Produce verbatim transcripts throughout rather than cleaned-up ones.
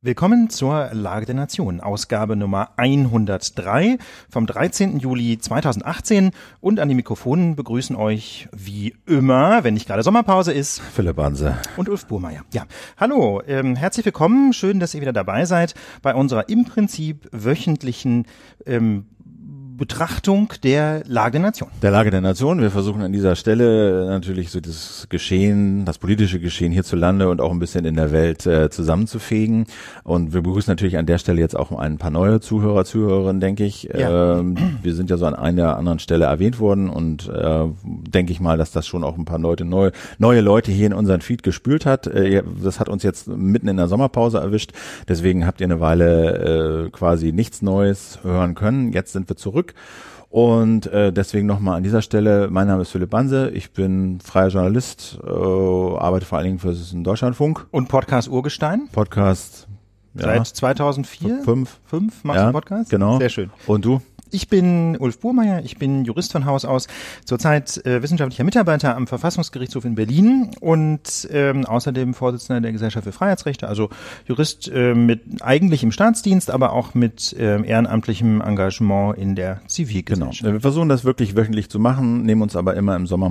Willkommen zur Lage der Nation, Ausgabe Nummer hundertdrei vom dreizehnten Juli zweitausendachtzehn, und an die Mikrofonen begrüßen euch wie immer, wenn nicht gerade Sommerpause ist, Philipp Banse und Ulf Burmeier. Ja, hallo, ähm, herzlich willkommen, schön, dass ihr wieder dabei seid bei unserer im Prinzip wöchentlichen ähm, Betrachtung der Lage der Nation. Der Lage der Nation. Wir versuchen an dieser Stelle natürlich so das Geschehen, das politische Geschehen hierzulande und auch ein bisschen in der Welt äh, zusammenzufegen. Und wir begrüßen natürlich an der Stelle jetzt auch ein paar neue Zuhörer, Zuhörerinnen, denke ich. Ja. Ähm, wir sind ja so an einer anderen Stelle erwähnt worden und äh, denke ich mal, dass das schon auch ein paar Leute, neue, neue Leute hier in unseren Feed gespült hat. Äh, das hat uns jetzt mitten in der Sommerpause erwischt. Deswegen habt ihr eine Weile äh, quasi nichts Neues hören können. Jetzt sind wir zurück. Und äh, deswegen nochmal an dieser Stelle, mein Name ist Philipp Banse, ich bin freier Journalist, äh, arbeite vor allen Dingen für den Deutschlandfunk. Und Podcast Urgestein? Podcast, ja. Seit zweitausendvier? Fünf. Fünf machst ja, du Podcast? Genau. Sehr schön. Und du? Ich bin Ulf Burmeier, ich bin Jurist von Haus aus, zurzeit äh, wissenschaftlicher Mitarbeiter am Verfassungsgerichtshof in Berlin und ähm, außerdem Vorsitzender der Gesellschaft für Freiheitsrechte, also Jurist äh, mit eigentlich im Staatsdienst, aber auch mit äh, ehrenamtlichem Engagement in der Zivilgesellschaft. Genau. Wir versuchen das wirklich wöchentlich zu machen, nehmen uns aber immer im Sommer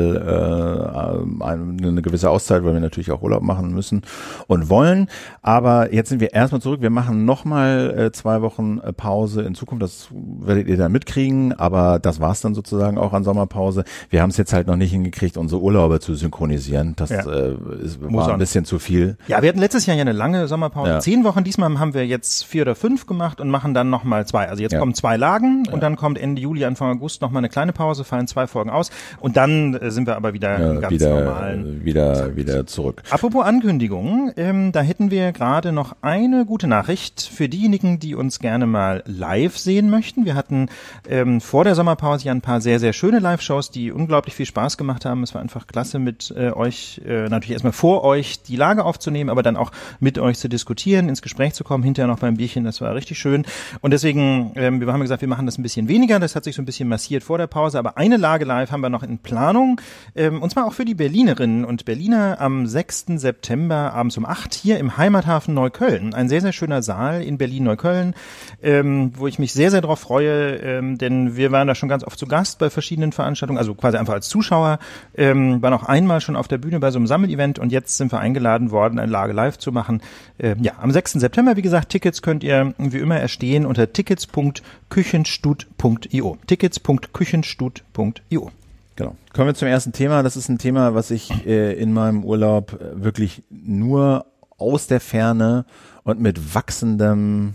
mal äh, eine gewisse Auszeit, weil wir natürlich auch Urlaub machen müssen und wollen. Aber jetzt sind wir erstmal zurück. Wir machen nochmal äh, zwei Wochen äh, Pause in Zukunft. Das werdet ihr dann mitkriegen, aber das war's dann sozusagen auch an Sommerpause. Wir haben es jetzt halt noch nicht hingekriegt, unsere Urlaube zu synchronisieren. Das ja. äh, ist, war ein bisschen zu viel. Ja, wir hatten letztes Jahr ja eine lange Sommerpause, ja. zehn Wochen. Diesmal haben wir jetzt vier oder fünf gemacht und machen dann nochmal zwei. Also jetzt ja. kommen zwei Lagen und ja. dann kommt Ende Juli, Anfang August nochmal eine kleine Pause, fallen zwei Folgen aus und dann äh, sind wir aber wieder ja, im ganz wieder, normalen wieder, Zeit. wieder zurück. Apropos Ankündigungen, ähm, da hätten wir gerade noch eine gute Nachricht für diejenigen, die uns gerne mal live sehen möchten. Wir hatten ähm, vor der Sommerpause ja ein paar sehr, sehr schöne Live-Shows, die unglaublich viel Spaß gemacht haben. Es war einfach klasse, mit äh, euch, äh, natürlich erstmal vor euch die Lage aufzunehmen, aber dann auch mit euch zu diskutieren, ins Gespräch zu kommen, hinterher noch beim Bierchen, das war richtig schön. Und deswegen, ähm, wir haben gesagt, wir machen das ein bisschen weniger, das hat sich so ein bisschen massiert vor der Pause, aber eine Lage live haben wir noch in Planung, ähm, und zwar auch für die Berlinerinnen und Berliner am sechsten September abends um acht hier im Heimathafen Neukölln. Ein sehr, sehr schöner Saal in Berlin-Neukölln, ähm, wo ich mich sehr, sehr drauf freue, ähm, denn wir waren da schon ganz oft zu Gast bei verschiedenen Veranstaltungen, also quasi einfach als Zuschauer, ähm, waren auch einmal schon auf der Bühne bei so einem Sammelevent und jetzt sind wir eingeladen worden, eine Lage live zu machen. Ähm, ja, am sechsten September, wie gesagt, Tickets könnt ihr wie immer erstehen unter tickets punkt küchenstut punkt io. tickets punkt küchenstut punkt io. Genau. Kommen wir zum ersten Thema. Das ist ein Thema, was ich äh, in meinem Urlaub wirklich nur aus der Ferne und mit wachsendem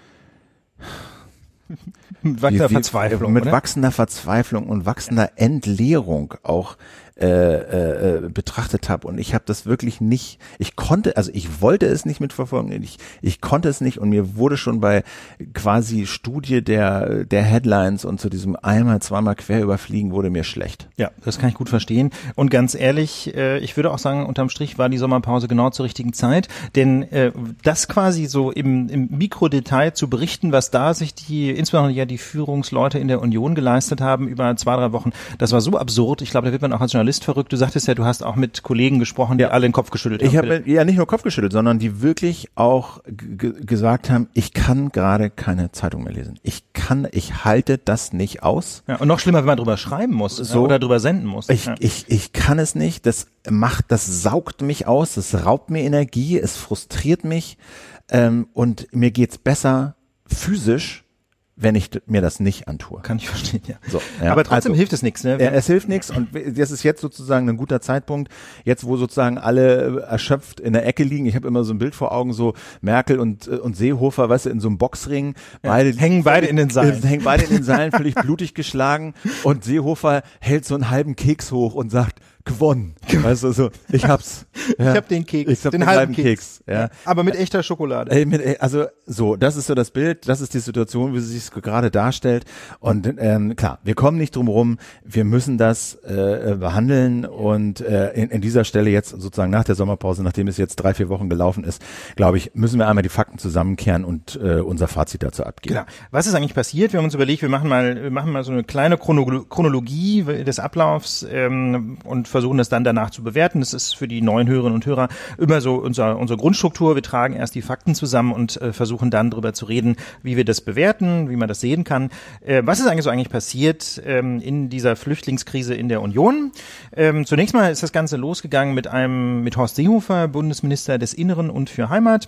Mit wachsender wie, wie, Verzweiflung. Mit oder? wachsender Verzweiflung und wachsender Entleerung auch äh, äh, betrachtet habe. Und ich habe das wirklich nicht, ich konnte, also ich wollte es nicht mitverfolgen, ich, ich konnte es nicht und mir wurde schon bei quasi Studie der, der Headlines und zu diesem einmal, zweimal quer überfliegen wurde mir schlecht. Ja, das kann ich gut verstehen. Und ganz ehrlich, äh, ich würde auch sagen, unterm Strich war die Sommerpause genau zur richtigen Zeit, denn äh, das quasi so im, im Mikrodetail zu berichten, was da sich die, insbesondere ja die Führungsleute in der Union geleistet haben über zwei, drei Wochen, das war so absurd. Ich glaube, da wird man auch als Journalist verrückt. Du sagtest ja, du hast auch mit Kollegen gesprochen, die ja. alle den Kopf geschüttelt haben. Ich habe ja nicht nur Kopf geschüttelt, sondern die wirklich auch g- gesagt haben, ich kann gerade keine Zeitung mehr lesen. Ich kann, ich halte das nicht aus. Ja, und noch schlimmer, wenn man drüber schreiben muss so, oder drüber senden muss. Ich, ja. ich, ich kann es nicht. Das macht, das saugt mich aus. Das raubt mir Energie. Es frustriert mich. Ähm, und mir geht's besser physisch, wenn ich mir das nicht antue. Kann ich verstehen, ja. So, ja. Aber trotzdem also, hilft es nichts, ne? Ja, es hilft nichts und das ist jetzt sozusagen ein guter Zeitpunkt, jetzt wo sozusagen alle erschöpft in der Ecke liegen. Ich habe immer so ein Bild vor Augen, so Merkel und und Seehofer, weißt du, in so einem Boxring. Beide ja, hängen beide in den Seilen. Hängen beide in den Seilen, völlig blutig geschlagen und Seehofer hält so einen halben Keks hoch und sagt, gewonnen. Weißt du, so, ich hab's. Ja. Ich hab den Keks, ich hab den, den halben halben Keks. Keks ja. Aber mit echter Schokolade. Ey, mit, also so, das ist so das Bild, das ist die Situation, wie sie sich gerade darstellt. Und ähm, klar, wir kommen nicht drum rum, wir müssen das äh, behandeln und äh, in, in dieser Stelle jetzt sozusagen nach der Sommerpause, nachdem es jetzt drei, vier Wochen gelaufen ist, glaube ich, müssen wir einmal die Fakten zusammenkehren und äh, unser Fazit dazu abgeben. Genau. Was ist eigentlich passiert? Wir haben uns überlegt, wir machen mal, wir machen mal so eine kleine Chrono- Chronologie des Ablaufs ähm, und versuchen das dann danach zu bewerten. Das ist für die neuen Hörerinnen und Hörer immer so unser, unsere Grundstruktur. Wir tragen erst die Fakten zusammen und äh, versuchen dann darüber zu reden, wie wir das bewerten, wie man das sehen kann. Äh, was ist eigentlich so eigentlich passiert ähm, in dieser Flüchtlingskrise in der Union? Ähm, zunächst mal ist das Ganze losgegangen mit einem, mit Horst Seehofer, Bundesminister des Inneren und für Heimat,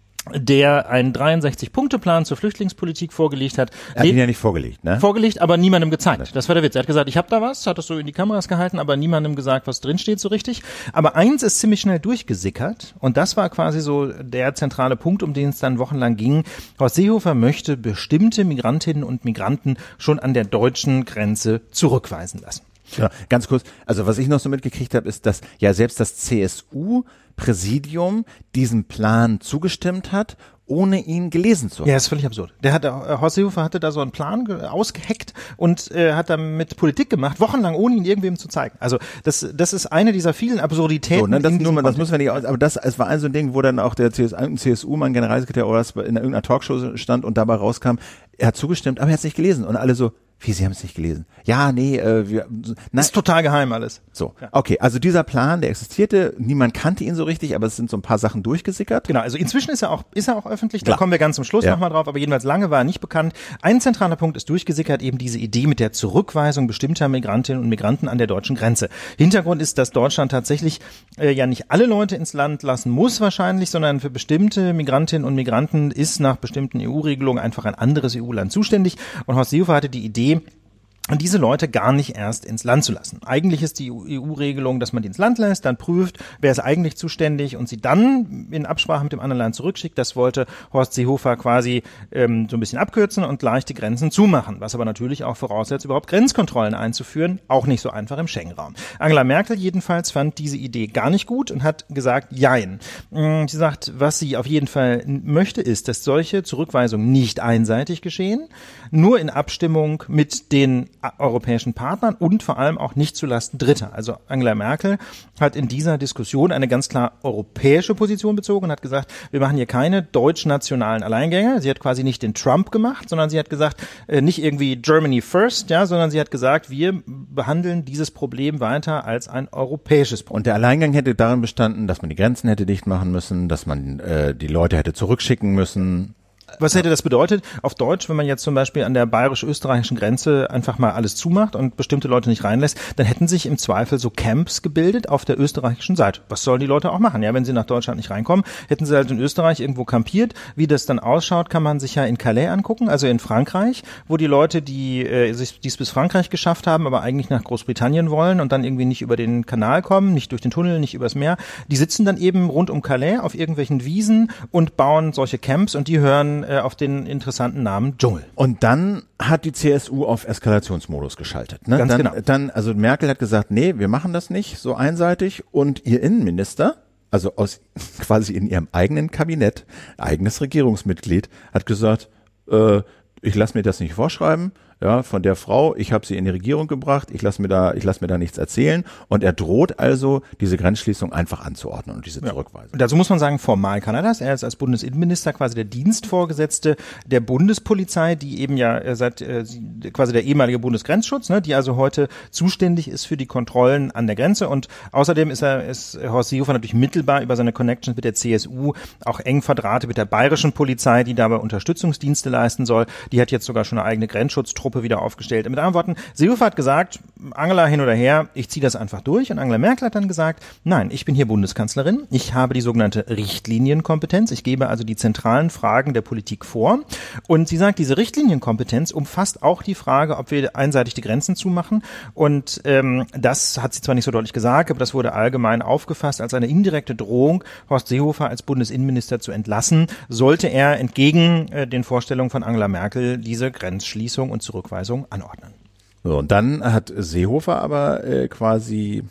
der einen dreiundsechzig-Punkte-Plan zur Flüchtlingspolitik vorgelegt hat. Er hat ihn ja nicht vorgelegt, ne? Vorgelegt, aber niemandem gezeigt. Das war der Witz. Er hat gesagt, ich habe da was, hat das so in die Kameras gehalten, aber niemandem gesagt, was drinsteht so richtig. Aber eins ist ziemlich schnell durchgesickert und das war quasi so der zentrale Punkt, um den es dann wochenlang ging. Horst Seehofer möchte bestimmte Migrantinnen und Migranten schon an der deutschen Grenze zurückweisen lassen. Ja, ganz kurz, also was ich noch so mitgekriegt habe, ist, dass ja selbst das C S U-Präsidium diesem Plan zugestimmt hat, ohne ihn gelesen zu haben. Ja, ist völlig absurd. Der hat, Horst Seehofer hatte da so einen Plan ausgeheckt und äh, hat damit Politik gemacht, wochenlang, ohne ihn irgendwem zu zeigen. Also das, das ist eine dieser vielen Absurditäten. So, ne, das, nur mal, das müssen wir nicht aus, aber das, es war ein so ein Ding, wo dann auch der C S U-Mann, Generalsekretär oder in irgendeiner Talkshow stand und dabei rauskam, er hat zugestimmt, aber er hat es nicht gelesen und alle so, wie, Sie haben es nicht gelesen? Ja, nee, äh, wir... Na, ist total geheim alles. So, ja. Okay, also dieser Plan, der existierte, niemand kannte ihn so richtig, aber es sind so ein paar Sachen durchgesickert. Genau, also inzwischen ist er auch ist er auch öffentlich, Klar. Da kommen wir ganz zum Schluss ja. nochmal drauf, aber jedenfalls lange war er nicht bekannt. Ein zentraler Punkt ist durchgesickert, eben diese Idee mit der Zurückweisung bestimmter Migrantinnen und Migranten an der deutschen Grenze. Hintergrund ist, dass Deutschland tatsächlich äh, ja nicht alle Leute ins Land lassen muss wahrscheinlich, sondern für bestimmte Migrantinnen und Migranten ist nach bestimmten E U-Regelungen einfach ein anderes E U-Land zuständig. Und Horst Seehofer hatte die Idee, diese Leute gar nicht erst ins Land zu lassen. Eigentlich ist die E U-Regelung, dass man die ins Land lässt, dann prüft, wer ist eigentlich zuständig und sie dann in Absprache mit dem anderen Land zurückschickt. Das wollte Horst Seehofer quasi ähm, so ein bisschen abkürzen und gleich die Grenzen zumachen, was aber natürlich auch voraussetzt, überhaupt Grenzkontrollen einzuführen, auch nicht so einfach im Schengen-Raum. Angela Merkel jedenfalls fand diese Idee gar nicht gut und hat gesagt, jein. Sie sagt, was sie auf jeden Fall möchte, ist, dass solche Zurückweisungen nicht einseitig geschehen, nur in Abstimmung mit den europäischen Partnern und vor allem auch nicht zulasten Dritter. Also Angela Merkel hat in dieser Diskussion eine ganz klar europäische Position bezogen und hat gesagt, wir machen hier keine deutsch-nationalen Alleingänge. Sie hat quasi nicht den Trump gemacht, sondern sie hat gesagt, äh, nicht irgendwie Germany first, ja, sondern sie hat gesagt, wir behandeln dieses Problem weiter als ein europäisches Problem. Und der Alleingang hätte darin bestanden, dass man die Grenzen hätte dicht machen müssen, dass man äh, die Leute hätte zurückschicken müssen. Was hätte das bedeutet? Auf Deutsch, wenn man jetzt zum Beispiel an der bayerisch-österreichischen Grenze einfach mal alles zumacht und bestimmte Leute nicht reinlässt, dann hätten sich im Zweifel so Camps gebildet auf der österreichischen Seite. Was sollen die Leute auch machen? Ja, wenn sie nach Deutschland nicht reinkommen, hätten sie halt in Österreich irgendwo kampiert. Wie das dann ausschaut, kann man sich ja in Calais angucken, also in Frankreich, wo die Leute, die äh, sich dies bis Frankreich geschafft haben, aber eigentlich nach Großbritannien wollen und dann irgendwie nicht über den Kanal kommen, nicht durch den Tunnel, nicht übers Meer, die sitzen dann eben rund um Calais auf irgendwelchen Wiesen und bauen solche Camps und die hören auf den interessanten Namen Dschungel. Und dann hat die C S U auf Eskalationsmodus geschaltet. Ne? Ganz dann, genau. Dann, also Merkel hat gesagt, nee, wir machen das nicht so einseitig. Und ihr Innenminister, also aus quasi in ihrem eigenen Kabinett, eigenes Regierungsmitglied, hat gesagt, äh, ich lasse mir das nicht vorschreiben. Ja, von der Frau, ich habe sie in die Regierung gebracht, ich lasse mir da, ich lasse mir da nichts erzählen und er droht also, diese Grenzschließung einfach anzuordnen und diese ja. Zurückweisung. Dazu muss man sagen, formal kann er das. Er ist als Bundesinnenminister quasi der Dienstvorgesetzte der Bundespolizei, die eben ja seit äh, quasi der ehemalige Bundesgrenzschutz, ne, die also heute zuständig ist für die Kontrollen an der Grenze und außerdem ist er ist Horst Seehofer natürlich mittelbar über seine Connections mit der C S U auch eng verdrahtet mit der bayerischen Polizei, die dabei Unterstützungsdienste leisten soll. Die hat jetzt sogar schon eine eigene Grenzschutztruppe wieder aufgestellt. Mit anderen Worten, Seehofer hat gesagt, Angela hin oder her, ich ziehe das einfach durch. Und Angela Merkel hat dann gesagt, nein, ich bin hier Bundeskanzlerin, ich habe die sogenannte Richtlinienkompetenz, ich gebe also die zentralen Fragen der Politik vor. Und sie sagt, diese Richtlinienkompetenz umfasst auch die Frage, ob wir einseitig die Grenzen zumachen. Und ähm, das hat sie zwar nicht so deutlich gesagt, aber das wurde allgemein aufgefasst als eine indirekte Drohung, Horst Seehofer als Bundesinnenminister zu entlassen, sollte er entgegen äh, den Vorstellungen von Angela Merkel diese Grenzschließung und Zurückweisung anordnen. So, und dann hat Seehofer aber äh, quasi,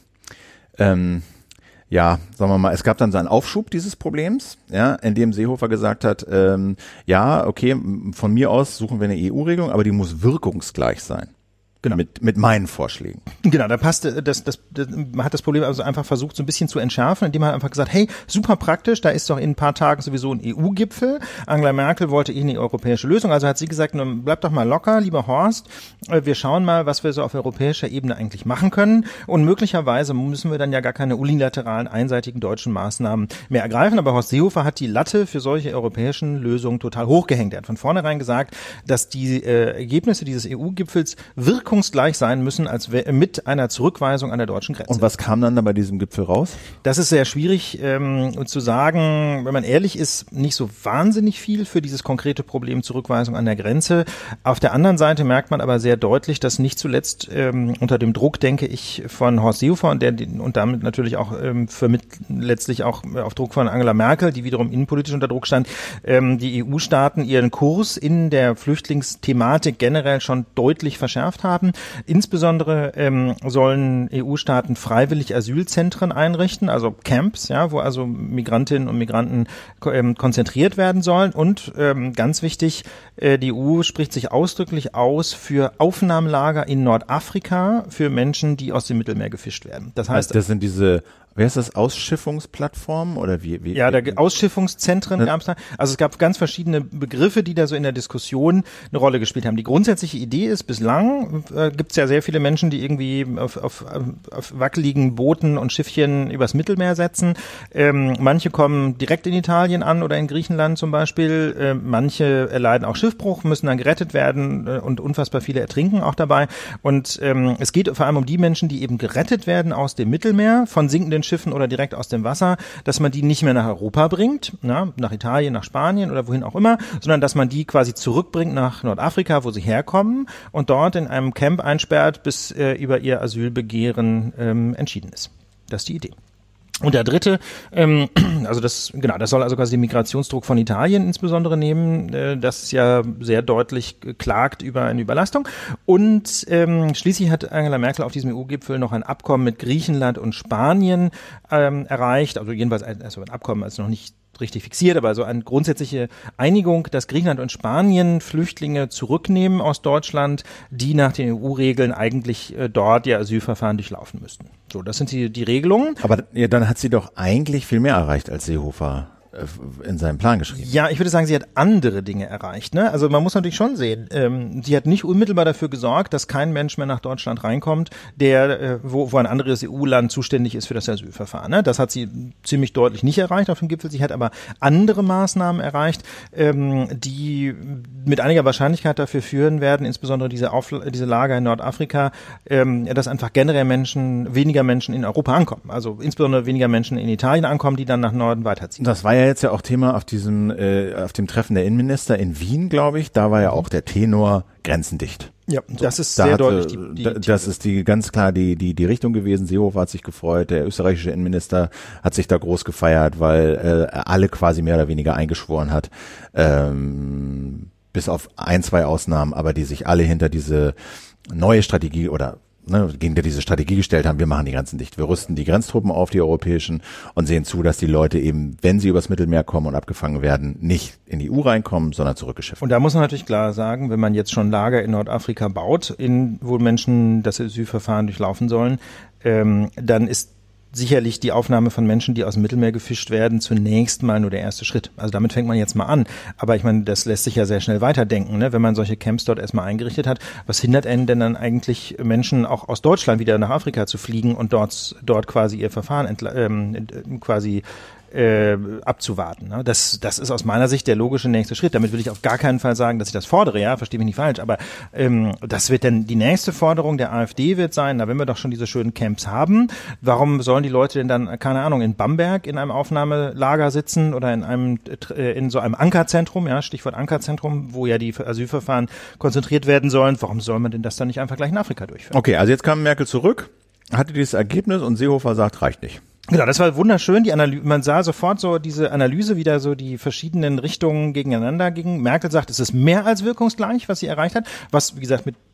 ähm, ja, sagen wir mal, es gab dann so einen Aufschub dieses Problems, ja, in dem Seehofer gesagt hat, ähm, ja, okay, von mir aus suchen wir eine E U-Regelung, aber die muss wirkungsgleich sein. Genau. Mit, mit meinen Vorschlägen. Genau, da passt, das, das, das, man hat das Problem also einfach versucht, so ein bisschen zu entschärfen, indem man einfach gesagt, hey, super praktisch, da ist doch in ein paar Tagen sowieso ein E U-Gipfel. Angela Merkel wollte eh eine europäische Lösung, also hat sie gesagt, bleib doch mal locker, lieber Horst, wir schauen mal, was wir so auf europäischer Ebene eigentlich machen können und möglicherweise müssen wir dann ja gar keine unilateralen, einseitigen deutschen Maßnahmen mehr ergreifen, aber Horst Seehofer hat die Latte für solche europäischen Lösungen total hochgehängt. Er hat von vornherein gesagt, dass die äh, Ergebnisse dieses E U-Gipfels wirkungsgleich sein müssen als mit einer Zurückweisung an der deutschen Grenze. Und was kam dann da bei diesem Gipfel raus? Das ist sehr schwierig ähm, zu sagen. Wenn man ehrlich ist, nicht so wahnsinnig viel für dieses konkrete Problem Zurückweisung an der Grenze. Auf der anderen Seite merkt man aber sehr deutlich, dass nicht zuletzt ähm, unter dem Druck, denke ich, von Horst Seehofer und, der, und damit natürlich auch ähm, für mit, letztlich auch auf Druck von Angela Merkel, die wiederum innenpolitisch unter Druck stand, ähm, die E U-Staaten ihren Kurs in der Flüchtlingsthematik generell schon deutlich verschärft haben. Insbesondere ähm, sollen E U-Staaten freiwillig Asylzentren einrichten, also Camps, ja, wo also Migrantinnen und Migranten ähm, konzentriert werden sollen. Und ähm, ganz wichtig, äh, die E U spricht sich ausdrücklich aus für Aufnahmelager in Nordafrika für Menschen, die aus dem Mittelmeer gefischt werden. Das heißt, also das sind diese, wer ist das, Ausschiffungsplattformen oder wie? wie ja, der Ausschiffungszentren ja. gab es da. Also es gab ganz verschiedene Begriffe, die da so in der Diskussion eine Rolle gespielt haben. Die grundsätzliche Idee ist, bislang äh, gibt es ja sehr viele Menschen, die irgendwie auf, auf, auf wackeligen Booten und Schiffchen übers Mittelmeer setzen. Ähm, manche kommen direkt in Italien an oder in Griechenland zum Beispiel. Äh, manche erleiden auch Schiffbruch, müssen dann gerettet werden äh, und unfassbar viele ertrinken auch dabei. Und ähm, es geht vor allem um die Menschen, die eben gerettet werden aus dem Mittelmeer von sinkenden Schiffen oder direkt aus dem Wasser, dass man die nicht mehr nach Europa bringt, na, nach Italien, nach Spanien oder wohin auch immer, sondern dass man die quasi zurückbringt nach Nordafrika, wo sie herkommen und dort in einem Camp einsperrt, bis äh, über ihr Asylbegehren ähm, entschieden ist. Das ist die Idee. Und der dritte, ähm, also das, genau, das soll also quasi den Migrationsdruck von Italien insbesondere nehmen, äh, das ja sehr deutlich klagt über eine Überlastung. Und ähm, schließlich hat Angela Merkel auf diesem E U-Gipfel noch ein Abkommen mit Griechenland und Spanien ähm, erreicht, also jedenfalls ein, also ein Abkommen, also noch nicht richtig fixiert, aber so eine grundsätzliche Einigung, dass Griechenland und Spanien Flüchtlinge zurücknehmen aus Deutschland, die nach den E U-Regeln eigentlich äh, dort ihr Asylverfahren durchlaufen müssten. So, das sind die, die Regelungen. Aber ja, dann hat sie doch eigentlich viel mehr erreicht als Seehofer in seinem Plan geschrieben. Ja, ich würde sagen, sie hat andere Dinge erreicht. Ne? Also man muss natürlich schon sehen, ähm, sie hat nicht unmittelbar dafür gesorgt, dass kein Mensch mehr nach Deutschland reinkommt, der äh, wo, wo ein anderes E U-Land zuständig ist für das Asylverfahren. Ne? Das hat sie ziemlich deutlich nicht erreicht auf dem Gipfel. Sie hat aber andere Maßnahmen erreicht, ähm, die mit einiger Wahrscheinlichkeit dafür führen werden, insbesondere diese, Auf diese Lager in Nordafrika, ähm, dass einfach generell Menschen, weniger Menschen in Europa ankommen. Also insbesondere weniger Menschen in Italien ankommen, die dann nach Norden weiterziehen. Das war ja jetzt ja auch Thema auf diesem, äh, auf dem Treffen der Innenminister in Wien, glaube ich. Da war ja auch der Tenor grenzendicht. Ja, das ist da sehr hatte, deutlich die, die, da, Das ist die ganz klar die die die Richtung gewesen. Seehofer hat sich gefreut, der österreichische Innenminister hat sich da groß gefeiert, weil äh, alle quasi mehr oder weniger eingeschworen hat, ähm, bis auf ein, zwei Ausnahmen, aber die sich alle hinter diese neue Strategie oder ne, gegen die diese Strategie gestellt haben, wir machen die Grenzen dicht. Wir rüsten die Grenztruppen auf, die europäischen, und sehen zu, dass die Leute eben, wenn sie übers Mittelmeer kommen und abgefangen werden, nicht in die E U reinkommen, sondern zurückgeschifft. Und da muss man natürlich klar sagen, wenn man jetzt schon Lager in Nordafrika baut, in, wo Menschen das Asylverfahren durchlaufen sollen, ähm, dann ist sicherlich die Aufnahme von Menschen, die aus dem Mittelmeer gefischt werden, zunächst mal nur der erste Schritt. Also damit fängt man jetzt mal an. Aber ich meine, das lässt sich ja sehr schnell weiterdenken, ne? Wenn man solche Camps dort erstmal eingerichtet hat. Was hindert einen denn dann eigentlich, Menschen auch aus Deutschland wieder nach Afrika zu fliegen und dort dort quasi ihr Verfahren entla- ähm, quasi äh, abzuwarten. Ne? Das, das ist aus meiner Sicht der logische nächste Schritt. Damit will ich auf gar keinen Fall sagen, dass ich das fordere, ja, verstehe mich nicht falsch, aber ähm, das wird dann die nächste Forderung der AfD wird sein, na, wenn wir doch schon diese schönen Camps haben, warum sollen die Leute denn dann, keine Ahnung, in Bamberg in einem Aufnahmelager sitzen oder in einem äh, in so einem Ankerzentrum, ja, Stichwort Ankerzentrum, wo ja die Asylverfahren konzentriert werden sollen, warum soll man denn das dann nicht einfach gleich in Afrika durchführen? Okay, also jetzt kam Merkel zurück, hatte dieses Ergebnis und Seehofer sagt, reicht nicht. Genau, das war wunderschön. Die Analyse, man sah sofort so diese Analyse, wie da so die verschiedenen Richtungen gegeneinander gingen. Merkel sagt, es ist mehr als wirkungsgleich, was sie erreicht hat, was, wie gesagt, mit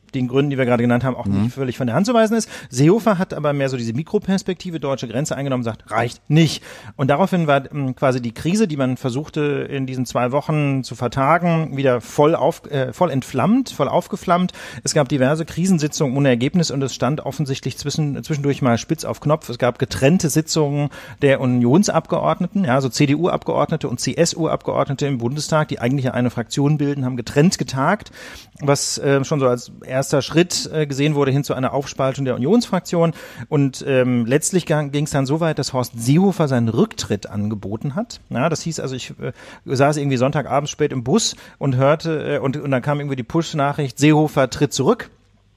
den Gründen, die wir gerade genannt haben, auch nicht mhm. völlig von der Hand zu weisen ist. Seehofer hat aber mehr so diese Mikroperspektive deutsche Grenze eingenommen und sagt, reicht nicht. Und daraufhin war ähm, quasi die Krise, die man versuchte in diesen zwei Wochen zu vertagen, wieder voll auf, äh, voll entflammt, voll aufgeflammt. Es gab diverse Krisensitzungen ohne Ergebnis und es stand offensichtlich zwischen, zwischendurch mal spitz auf Knopf. Es gab getrennte Sitzungen der Unionsabgeordneten, ja, also C D U-Abgeordnete und C S U-Abgeordnete im Bundestag, die eigentlich eine Fraktion bilden, haben getrennt getagt, was äh, schon so als erster Schritt äh, gesehen wurde hin zu einer Aufspaltung der Unionsfraktion. Und ähm, letztlich ging es dann so weit, dass Horst Seehofer seinen Rücktritt angeboten hat. Ja, das hieß also, ich äh, saß irgendwie Sonntagabends spät im Bus und hörte, äh, und, und dann kam irgendwie die Push-Nachricht, Seehofer tritt zurück.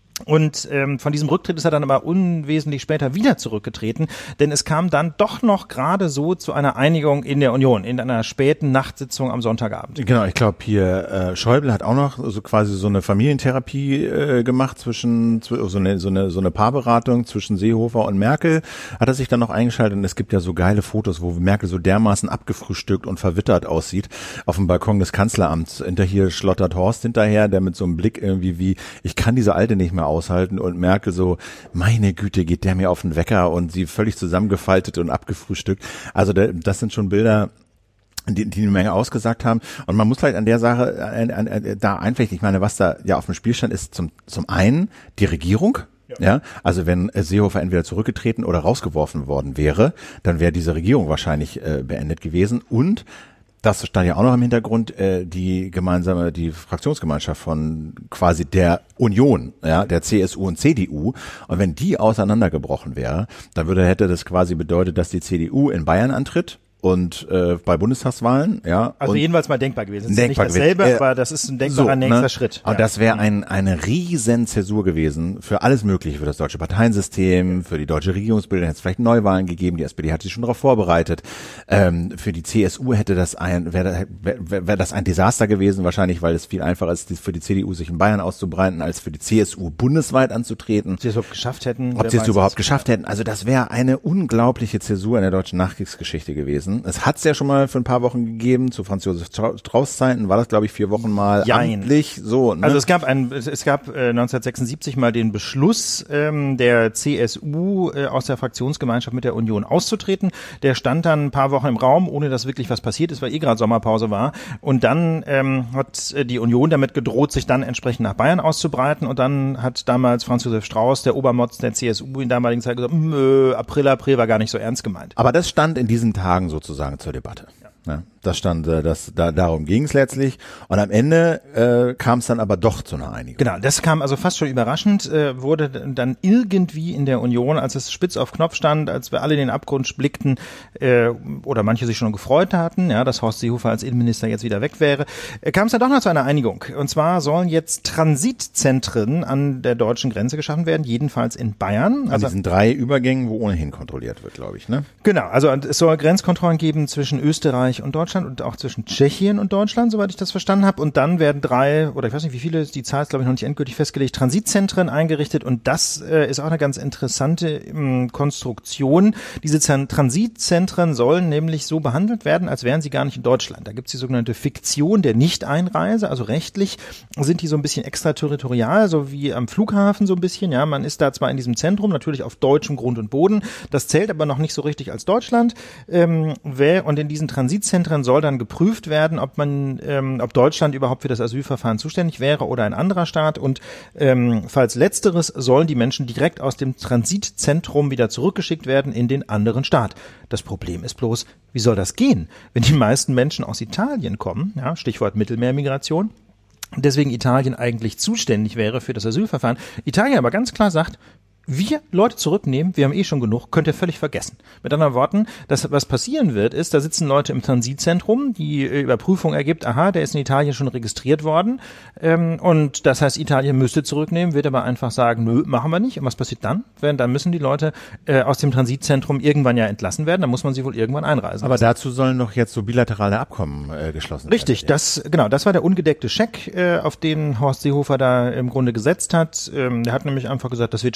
Und ähm, von diesem Rücktritt ist er dann aber unwesentlich später wieder zurückgetreten, denn es kam dann doch noch gerade so zu einer Einigung in der Union, in einer späten Nachtsitzung am Sonntagabend. Genau, ich glaube hier äh, Schäuble hat auch noch so quasi so eine Familientherapie äh, gemacht zwischen so eine so eine so eine Paarberatung zwischen Seehofer und Merkel, hat er sich dann noch eingeschaltet und es gibt ja so geile Fotos, wo Merkel so dermaßen abgefrühstückt und verwittert aussieht auf dem Balkon des Kanzleramts. Hinter hier schlottert Horst hinterher, der mit so einem Blick irgendwie wie, ich kann diese Alte nicht mehr aushalten und merke so, meine Güte, geht der mir auf den Wecker und sie völlig zusammengefaltet und abgefrühstückt. Also das sind schon Bilder, die, die eine Menge ausgesagt haben. Und man muss vielleicht an der Sache äh, äh, da einflechten, ich meine, was da ja auf dem Spiel stand, ist zum, zum einen die Regierung. Ja. ja, also wenn Seehofer entweder zurückgetreten oder rausgeworfen worden wäre, dann wäre diese Regierung wahrscheinlich äh, beendet gewesen. Und das stand ja auch noch im Hintergrund, äh, die gemeinsame, die Fraktionsgemeinschaft von quasi der Union, ja, der C S U und C D U. Und wenn die auseinandergebrochen wäre, dann würde, hätte das quasi bedeutet, dass die C D U in Bayern antritt. Und äh, bei Bundestagswahlen, ja. Also und jedenfalls mal denkbar gewesen. Das ist denkbar nicht dasselbe, gewesen. aber das ist ein denkbarer so, nächster ne? Schritt. Und ja. das wäre ein eine riesen Zäsur gewesen für alles Mögliche, für das deutsche Parteiensystem, für die deutsche Regierungsbildung. Hätte es vielleicht Neuwahlen gegeben, die S P D hat sich schon darauf vorbereitet. Ähm, für die C S U hätte das ein wäre wär, wär das ein Desaster gewesen, wahrscheinlich, weil es viel einfacher ist, für die C D U sich in Bayern auszubreiten, als für die C S U bundesweit anzutreten. Ob sie es überhaupt geschafft hätten. Ob sie es überhaupt geschafft hätten. Also das wäre eine unglaubliche Zäsur in der deutschen Nachkriegsgeschichte gewesen. Es hat es ja schon mal für ein paar Wochen gegeben, zu Franz Josef Strauß Zeiten war das, glaube ich, vier Wochen mal Jein. amtlich. So, ne? Also es gab ein, es gab äh, neunzehnhundertsechsundsiebzig mal den Beschluss ähm, der C S U äh, aus der Fraktionsgemeinschaft mit der Union auszutreten. Der stand dann ein paar Wochen im Raum, ohne dass wirklich was passiert ist, weil eh gerade Sommerpause war. Und dann ähm, hat die Union damit gedroht, sich dann entsprechend nach Bayern auszubreiten. Und dann hat damals Franz Josef Strauß, der Obermotz der C S U in damaligen Zeit gesagt, äh, April, April war gar nicht so ernst gemeint. Aber das stand in diesen Tagen sozusagen zur Debatte. Ja, das stand, äh, das, da, darum ging es letztlich. Und am Ende äh, kam es dann aber doch zu einer Einigung. Genau, das kam also fast schon überraschend, äh, wurde dann irgendwie in der Union, als es spitz auf Knopf stand, als wir alle in den Abgrund blickten, äh, oder manche sich schon gefreut hatten, ja, dass Horst Seehofer als Innenminister jetzt wieder weg wäre, äh, kam es dann doch noch zu einer Einigung. Und zwar sollen jetzt Transitzentren an der deutschen Grenze geschaffen werden, jedenfalls in Bayern. Also an diesen drei Übergängen, wo ohnehin kontrolliert wird, glaube ich, ne? Genau, also es soll Grenzkontrollen geben zwischen Österreich und Deutschland und auch zwischen Tschechien und Deutschland, soweit ich das verstanden habe. Und dann werden drei, oder ich weiß nicht wie viele, die Zahl ist glaube ich noch nicht endgültig festgelegt, Transitzentren eingerichtet. Und das äh, ist auch eine ganz interessante ähm, Konstruktion. Diese Zent- Transitzentren sollen nämlich so behandelt werden, als wären sie gar nicht in Deutschland. Da gibt es die sogenannte Fiktion der Nichteinreise. Also rechtlich sind die so ein bisschen extraterritorial, so wie am Flughafen so ein bisschen. Ja, man ist da zwar in diesem Zentrum, natürlich auf deutschem Grund und Boden. Das zählt aber noch nicht so richtig als Deutschland. Ähm, wer, und in diesen Transitzentren soll dann geprüft werden, ob man, ähm, ob Deutschland überhaupt für das Asylverfahren zuständig wäre oder ein anderer Staat. Und ähm, falls Letzteres, sollen die Menschen direkt aus dem Transitzentrum wieder zurückgeschickt werden in den anderen Staat. Das Problem ist bloß, wie soll das gehen, wenn die meisten Menschen aus Italien kommen? Ja, Stichwort Mittelmeermigration. Deswegen Italien eigentlich zuständig wäre für das Asylverfahren. Italien aber ganz klar sagt, wir Leute zurücknehmen, wir haben eh schon genug, könnt ihr völlig vergessen. Mit anderen Worten, das, was passieren wird, ist, da sitzen Leute im Transitzentrum, die Überprüfung ergibt, aha, der ist in Italien schon registriert worden, ähm, und das heißt, Italien müsste zurücknehmen, wird aber einfach sagen, nö, machen wir nicht. Und was passiert dann? Dann müssen die Leute äh, aus dem Transitzentrum irgendwann ja entlassen werden, dann muss man sie wohl irgendwann einreisen. Aber dazu sollen doch jetzt so bilaterale Abkommen äh, geschlossen werden. Richtig, das, genau, das war der ungedeckte Scheck, äh, auf den Horst Seehofer da im Grunde gesetzt hat. Ähm, der hat nämlich einfach gesagt, das wird schon irgendwie klar.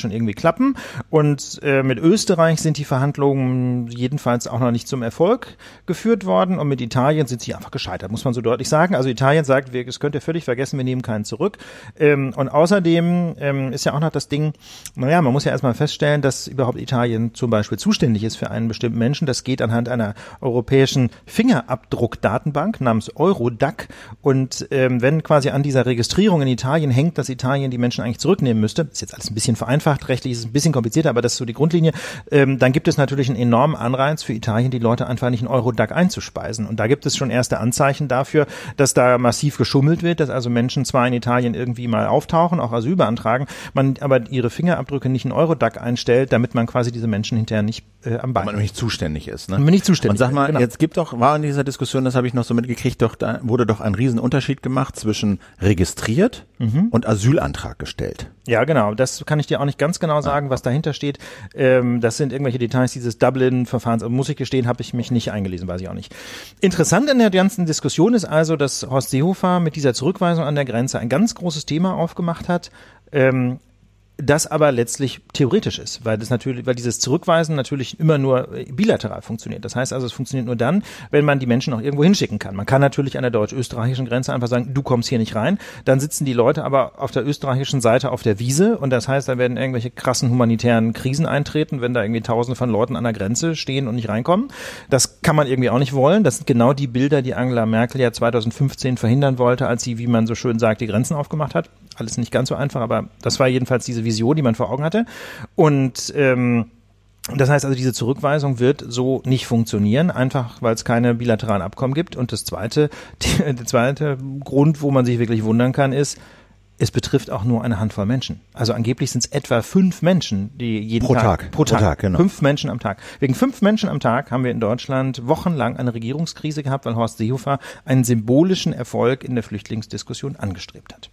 klappen. Und äh, mit Österreich sind die Verhandlungen jedenfalls auch noch nicht zum Erfolg geführt worden. Und mit Italien sind sie einfach gescheitert, muss man so deutlich sagen. Also Italien sagt, wir, das könnt ihr völlig vergessen, wir nehmen keinen zurück. Ähm, und außerdem ähm, ist ja auch noch das Ding, naja, man muss ja erstmal feststellen, dass überhaupt Italien zum Beispiel zuständig ist für einen bestimmten Menschen. Das geht anhand einer europäischen Fingerabdruckdatenbank namens Eurodac. Und ähm, wenn quasi an dieser Registrierung in Italien hängt, dass Italien die Menschen eigentlich zurücknehmen müsste, ist jetzt alles ein bisschen vereinfacht, rechtlich ist es ein bisschen komplizierter, aber das ist so die Grundlinie, ähm, dann gibt es natürlich einen enormen Anreiz für Italien, die Leute einfach nicht in Eurodac einzuspeisen. Und da gibt es schon erste Anzeichen dafür, dass da massiv geschummelt wird, dass also Menschen zwar in Italien irgendwie mal auftauchen, auch Asyl beantragen, man aber ihre Fingerabdrücke nicht in Eurodac einstellt, damit man quasi diese Menschen hinterher nicht äh, am Bein. Wenn man nicht zuständig ist, ne? Wenn man nicht zuständig Und sag mal, genau. Jetzt gibt doch, war in dieser Diskussion, das habe ich noch so mitgekriegt, doch da wurde doch ein Riesenunterschied gemacht zwischen registriert mhm. und Asylantrag gestellt. Ja, genau. Das kann ich dir auch nicht ganz genau sagen, was dahinter steht. Ähm, das sind irgendwelche Details dieses Dublin-Verfahrens. Also muss ich gestehen, habe ich mich nicht eingelesen, weiß ich auch nicht. Interessant in der ganzen Diskussion ist also, dass Horst Seehofer mit dieser Zurückweisung an der Grenze ein ganz großes Thema aufgemacht hat. Ähm, das aber letztlich theoretisch ist, weil das natürlich, weil dieses Zurückweisen natürlich immer nur bilateral funktioniert. Das heißt also, es funktioniert nur dann, wenn man die Menschen auch irgendwo hinschicken kann. Man kann natürlich an der deutsch-österreichischen Grenze einfach sagen, du kommst hier nicht rein. Dann sitzen die Leute aber auf der österreichischen Seite auf der Wiese und das heißt, da werden irgendwelche krassen humanitären Krisen eintreten, wenn da irgendwie Tausende von Leuten an der Grenze stehen und nicht reinkommen. Das kann man irgendwie auch nicht wollen. Das sind genau die Bilder, die Angela Merkel ja zweitausendfünfzehn verhindern wollte, als sie, wie man so schön sagt, die Grenzen aufgemacht hat. Alles nicht ganz so einfach, aber das war jedenfalls diese Vision, die man vor Augen hatte. Und ähm, das heißt also, diese Zurückweisung wird so nicht funktionieren, einfach weil es keine bilateralen Abkommen gibt. Und das zweite, die, der zweite Grund, wo man sich wirklich wundern kann, ist, es betrifft auch nur eine Handvoll Menschen. Also angeblich sind es etwa fünf Menschen, die jeden pro Tag, Tag pro Tag, pro Tag genau. fünf Menschen am Tag. Wegen fünf Menschen am Tag haben wir in Deutschland wochenlang eine Regierungskrise gehabt, weil Horst Seehofer einen symbolischen Erfolg in der Flüchtlingsdiskussion angestrebt hat.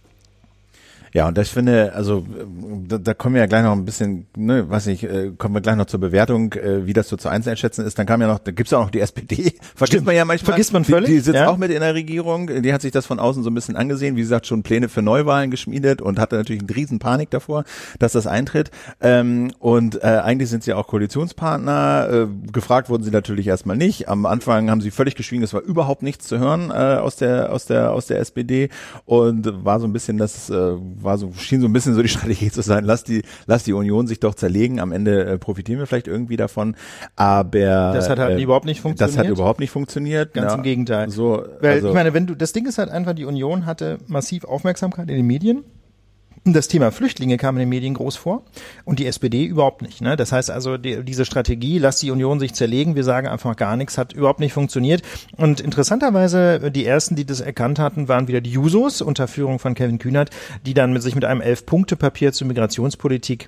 Ja, und das finde, also da, da kommen wir ja gleich noch ein bisschen, ne, weiß nicht, äh, kommen wir gleich noch zur Bewertung, äh, wie das so zu einzuschätzen ist. Dann kam ja noch, da gibt's ja auch noch die S P D, vergisst Stimmt. man ja manchmal. Vergisst man völlig. Die, die sitzt ja. auch mit in der Regierung, die hat sich das von außen so ein bisschen angesehen, wie gesagt, schon Pläne für Neuwahlen geschmiedet und hatte natürlich eine riesen Panik davor, dass das eintritt. Ähm, und äh, eigentlich sind sie auch Koalitionspartner, äh, gefragt wurden sie natürlich erstmal nicht. Am Anfang haben sie völlig geschwiegen, es war überhaupt nichts zu hören äh, aus der aus der aus der S P D und war so ein bisschen, das äh, war so schien so ein bisschen so die Strategie zu sein, lass die, lass die Union sich doch zerlegen, am Ende äh, profitieren wir vielleicht irgendwie davon, aber das hat halt äh, überhaupt nicht funktioniert. Das hat überhaupt nicht funktioniert. Ganz ja, im Gegenteil. So, Weil also, ich meine, wenn du, das Ding ist halt einfach, die Union hatte massiv Aufmerksamkeit in den Medien. Das Thema Flüchtlinge kam in den Medien groß vor und die S P D überhaupt nicht. Ne? Das heißt also, die, diese Strategie, lass die Union sich zerlegen, wir sagen einfach gar nichts, hat überhaupt nicht funktioniert. Und interessanterweise, die ersten, die das erkannt hatten, waren wieder die Jusos unter Führung von Kevin Kühnert, die dann mit sich mit einem Elf-Punkte-Papier zur Migrationspolitik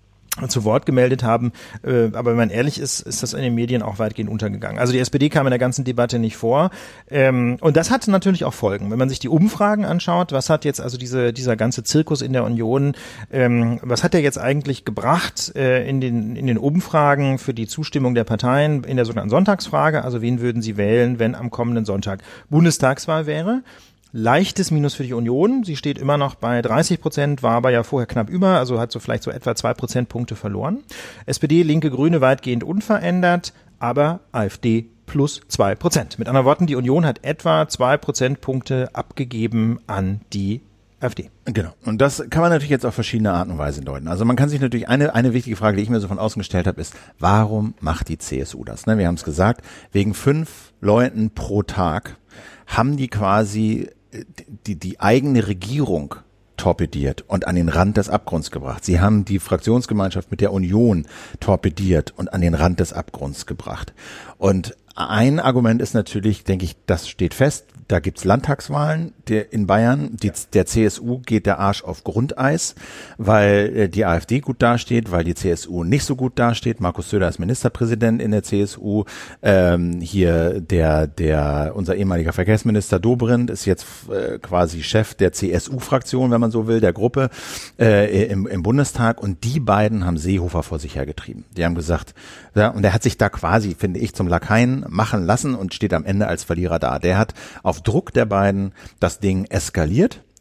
zu Wort gemeldet haben, äh, aber wenn man ehrlich ist, ist das in den Medien auch weitgehend untergegangen. Also die S P D kam in der ganzen Debatte nicht vor ähm, und das hat natürlich auch Folgen. Wenn man sich die Umfragen anschaut, was hat jetzt also diese dieser ganze Zirkus in der Union, ähm, was hat der jetzt eigentlich gebracht äh, in den in den Umfragen für die Zustimmung der Parteien in der sogenannten Sonntagsfrage, also wen würden sie wählen, wenn am kommenden Sonntag Bundestagswahl wäre? Leichtes Minus für die Union. Sie steht immer noch bei dreißig Prozent, war aber ja vorher knapp über, also hat so vielleicht so etwa zwei Prozentpunkte verloren. S P D, Linke, Grüne weitgehend unverändert, aber AfD plus zwei Prozent. Mit anderen Worten, die Union hat etwa zwei Prozentpunkte abgegeben an die AfD. Genau. Und das kann man natürlich jetzt auf verschiedene Arten und Weisen deuten. Also man kann sich natürlich, eine eine wichtige Frage, die ich mir so von außen gestellt habe, ist, warum macht die C S U das? Ne, wir haben es gesagt, wegen fünf Leuten pro Tag haben die quasi die, die eigene Regierung torpediert und an den Rand des Abgrunds gebracht. Sie haben die Fraktionsgemeinschaft mit der Union torpediert und an den Rand des Abgrunds gebracht. Und ein Argument ist natürlich, denke ich, das steht fest, da gibt's Landtagswahlen der in Bayern. Die, der C S U geht der Arsch auf Grundeis, weil die AfD gut dasteht, weil die C S U nicht so gut dasteht. Markus Söder ist Ministerpräsident in der C S U. Ähm, hier der der unser ehemaliger Verkehrsminister Dobrindt ist jetzt äh, quasi Chef der C S U-Fraktion, wenn man so will, der Gruppe äh, im, im Bundestag. Und die beiden haben Seehofer vor sich hergetrieben. Die haben gesagt, ja, und er hat sich da quasi, finde ich, zum Lakaien machen lassen und steht am Ende als Verlierer da. Der hat auf Druck der beiden das Ding eskaliert.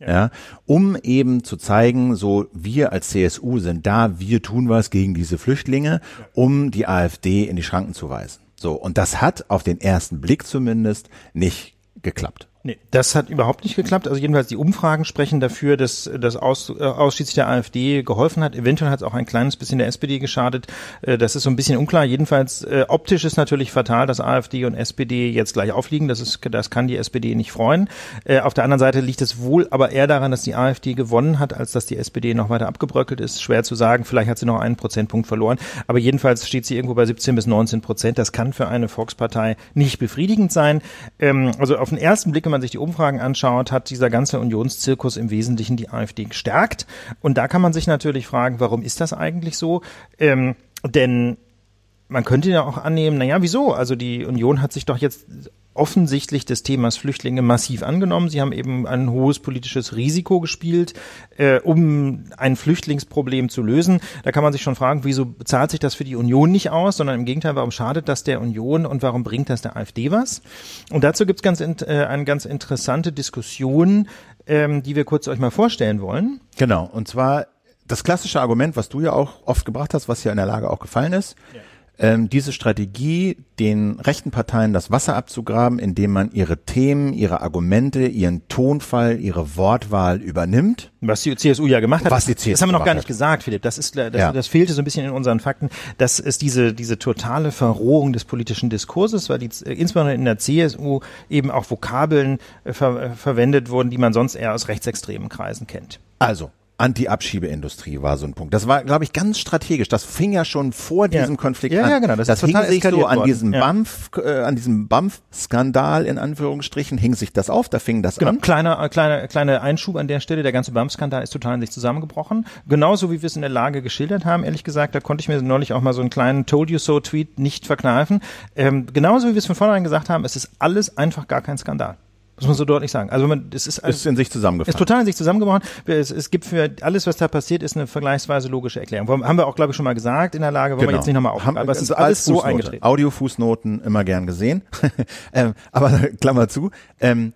ja. ja, um eben zu zeigen, so wir als C S U sind da, wir tun was gegen diese Flüchtlinge, ja. um die AfD in die Schranken zu weisen. So, und das hat auf den ersten Blick zumindest nicht geklappt. Nee, das hat überhaupt nicht geklappt. Also jedenfalls die Umfragen sprechen dafür, dass das Aus, äh, ausschließlich der AfD geholfen hat. Eventuell hat es auch ein kleines bisschen der S P D geschadet. Äh, das ist so ein bisschen unklar. Jedenfalls äh, optisch ist natürlich fatal, dass AfD und S P D jetzt gleich aufliegen. Das ist, das kann die S P D nicht freuen. Äh, auf der anderen Seite liegt es wohl aber eher daran, dass die AfD gewonnen hat, als dass die S P D noch weiter abgebröckelt ist. Schwer zu sagen. Vielleicht hat sie noch einen Prozentpunkt verloren. Aber jedenfalls steht sie irgendwo bei siebzehn bis neunzehn Prozent. Das kann für eine Volkspartei nicht befriedigend sein. Ähm, also auf den ersten Blick, wenn man sich die Umfragen anschaut, hat dieser ganze Unionszirkus im Wesentlichen die AfD gestärkt. Und da kann man sich natürlich fragen, warum ist das eigentlich so? Ähm, denn man könnte ja auch annehmen, naja, wieso? Also die Union hat sich doch jetzt offensichtlich des Themas Flüchtlinge massiv angenommen. Sie haben eben ein hohes politisches Risiko gespielt, äh, um ein Flüchtlingsproblem zu lösen. Da kann man sich schon fragen, wieso zahlt sich das für die Union nicht aus, sondern im Gegenteil, warum schadet das der Union und warum bringt das der AfD was? Und dazu gibt es ganz, äh, eine ganz interessante Diskussion, ähm, die wir kurz euch mal vorstellen wollen. Genau, und zwar das klassische Argument, was du ja auch oft gebracht hast, was ja in der Lage auch gefallen ist, ja. Ähm, diese Strategie, den rechten Parteien das Wasser abzugraben, indem man ihre Themen, ihre Argumente, ihren Tonfall, ihre Wortwahl übernimmt. Was die C S U ja gemacht hat. Was die C S U das haben wir noch gar nicht hat. gesagt, Philipp. Das ist, das, ja. das fehlte so ein bisschen in unseren Fakten. Das ist diese, diese totale Verrohung des politischen Diskurses, weil die, insbesondere in der C S U eben auch Vokabeln äh, ver, äh, verwendet wurden, die man sonst eher aus rechtsextremen Kreisen kennt. Also. Anti-Abschiebeindustrie war so ein Punkt. Das war, glaube ich, ganz strategisch. Das fing ja schon vor ja. diesem Konflikt ja, an. Ja, genau. Das, das ist hing sich so an worden. diesem ja. BAMF, äh, an diesem BAMF-Skandal in Anführungsstrichen hing sich das auf. Da fing das genau. an. Kleiner, kleiner, kleiner Einschub an der Stelle. Der ganze BAMF-Skandal ist total in sich zusammengebrochen. Genauso wie wir es in der Lage geschildert haben. Ehrlich gesagt, da konnte ich mir neulich auch mal so einen kleinen Told You So Tweet nicht verkneifen. Ähm, genauso wie wir es von vornherein gesagt haben, es ist alles einfach gar kein Skandal. Muss man so deutlich sagen. Also man, es ist, ist in sich zusammengefallen. Ist total in sich zusammengebrochen. Es, es gibt für alles, was da passiert, ist eine vergleichsweise logische Erklärung. Haben wir auch, glaube ich, schon mal gesagt in der Lage, wollen genau. wir jetzt nicht nochmal aufnehmen. Aber es ist alles so eingetreten. Audio-Fußnoten immer gern gesehen. ähm, aber Klammer zu. Ähm,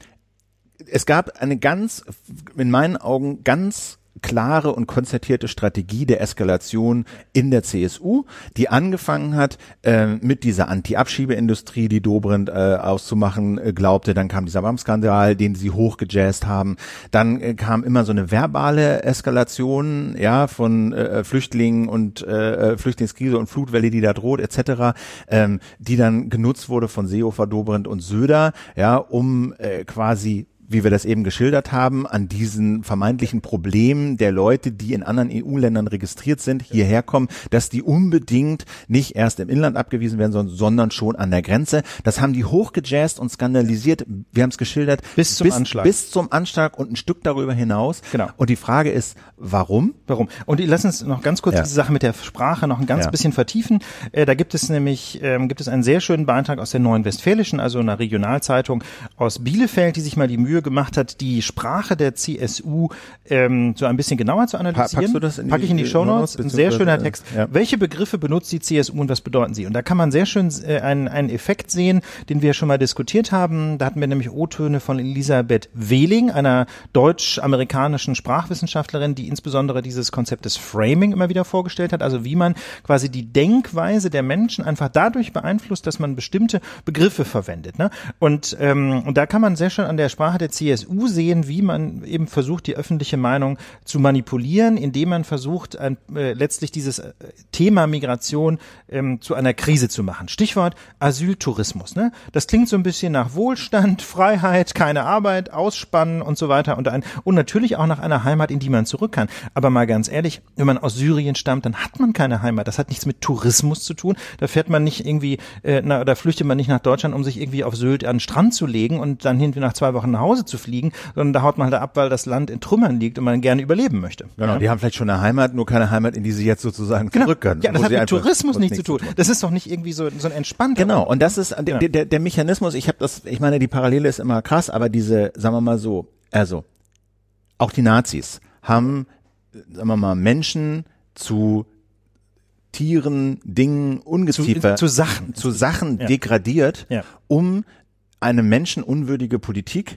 es gab eine ganz, in meinen Augen, ganz klare und konzertierte Strategie der Eskalation in der C S U, die angefangen hat äh, mit dieser Anti-Abschiebeindustrie, die Dobrindt äh, auszumachen äh, glaubte. Dann kam dieser BAMF-Skandal, den sie hochgejazzt haben. Dann äh, kam immer so eine verbale Eskalation, ja, von äh, Flüchtlingen und äh, Flüchtlingskrise und Flutwelle, die da droht, et cetera, ähm, die dann genutzt wurde von Seehofer, Dobrindt und Söder, ja, um äh, quasi, wie wir das eben geschildert haben, an diesen vermeintlichen Problemen der Leute, die in anderen E U-Ländern registriert sind, hierher kommen, dass die unbedingt nicht erst im Inland abgewiesen werden, sondern schon an der Grenze. Das haben die hochgejazzt und skandalisiert. Wir haben es geschildert. Bis zum bis, Anschlag. Bis zum Anschlag und ein Stück darüber hinaus. Genau. Und die Frage ist, warum? Warum? Und lass uns noch ganz kurz ja. diese Sache mit der Sprache noch ein ganz ja. bisschen vertiefen. Äh, da gibt es nämlich, ähm, gibt es einen sehr schönen Beitrag aus der Neuen Westfälischen, also einer Regionalzeitung aus Bielefeld, die sich mal die Mühe gemacht hat, die Sprache der C S U ähm, so ein bisschen genauer zu analysieren. Packst du das in die, Pack ich in die Shownotes. Ein sehr schöner Text. Ja. Welche Begriffe benutzt die C S U und was bedeuten sie? Und da kann man sehr schön äh, einen, einen Effekt sehen, den wir schon mal diskutiert haben. Da hatten wir nämlich O-Töne von Elisabeth Wehling, einer deutsch-amerikanischen Sprachwissenschaftlerin, die insbesondere dieses Konzept des Framing immer wieder vorgestellt hat, also wie man quasi die Denkweise der Menschen einfach dadurch beeinflusst, dass man bestimmte Begriffe verwendet. Ne? Und, ähm, und da kann man sehr schön an der Sprache der C S U sehen, wie man eben versucht, die öffentliche Meinung zu manipulieren, indem man versucht, ein, äh, letztlich dieses äh, Thema Migration ähm, zu einer Krise zu machen. Stichwort Asyltourismus. Ne? Das klingt so ein bisschen nach Wohlstand, Freiheit, keine Arbeit, Ausspannen und so weiter und, ein, und natürlich auch nach einer Heimat, in die man zurück kann. Aber mal ganz ehrlich, wenn man aus Syrien stammt, dann hat man keine Heimat. Das hat nichts mit Tourismus zu tun. Da fährt man nicht irgendwie, äh, na, da flüchtet man nicht nach Deutschland, um sich irgendwie auf Sylt an den Strand zu legen und dann hinten nach zwei Wochen nach Hause zu fliegen, sondern da haut man halt ab, weil das Land in Trümmern liegt und man gerne überleben möchte. Genau, ja? Die haben vielleicht schon eine Heimat, nur keine Heimat, in die sie jetzt sozusagen genau. zurück können. Ja, das hat mit Tourismus nichts zu tun. Das ist doch nicht irgendwie so, so ein entspannter. Genau, und das ist ja. der, der, der Mechanismus, ich habe das, ich meine, die Parallele ist immer krass, aber diese, sagen wir mal so, also auch die Nazis haben, sagen wir mal, Menschen zu Tieren, Dingen, Ungeziefer, zu, zu Sachen, zu Sachen ja. degradiert, ja. um eine menschenunwürdige Politik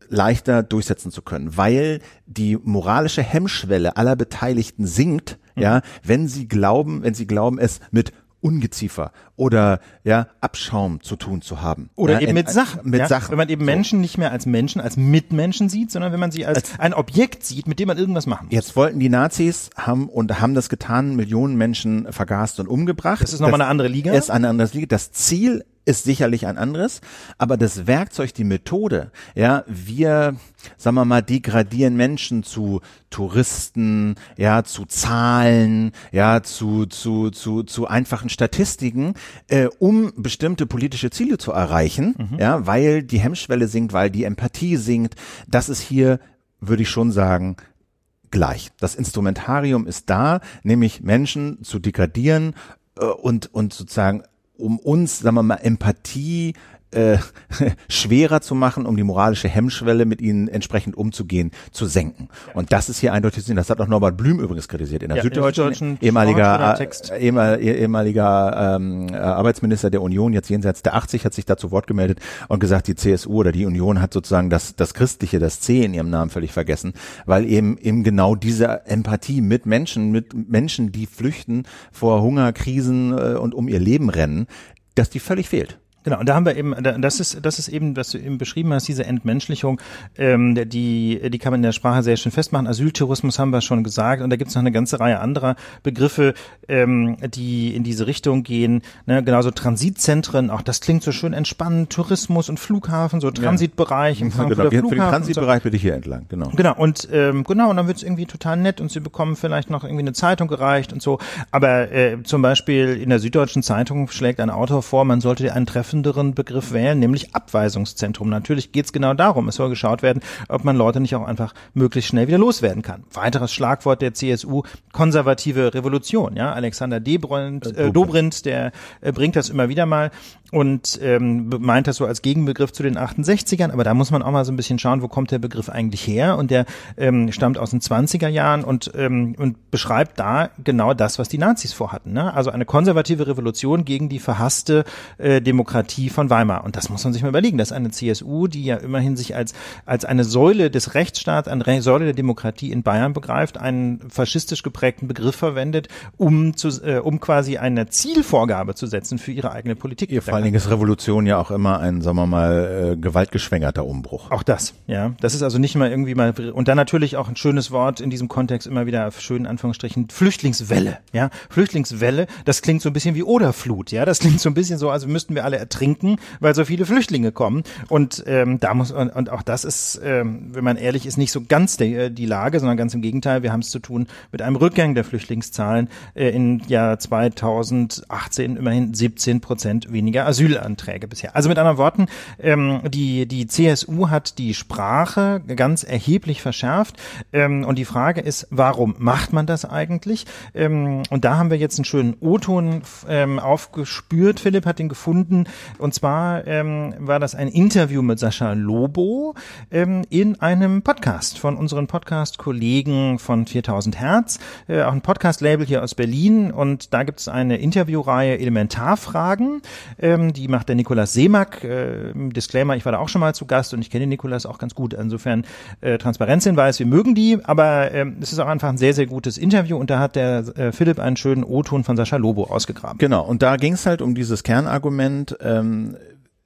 leichter durchsetzen zu können, weil die moralische Hemmschwelle aller Beteiligten sinkt, mhm. ja, wenn sie glauben, wenn sie glauben, es mit Ungeziefer oder ja Abschaum zu tun zu haben. Oder ja, eben in, mit Sachen. Mit ja? Sachen. Wenn man eben Menschen so. nicht mehr als Menschen, als Mitmenschen sieht, sondern wenn man sie als, als ein Objekt sieht, mit dem man irgendwas machen muss. Jetzt wollten die Nazis haben und haben das getan, Millionen Menschen vergast und umgebracht. Das ist nochmal eine andere Liga. Das ist eine andere Liga. Das Ziel ist sicherlich ein anderes, aber das Werkzeug, die Methode, ja, wir, sagen wir mal, degradieren Menschen zu Touristen, ja, zu Zahlen, ja, zu zu zu zu einfachen Statistiken, äh, um bestimmte politische Ziele zu erreichen, mhm. ja, weil die Hemmschwelle sinkt, weil die Empathie sinkt. Das ist hier, würde ich schon sagen, gleich. Das Instrumentarium ist da, nämlich Menschen zu degradieren äh, und und sozusagen um uns, sagen wir mal, Empathie äh, schwerer zu machen, um die moralische Hemmschwelle mit ihnen entsprechend umzugehen, zu senken. Und das ist hier eindeutig Sinn. Das hat auch Norbert Blüm übrigens kritisiert in der ja, Süddeutschen, ehemaliger, äh, ehemaliger, ehemaliger ähm, Arbeitsminister der Union, jetzt jenseits der achtzig, hat sich da zu Wort gemeldet und gesagt, die C S U oder die Union hat sozusagen das, das Christliche, das C in ihrem Namen völlig vergessen, weil eben eben genau diese Empathie mit Menschen, mit Menschen, die flüchten vor Hungerkrisen äh, und um ihr Leben rennen, dass die völlig fehlt. Genau, und da haben wir eben, das ist, das ist eben, was du eben beschrieben hast, diese Entmenschlichung, ähm, die, die kann man in der Sprache sehr schön festmachen. Asyltourismus haben wir schon gesagt, und da gibt es noch eine ganze Reihe anderer Begriffe, ähm, die in diese Richtung gehen. Ne? Genauso Transitzentren, auch das klingt so schön entspannend, Tourismus und Flughafen, so Transitbereich ja. im Frankfurter genau. Flughafen. Für den Transitbereich so. Bitte hier entlang, genau. Genau, und ähm, genau, und dann wird es irgendwie total nett und sie bekommen vielleicht noch irgendwie eine Zeitung gereicht und so. Aber äh, zum Beispiel in der Süddeutschen Zeitung schlägt ein Autor vor, man sollte einen Treffen Begriff wählen, nämlich Abweisungszentrum. Natürlich geht es genau darum, es soll geschaut werden, ob man Leute nicht auch einfach möglichst schnell wieder loswerden kann. Weiteres Schlagwort der C S U, konservative Revolution. Ja, Alexander Dobrindt, äh, Dobrindt, der äh, bringt das immer wieder mal und ähm, meint das so als Gegenbegriff zu den achtundsechzigern, aber da muss man auch mal so ein bisschen schauen, wo kommt der Begriff eigentlich her, und der ähm, stammt aus den zwanziger Jahren und ähm, und beschreibt da genau das, was die Nazis vorhatten. Ne? Also eine konservative Revolution gegen die verhasste äh, Demokratie von Weimar. Und das muss man sich mal überlegen, dass eine C S U, die ja immerhin sich als als eine Säule des Rechtsstaats, eine Säule der Demokratie in Bayern begreift, einen faschistisch geprägten Begriff verwendet, um zu äh, um quasi eine Zielvorgabe zu setzen für ihre eigene Politik. Ja, vor allen Dingen ist Revolution ja auch immer ein, sagen wir mal, äh, gewaltgeschwängerter Umbruch. Auch das, ja. Das ist also nicht mal irgendwie mal, und dann natürlich auch ein schönes Wort in diesem Kontext immer wieder, schön in Anführungsstrichen, Flüchtlingswelle, ja. Flüchtlingswelle, das klingt so ein bisschen wie Oderflut, ja. Das klingt so ein bisschen so, als müssten wir alle ertrinken, weil so viele Flüchtlinge kommen. Und ähm, da muss, und, und auch das ist, ähm, wenn man ehrlich ist, nicht so ganz die, die Lage, sondern ganz im Gegenteil. Wir haben es zu tun mit einem Rückgang der Flüchtlingszahlen. Äh, im Jahr zweitausendachtzehn immerhin siebzehn Prozent weniger Asylanträge bisher. Also mit anderen Worten, ähm, die, die C S U hat die Sprache ganz erheblich verschärft. Ähm, und die Frage ist, warum macht man das eigentlich? Ähm, und da haben wir jetzt einen schönen O-Ton ähm, aufgespürt. Philipp hat ihn gefunden. Und zwar ähm, war das ein Interview mit Sascha Lobo ähm, in einem Podcast von unseren Podcast-Kollegen von viertausend Hertz, äh, auch ein Podcast-Label hier aus Berlin. Und da gibt es eine Interviewreihe Elementarfragen, ähm, die macht der Nikolaus Seemack. Äh, Disclaimer, ich war da auch schon mal zu Gast und ich kenne den Nikolaus auch ganz gut. Insofern äh, Transparenzhinweis, wir mögen die, aber ähm, es ist auch einfach ein sehr, sehr gutes Interview und da hat der äh, Philipp einen schönen O-Ton von Sascha Lobo ausgegraben. Genau, und da ging es halt um dieses Kernargument, ähm,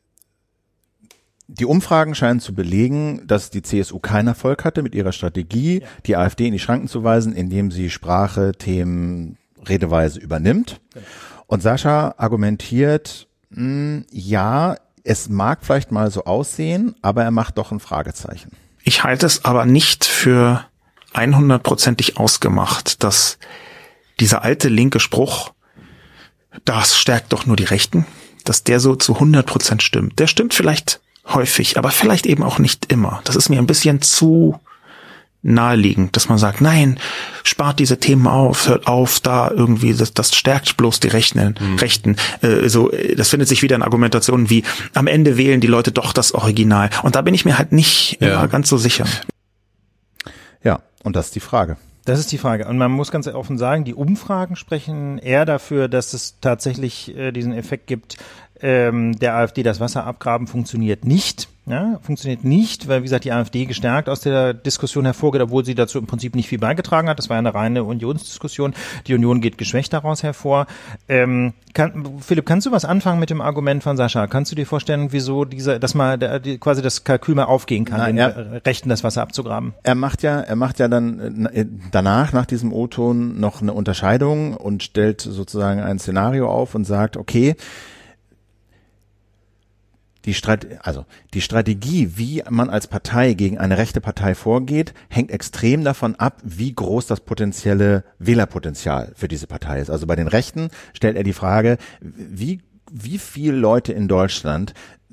die Umfragen scheinen zu belegen, dass die C S U keinen Erfolg hatte mit ihrer Strategie, ja. die AfD in die Schranken zu weisen, indem sie Sprache, Themen, Redeweise übernimmt. Genau. Und Sascha argumentiert, mh, ja, es mag vielleicht mal so aussehen, aber er macht doch ein Fragezeichen. Ich halte es aber nicht für hundertprozentig ausgemacht, dass dieser alte linke Spruch, das stärkt doch nur die Rechten, dass der so zu hundert Prozent stimmt. Der stimmt vielleicht häufig, aber vielleicht eben auch nicht immer. Das ist mir ein bisschen zu naheliegend, dass man sagt, nein, spart diese Themen auf, hört auf, da irgendwie, das, das stärkt bloß die Rechten. Mhm. Rechten. Äh, so, das findet sich wieder in Argumentationen wie, am Ende wählen die Leute doch das Original. Und da bin ich mir halt nicht ja. immer ganz so sicher. Ja, und das ist die Frage. Das ist die Frage. Und man muss ganz offen sagen, die Umfragen sprechen eher dafür, dass es tatsächlich äh, diesen Effekt gibt, ähm, der AfD das Wasser abgraben funktioniert nicht. Ja, funktioniert nicht, weil, wie gesagt, die AfD gestärkt aus der Diskussion hervorgeht, obwohl sie dazu im Prinzip nicht viel beigetragen hat. Das war ja eine reine Unionsdiskussion. Die Union geht geschwächt daraus hervor. Ähm, kann, Philipp, kannst du was anfangen mit dem Argument von Sascha? Kannst du dir vorstellen, wieso diese, dass mal der, die, quasi das Kalkül mal aufgehen kann, Na, den er, Rechten das Wasser abzugraben? Er macht ja, er macht ja dann danach, nach diesem O-Ton, noch eine Unterscheidung und stellt sozusagen ein Szenario auf und sagt, okay, Die Strat- also die Strategie, wie man als Partei gegen eine rechte Partei vorgeht, hängt extrem davon ab, wie groß das potenzielle Wählerpotenzial für diese Partei ist. Also bei den Rechten stellt er die Frage, wie wie viele Leute in Deutschland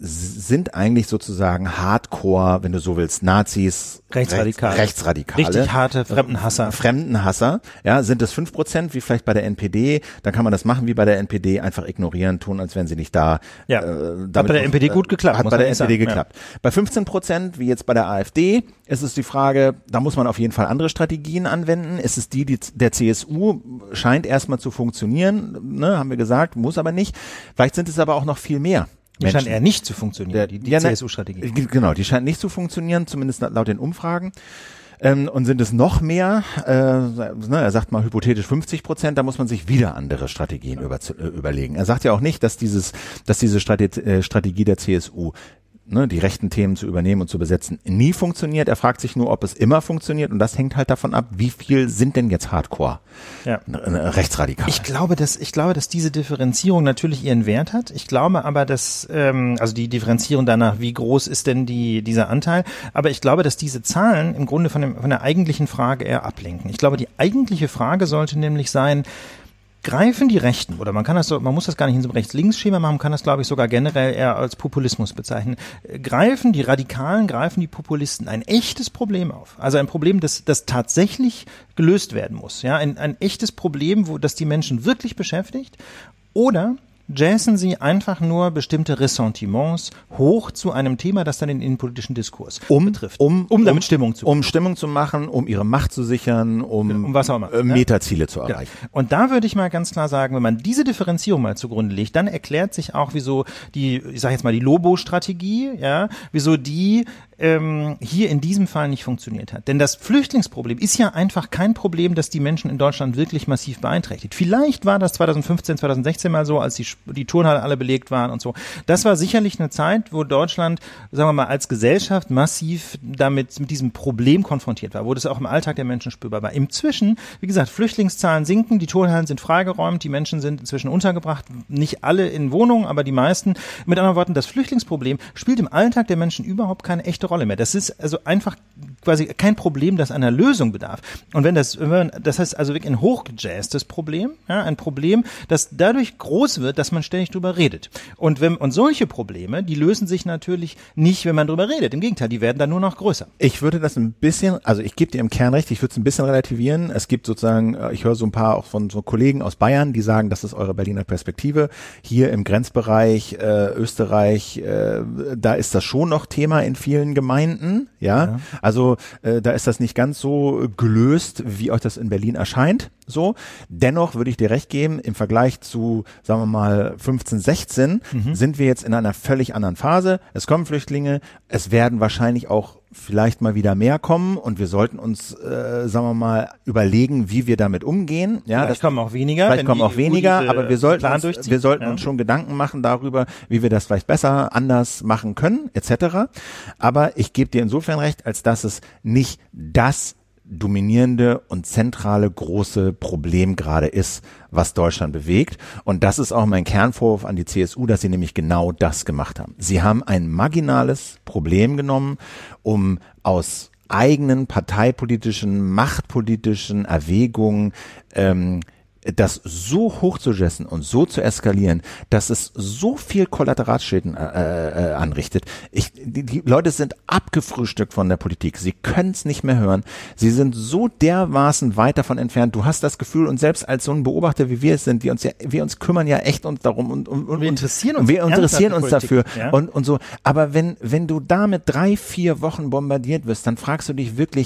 sind eigentlich sozusagen Hardcore, wenn du so willst, Nazis, Rechtsradikale, Rechts, Rechtsradikale, richtig harte Fremdenhasser. Fremdenhasser, ja, sind es fünf Prozent, wie vielleicht bei der N P D, dann kann man das machen wie bei der N P D, einfach ignorieren, tun, als wären sie nicht da. Ja, äh, hat bei der N P D gut geklappt. Hat bei der N P D geklappt. Ja. Bei fünfzehn Prozent, wie jetzt bei der AfD, ist es die Frage, da muss man auf jeden Fall andere Strategien anwenden. Ist es die, die der C S U scheint erstmal zu funktionieren, ne, haben wir gesagt, muss aber nicht. Vielleicht sind es aber auch noch viel mehr. Die scheint eher nicht zu funktionieren, die, die ja, C S U-Strategie. Genau, die scheint nicht zu funktionieren, zumindest laut den Umfragen. Ähm, und sind es noch mehr, äh, ne, er sagt mal hypothetisch fünfzig Prozent, da muss man sich wieder andere Strategien über, äh, überlegen. Er sagt ja auch nicht, dass dieses, dass diese Strate- äh, Strategie der C S U, ne, die rechten Themen zu übernehmen und zu besetzen, nie funktioniert. Er fragt sich nur, ob es immer funktioniert, und das hängt halt davon ab, wie viel sind denn jetzt Hardcore, ja, rechtsradikal. Ich glaube, dass ich glaube, dass diese Differenzierung natürlich ihren Wert hat. Ich glaube aber, dass ähm, also die Differenzierung danach, wie groß ist denn die dieser Anteil? Aber ich glaube, dass diese Zahlen im Grunde von, dem, von der eigentlichen Frage eher ablenken. Ich glaube, die eigentliche Frage sollte nämlich sein: Greifen die Rechten, oder man kann das so, man muss das gar nicht in so einem Rechts-Links-Schema machen, man kann das, glaube ich, sogar generell eher als Populismus bezeichnen. Greifen die Radikalen, greifen die Populisten ein echtes Problem auf? Also ein Problem, das, das tatsächlich gelöst werden muss. Ja, ein, ein echtes Problem, wo, das die Menschen wirklich beschäftigt? Oder jazzen sie einfach nur bestimmte Ressentiments hoch zu einem Thema, das dann den innenpolitischen Diskurs um, betrifft. Um, um damit um, Stimmung zu machen. Um Stimmung zu machen, um ihre Macht zu sichern, um, um was auch immer, äh, Metaziele ja. zu erreichen. Ja. Und da würde ich mal ganz klar sagen, wenn man diese Differenzierung mal zugrunde legt, dann erklärt sich auch, wieso die, ich sage jetzt mal die Lobo-Strategie, ja, wieso die ähm, hier in diesem Fall nicht funktioniert hat. Denn das Flüchtlingsproblem ist ja einfach kein Problem, das die Menschen in Deutschland wirklich massiv beeinträchtigt. Vielleicht war das zwanzig fünfzehn, zwanzig sechzehn mal so, als die, die Turnhallen alle belegt waren und so. Das war sicherlich eine Zeit, wo Deutschland, sagen wir mal, als Gesellschaft massiv damit, mit diesem Problem konfrontiert war, wo das auch im Alltag der Menschen spürbar war. Inzwischen, wie gesagt, Flüchtlingszahlen sinken, die Turnhallen sind freigeräumt, die Menschen sind inzwischen untergebracht, nicht alle in Wohnungen, aber die meisten. Mit anderen Worten, das Flüchtlingsproblem spielt im Alltag der Menschen überhaupt keine echte Rolle mehr. Das ist also einfach quasi kein Problem, das einer Lösung bedarf. Und wenn das, wenn man, das heißt also wirklich ein hochgejazztes Problem, ja, ein Problem, das dadurch groß wird, dass man ständig drüber redet. Und wenn, und solche Probleme, die lösen sich natürlich nicht, wenn man drüber redet. Im Gegenteil, die werden dann nur noch größer. Ich würde das ein bisschen, also ich gebe dir im Kern recht, ich würde es ein bisschen relativieren. Es gibt sozusagen, ich höre so ein paar auch von so Kollegen aus Bayern, die sagen, das ist eure Berliner Perspektive. Hier im Grenzbereich äh, Österreich, äh, da ist das schon noch Thema in vielen Gemeinden, ja. ja. Also äh, da ist das nicht ganz so gelöst, wie euch das in Berlin erscheint. So, dennoch würde ich dir recht geben, im Vergleich zu, sagen wir mal, fünfzehn, sechzehn mhm. sind wir jetzt in einer völlig anderen Phase. Es kommen Flüchtlinge, es werden wahrscheinlich auch vielleicht mal wieder mehr kommen, und wir sollten uns, äh, sagen wir mal, überlegen, wie wir damit umgehen. Ja, vielleicht das kommen auch weniger. Vielleicht kommen auch weniger, aber wir sollten uns, wir sollten ja. uns schon Gedanken machen darüber, wie wir das vielleicht besser, anders machen können, et cetera. Aber ich gebe dir insofern recht, als dass es nicht das dominierende und zentrale große Problem gerade ist, was Deutschland bewegt. Und das ist auch mein Kernvorwurf an die C S U, dass sie nämlich genau das gemacht haben. Sie haben ein marginales Problem genommen, um aus eigenen parteipolitischen, machtpolitischen Erwägungen ähm, das so hoch zu jessen und so zu eskalieren, dass es so viel Kollateralschäden äh, äh, anrichtet. Ich, die, die Leute sind abgefrühstückt von der Politik. Sie können es nicht mehr hören. Sie sind so dermaßen weit davon entfernt. Du hast das Gefühl, und selbst als so ein Beobachter, wie wir es sind, die uns ja, wir uns kümmern ja echt uns darum und, und, und wir interessieren uns, wir interessieren uns Politik, dafür ja? und, und so. Aber wenn, wenn du damit drei, vier Wochen bombardiert wirst, dann fragst du dich wirklich,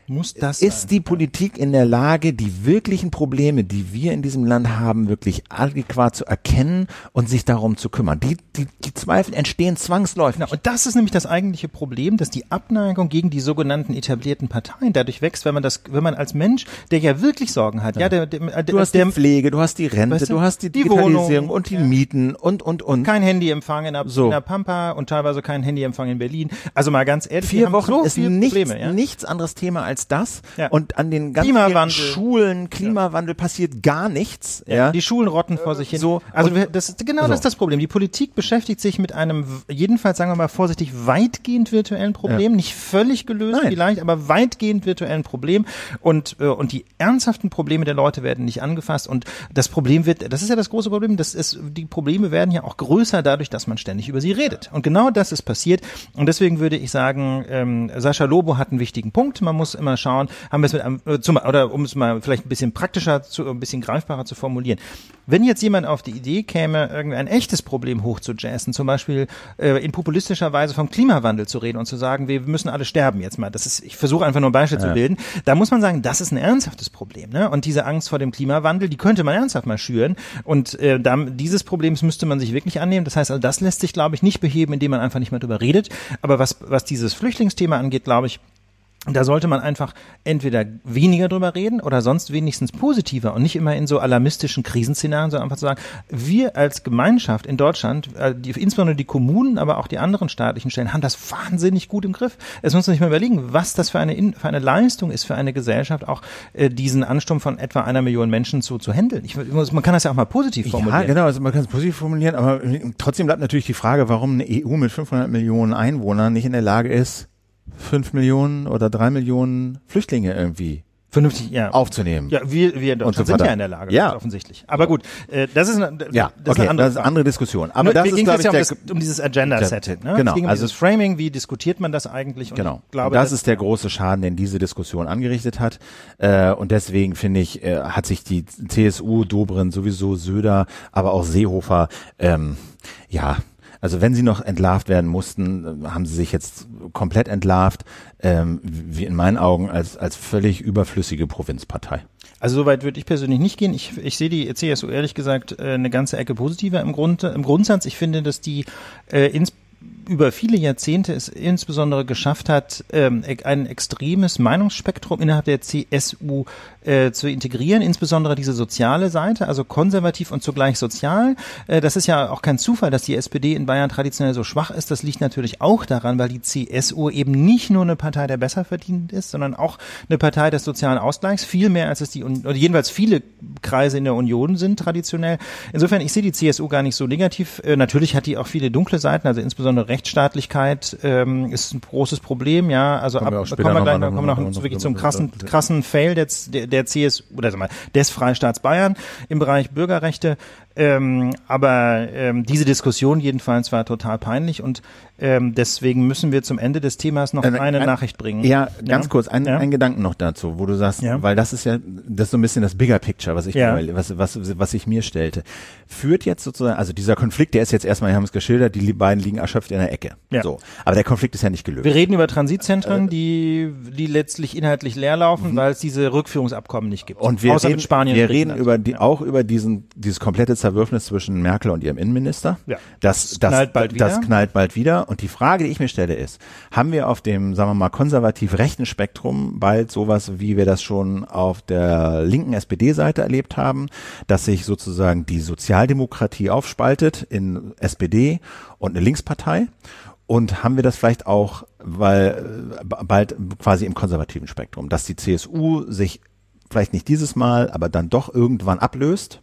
Muss das ist sein? die Politik in der Lage, die wirklichen Probleme, die wir in diesem Land haben, wirklich adäquat zu erkennen und sich darum zu kümmern? Die, die, die Zweifel entstehen zwangsläufig. Genau, und das ist nämlich das eigentliche Problem, dass die Abneigung gegen die sogenannten etablierten Parteien dadurch wächst, wenn man das, wenn man als Mensch, der ja wirklich Sorgen hat, ja, ja der, der, der, du hast der, die Pflege, du hast die Rente, weißt du, du hast die Digitalisierung die und die ja. Mieten und, und, und. Kein Handyempfang in der, so. in der Pampa und teilweise kein Handyempfang in Berlin. Also mal ganz ehrlich, vier Wochen so ist viele nichts, Probleme, ja? nichts anderes Thema als das. Ja. Und an den ganzen Schulen, Klimawandel ja. passiert gar nichts. Ja. Ja. Die Schulen rotten vor sich hin. So, also das, genau so. Das ist das Problem. Die Politik beschäftigt sich mit einem, jedenfalls sagen wir mal vorsichtig, weitgehend virtuellen Problem. Ja. Nicht völlig gelöst Nein. vielleicht, aber weitgehend virtuellen Problem. Und, äh, und die ernsthaften Probleme der Leute werden nicht angefasst. Und das Problem wird, das ist ja das große Problem, das ist, die Probleme werden ja auch größer dadurch, dass man ständig über sie redet. Und genau das ist passiert. Und deswegen würde ich sagen, ähm, Sascha Lobo hat einen wichtigen Punkt. Man muss immer schauen, haben wir es mit einem, äh, zum, oder um es mal vielleicht ein bisschen praktischer, zu, ein bisschen greifbarer zu formulieren. Wenn jetzt jemand auf die Idee käme, irgendein echtes Problem hochzujazzen, zum Beispiel äh, in populistischer Weise vom Klimawandel zu reden und zu sagen, wir müssen alle sterben jetzt mal. Das ist, ich versuche einfach nur ein Beispiel ja. zu bilden. Da muss man sagen, das ist ein ernsthaftes Problem, ne? Und diese Angst vor dem Klimawandel, die könnte man ernsthaft mal schüren. Und äh, da, dieses Problems müsste man sich wirklich annehmen. Das heißt, also das lässt sich, glaube ich, nicht beheben, indem man einfach nicht mehr drüber redet. Aber was was dieses Flüchtlingsthema angeht, glaube ich, da sollte man einfach entweder weniger drüber reden oder sonst wenigstens positiver und nicht immer in so alarmistischen Krisenszenarien, sondern einfach zu sagen, wir als Gemeinschaft in Deutschland, äh, die, insbesondere die Kommunen, aber auch die anderen staatlichen Stellen, haben das wahnsinnig gut im Griff. Es muss man sich mal überlegen, was das für eine, für eine Leistung ist für eine Gesellschaft, auch äh, diesen Ansturm von etwa einer Million Menschen zu, zu handeln. Ich, man kann das ja auch mal positiv formulieren. Ja, genau, also man kann es positiv formulieren, aber trotzdem bleibt natürlich die Frage, warum eine E U mit fünfhundert Millionen Einwohnern nicht in der Lage ist, fünf Millionen oder drei Millionen Flüchtlinge irgendwie vernünftig ja. aufzunehmen. Ja, wir, wir in Deutschland so sind ja in der Lage, ja. offensichtlich. Aber gut, äh, das ist eine, ja, das okay, ist eine andere, das ist eine andere Diskussion. Aber Nur, das mir ist, ging glaube es ja ich, um, das, um dieses Agenda-Setting. Ne? Genau. Es ging um also dieses Framing, wie diskutiert man das eigentlich? Und genau. Ich glaube, und das das ist der große Schaden, den diese Diskussion angerichtet hat. Äh, und deswegen finde ich, äh, hat sich die C S U, Dobrindt, sowieso Söder, aber auch Seehofer, ähm, ja, also wenn sie noch entlarvt werden mussten, haben sie sich jetzt komplett entlarvt, ähm, wie in meinen Augen als als völlig überflüssige Provinzpartei. Also soweit würde ich persönlich nicht gehen. Ich, ich sehe die C S U ehrlich gesagt äh, eine ganze Ecke positiver im Grund, im Grundsatz. Ich finde, dass die äh, ins über viele Jahrzehnte es insbesondere geschafft hat, ähm, ein extremes Meinungsspektrum innerhalb der C S U äh, zu integrieren, insbesondere diese soziale Seite, also konservativ und zugleich sozial. Äh, das ist ja auch kein Zufall, dass die S P D in Bayern traditionell so schwach ist. Das liegt natürlich auch daran, weil die C S U eben nicht nur eine Partei der Besserverdienenden ist, sondern auch eine Partei des sozialen Ausgleichs, viel mehr als es die, oder jedenfalls viele Kreise in der Union sind traditionell. Insofern, ich sehe die C S U gar nicht so negativ. Äh, natürlich hat die auch viele dunkle Seiten, also insbesondere Rechtsstaatlichkeit ähm, ist ein großes Problem, ja. Also kommen ab, wir, kommen wir gleich noch, noch, kommen wir noch, noch wirklich zum krassen, krassen Fail der, der C S U oder sag mal des Freistaats Bayern im Bereich Bürgerrechte. Ähm, aber ähm, diese Diskussion jedenfalls war total peinlich und ähm, deswegen müssen wir zum Ende des Themas noch äh, eine ein, Nachricht bringen. Ja, ganz ja? kurz, ein, ja? ein Gedanken noch dazu, wo du sagst, ja? weil das ist ja, das ist so ein bisschen das Bigger Picture, was ich, ja. mir, was, was, was ich mir stellte. Führt jetzt sozusagen, also dieser Konflikt, der ist jetzt erstmal, wir haben es geschildert, die beiden liegen erschöpft in der Ecke. Ja. So. Aber der Konflikt ist ja nicht gelöst. Wir reden über Transitzentren, äh, die, die letztlich inhaltlich leer laufen, mhm. weil es diese Rückführungsabkommen nicht gibt. Und wir Außer reden, mit Spanien. wir reden über die, auch über diesen, dieses komplette Zerwürfnis zwischen Merkel und ihrem Innenminister. Ja. Das, das, das knallt bald wieder. Das knallt bald wieder. Und die Frage, die ich mir stelle, ist, haben wir auf dem, sagen wir mal, konservativ rechten Spektrum bald sowas, wie wir das schon auf der linken S P D-Seite erlebt haben, dass sich sozusagen die Sozialdemokratie aufspaltet in S P D und eine Linkspartei? Und haben wir das vielleicht auch, weil bald quasi im konservativen Spektrum, dass die C S U sich vielleicht nicht dieses Mal, aber dann doch irgendwann ablöst?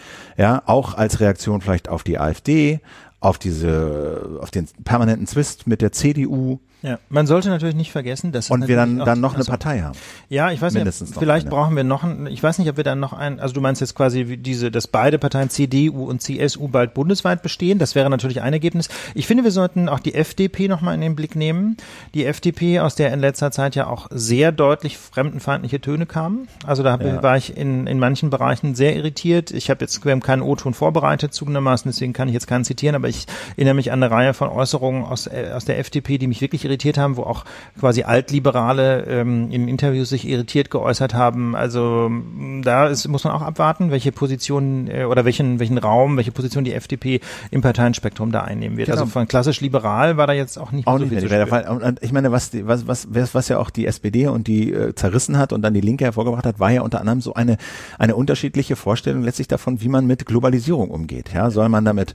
Ja, auch als Reaktion vielleicht auf die AfD, auf diese, auf den permanenten Zwist mit der C D U. Ja, man sollte natürlich nicht vergessen, dass und wir dann dann noch eine Partei haben. Ja, ich weiß Mindestens nicht, noch vielleicht eine. brauchen wir noch ein, ich weiß nicht, ob wir dann noch ein, also du meinst jetzt quasi wie diese, dass beide Parteien C D U und C S U bald bundesweit bestehen, das wäre natürlich ein Ergebnis. Ich finde, wir sollten auch die F D P nochmal in den Blick nehmen. Die F D P, aus der in letzter Zeit ja auch sehr deutlich fremdenfeindliche Töne kamen. Also da ja. war ich in in manchen Bereichen sehr irritiert. Ich habe jetzt, wir haben keinen O-Ton vorbereitet zugegebenermaßen, deswegen kann ich jetzt keinen zitieren, aber ich erinnere mich an eine Reihe von Äußerungen aus, aus der F D P, die mich wirklich irritiert irritiert haben, wo auch quasi Altliberale ähm, in Interviews sich irritiert geäußert haben. Also da ist, muss man auch abwarten, welche Position äh, oder welchen welchen Raum, welche Position die F D P im Parteienspektrum da einnehmen wird. Genau. Also von klassisch liberal war da jetzt auch nicht auch so nicht viel mehr zu Fall. Und ich meine, was, die, was was was ja auch die S P D und die äh, zerrissen hat und dann die Linke hervorgebracht hat, war ja unter anderem so eine eine unterschiedliche Vorstellung letztlich davon, wie man mit Globalisierung umgeht. Ja, soll man damit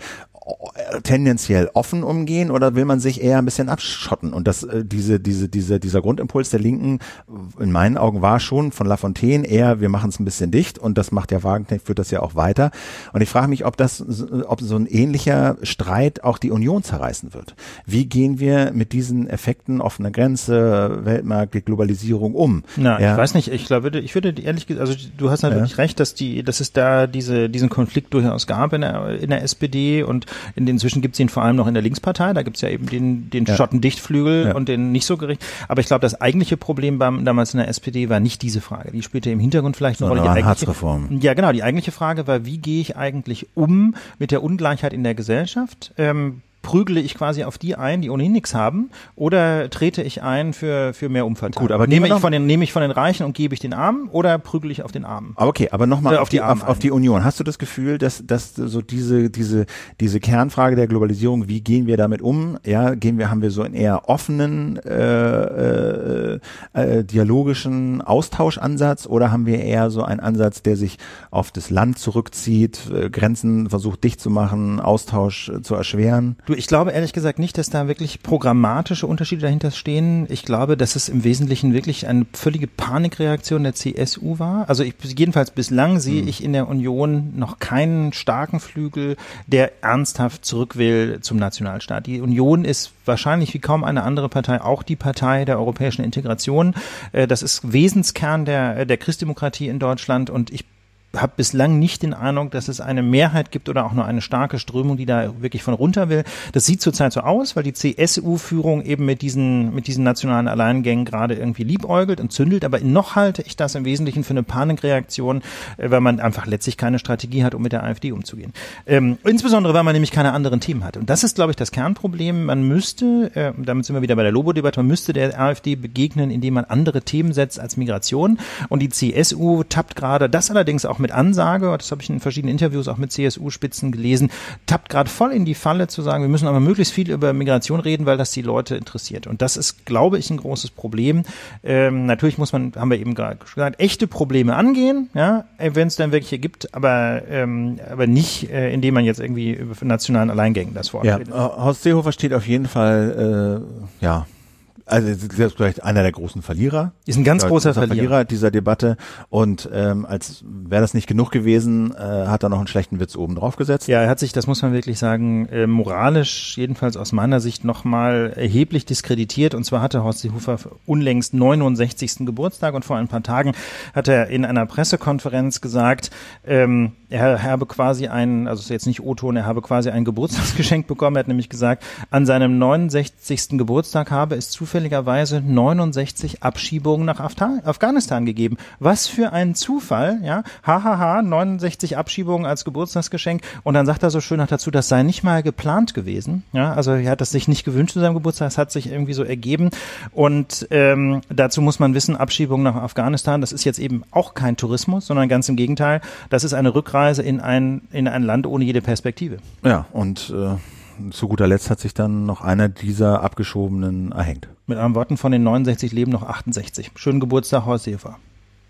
tendenziell offen umgehen oder will man sich eher ein bisschen abschotten? Und das, äh, diese, diese, diese, dieser Grundimpuls der Linken in meinen Augen war schon von Lafontaine eher, wir machen es ein bisschen dicht und das macht ja Wagenknecht, führt das ja auch weiter. Und ich frage mich, ob das, ob so ein ähnlicher Streit auch die Union zerreißen wird. Wie gehen wir mit diesen Effekten offener Grenze, Weltmarkt, die Globalisierung um? Na, ja. Ich weiß nicht. Ich glaube, ich würde ehrlich gesagt, also du hast natürlich ja. recht, dass die, dass es da diese, diesen Konflikt durchaus gab in der, in der S P D und in inzwischen gibt es ihn vor allem noch in der Linkspartei, da gibt es ja eben den, den ja. Schottendichtflügel ja. und den nicht so gericht. Aber ich glaube, das eigentliche Problem beim, damals in der S P D war nicht diese Frage. Die spielte im Hintergrund vielleicht eine Rolle. Die eigentliche, ja, genau. Die eigentliche Frage war, wie gehe ich eigentlich um mit der Ungleichheit in der Gesellschaft? Ähm, prügele ich quasi auf die ein, die ohnehin nichts haben, oder trete ich ein für für mehr Umverteilung? Gut, aber nehme ich von den nehme ich von den Reichen und gebe ich den Armen oder prügele ich auf den Armen? Aber okay, aber nochmal äh, auf, auf die auf, auf die Union. Hast du das Gefühl, dass dass so diese diese diese Kernfrage der Globalisierung, wie gehen wir damit um? Ja, gehen wir haben wir so einen eher offenen äh, äh, äh, dialogischen Austauschansatz oder haben wir eher so einen Ansatz, der sich auf das Land zurückzieht, äh, Grenzen versucht dicht zu machen, Austausch äh, zu erschweren? Du, ich glaube ehrlich gesagt nicht, dass da wirklich programmatische Unterschiede dahinter stehen. Ich glaube, dass es im Wesentlichen wirklich eine völlige Panikreaktion der C S U war. Also ich, jedenfalls bislang sehe ich in der Union noch keinen starken Flügel, der ernsthaft zurück will zum Nationalstaat. Die Union ist wahrscheinlich wie kaum eine andere Partei auch die Partei der europäischen Integration. Das ist Wesenskern der, der Christdemokratie in Deutschland und ich habe bislang nicht den Eindruck, dass es eine Mehrheit gibt oder auch nur eine starke Strömung, die da wirklich von runter will. Das sieht zurzeit so aus, weil die C S U-Führung eben mit diesen mit diesen nationalen Alleingängen gerade irgendwie liebäugelt und zündelt. Aber noch halte ich das im Wesentlichen für eine Panikreaktion, weil man einfach letztlich keine Strategie hat, um mit der AfD umzugehen. Ähm, insbesondere, weil man nämlich keine anderen Themen hat. Und das ist, glaube ich, das Kernproblem. Man müsste, äh, damit sind wir wieder bei der Lobo-Debatte, man müsste der AfD begegnen, indem man andere Themen setzt als Migration. Und die C S U tappt gerade, das allerdings auch mit Ansage, das habe ich in verschiedenen Interviews auch mit C S U-Spitzen gelesen, tappt gerade voll in die Falle zu sagen, wir müssen aber möglichst viel über Migration reden, weil das die Leute interessiert. Und das ist, glaube ich, ein großes Problem. Ähm, natürlich muss man, haben wir eben gerade gesagt, echte Probleme angehen, ja, wenn es dann welche gibt, aber ähm, aber nicht, äh, indem man jetzt irgendwie über nationalen Alleingängen das vorredet. Ja, Horst Seehofer steht auf jeden Fall, äh, ja, also das ist vielleicht einer der großen Verlierer. Ist ein ganz ja, großer Verlierer. Verlierer dieser Debatte. Und ähm, als wäre das nicht genug gewesen, äh, hat er noch einen schlechten Witz oben drauf gesetzt. Ja, er hat sich, das muss man wirklich sagen, äh, moralisch, jedenfalls aus meiner Sicht, nochmal erheblich diskreditiert. Und zwar hatte Horst Seehofer unlängst neunundsechzigsten Geburtstag und vor ein paar Tagen hat er in einer Pressekonferenz gesagt, ähm, er habe quasi ein, also ist jetzt nicht O-Ton, er habe quasi ein Geburtstagsgeschenk bekommen. Er hat nämlich gesagt, an seinem neunundsechzigsten Geburtstag habe es zufälligerweise neunundsechzig Abschiebungen nach Afta- Afghanistan gegeben. Was für ein Zufall, ja. Hahaha, neunundsechzig Abschiebungen als Geburtstagsgeschenk. Und dann sagt er so schön noch dazu, das sei nicht mal geplant gewesen. Ja, also er hat das sich nicht gewünscht zu seinem Geburtstag, es hat sich irgendwie so ergeben. Und ähm, dazu muss man wissen, Abschiebungen nach Afghanistan, das ist jetzt eben auch kein Tourismus, sondern ganz im Gegenteil, das ist eine Rückreise in ein, in ein Land ohne jede Perspektive. Ja, und äh, zu guter Letzt hat sich dann noch einer dieser Abgeschobenen erhängt. Mit anderen Worten, von den neunundsechzig leben noch achtundsechzig. Schönen Geburtstag, Horst Seehofer.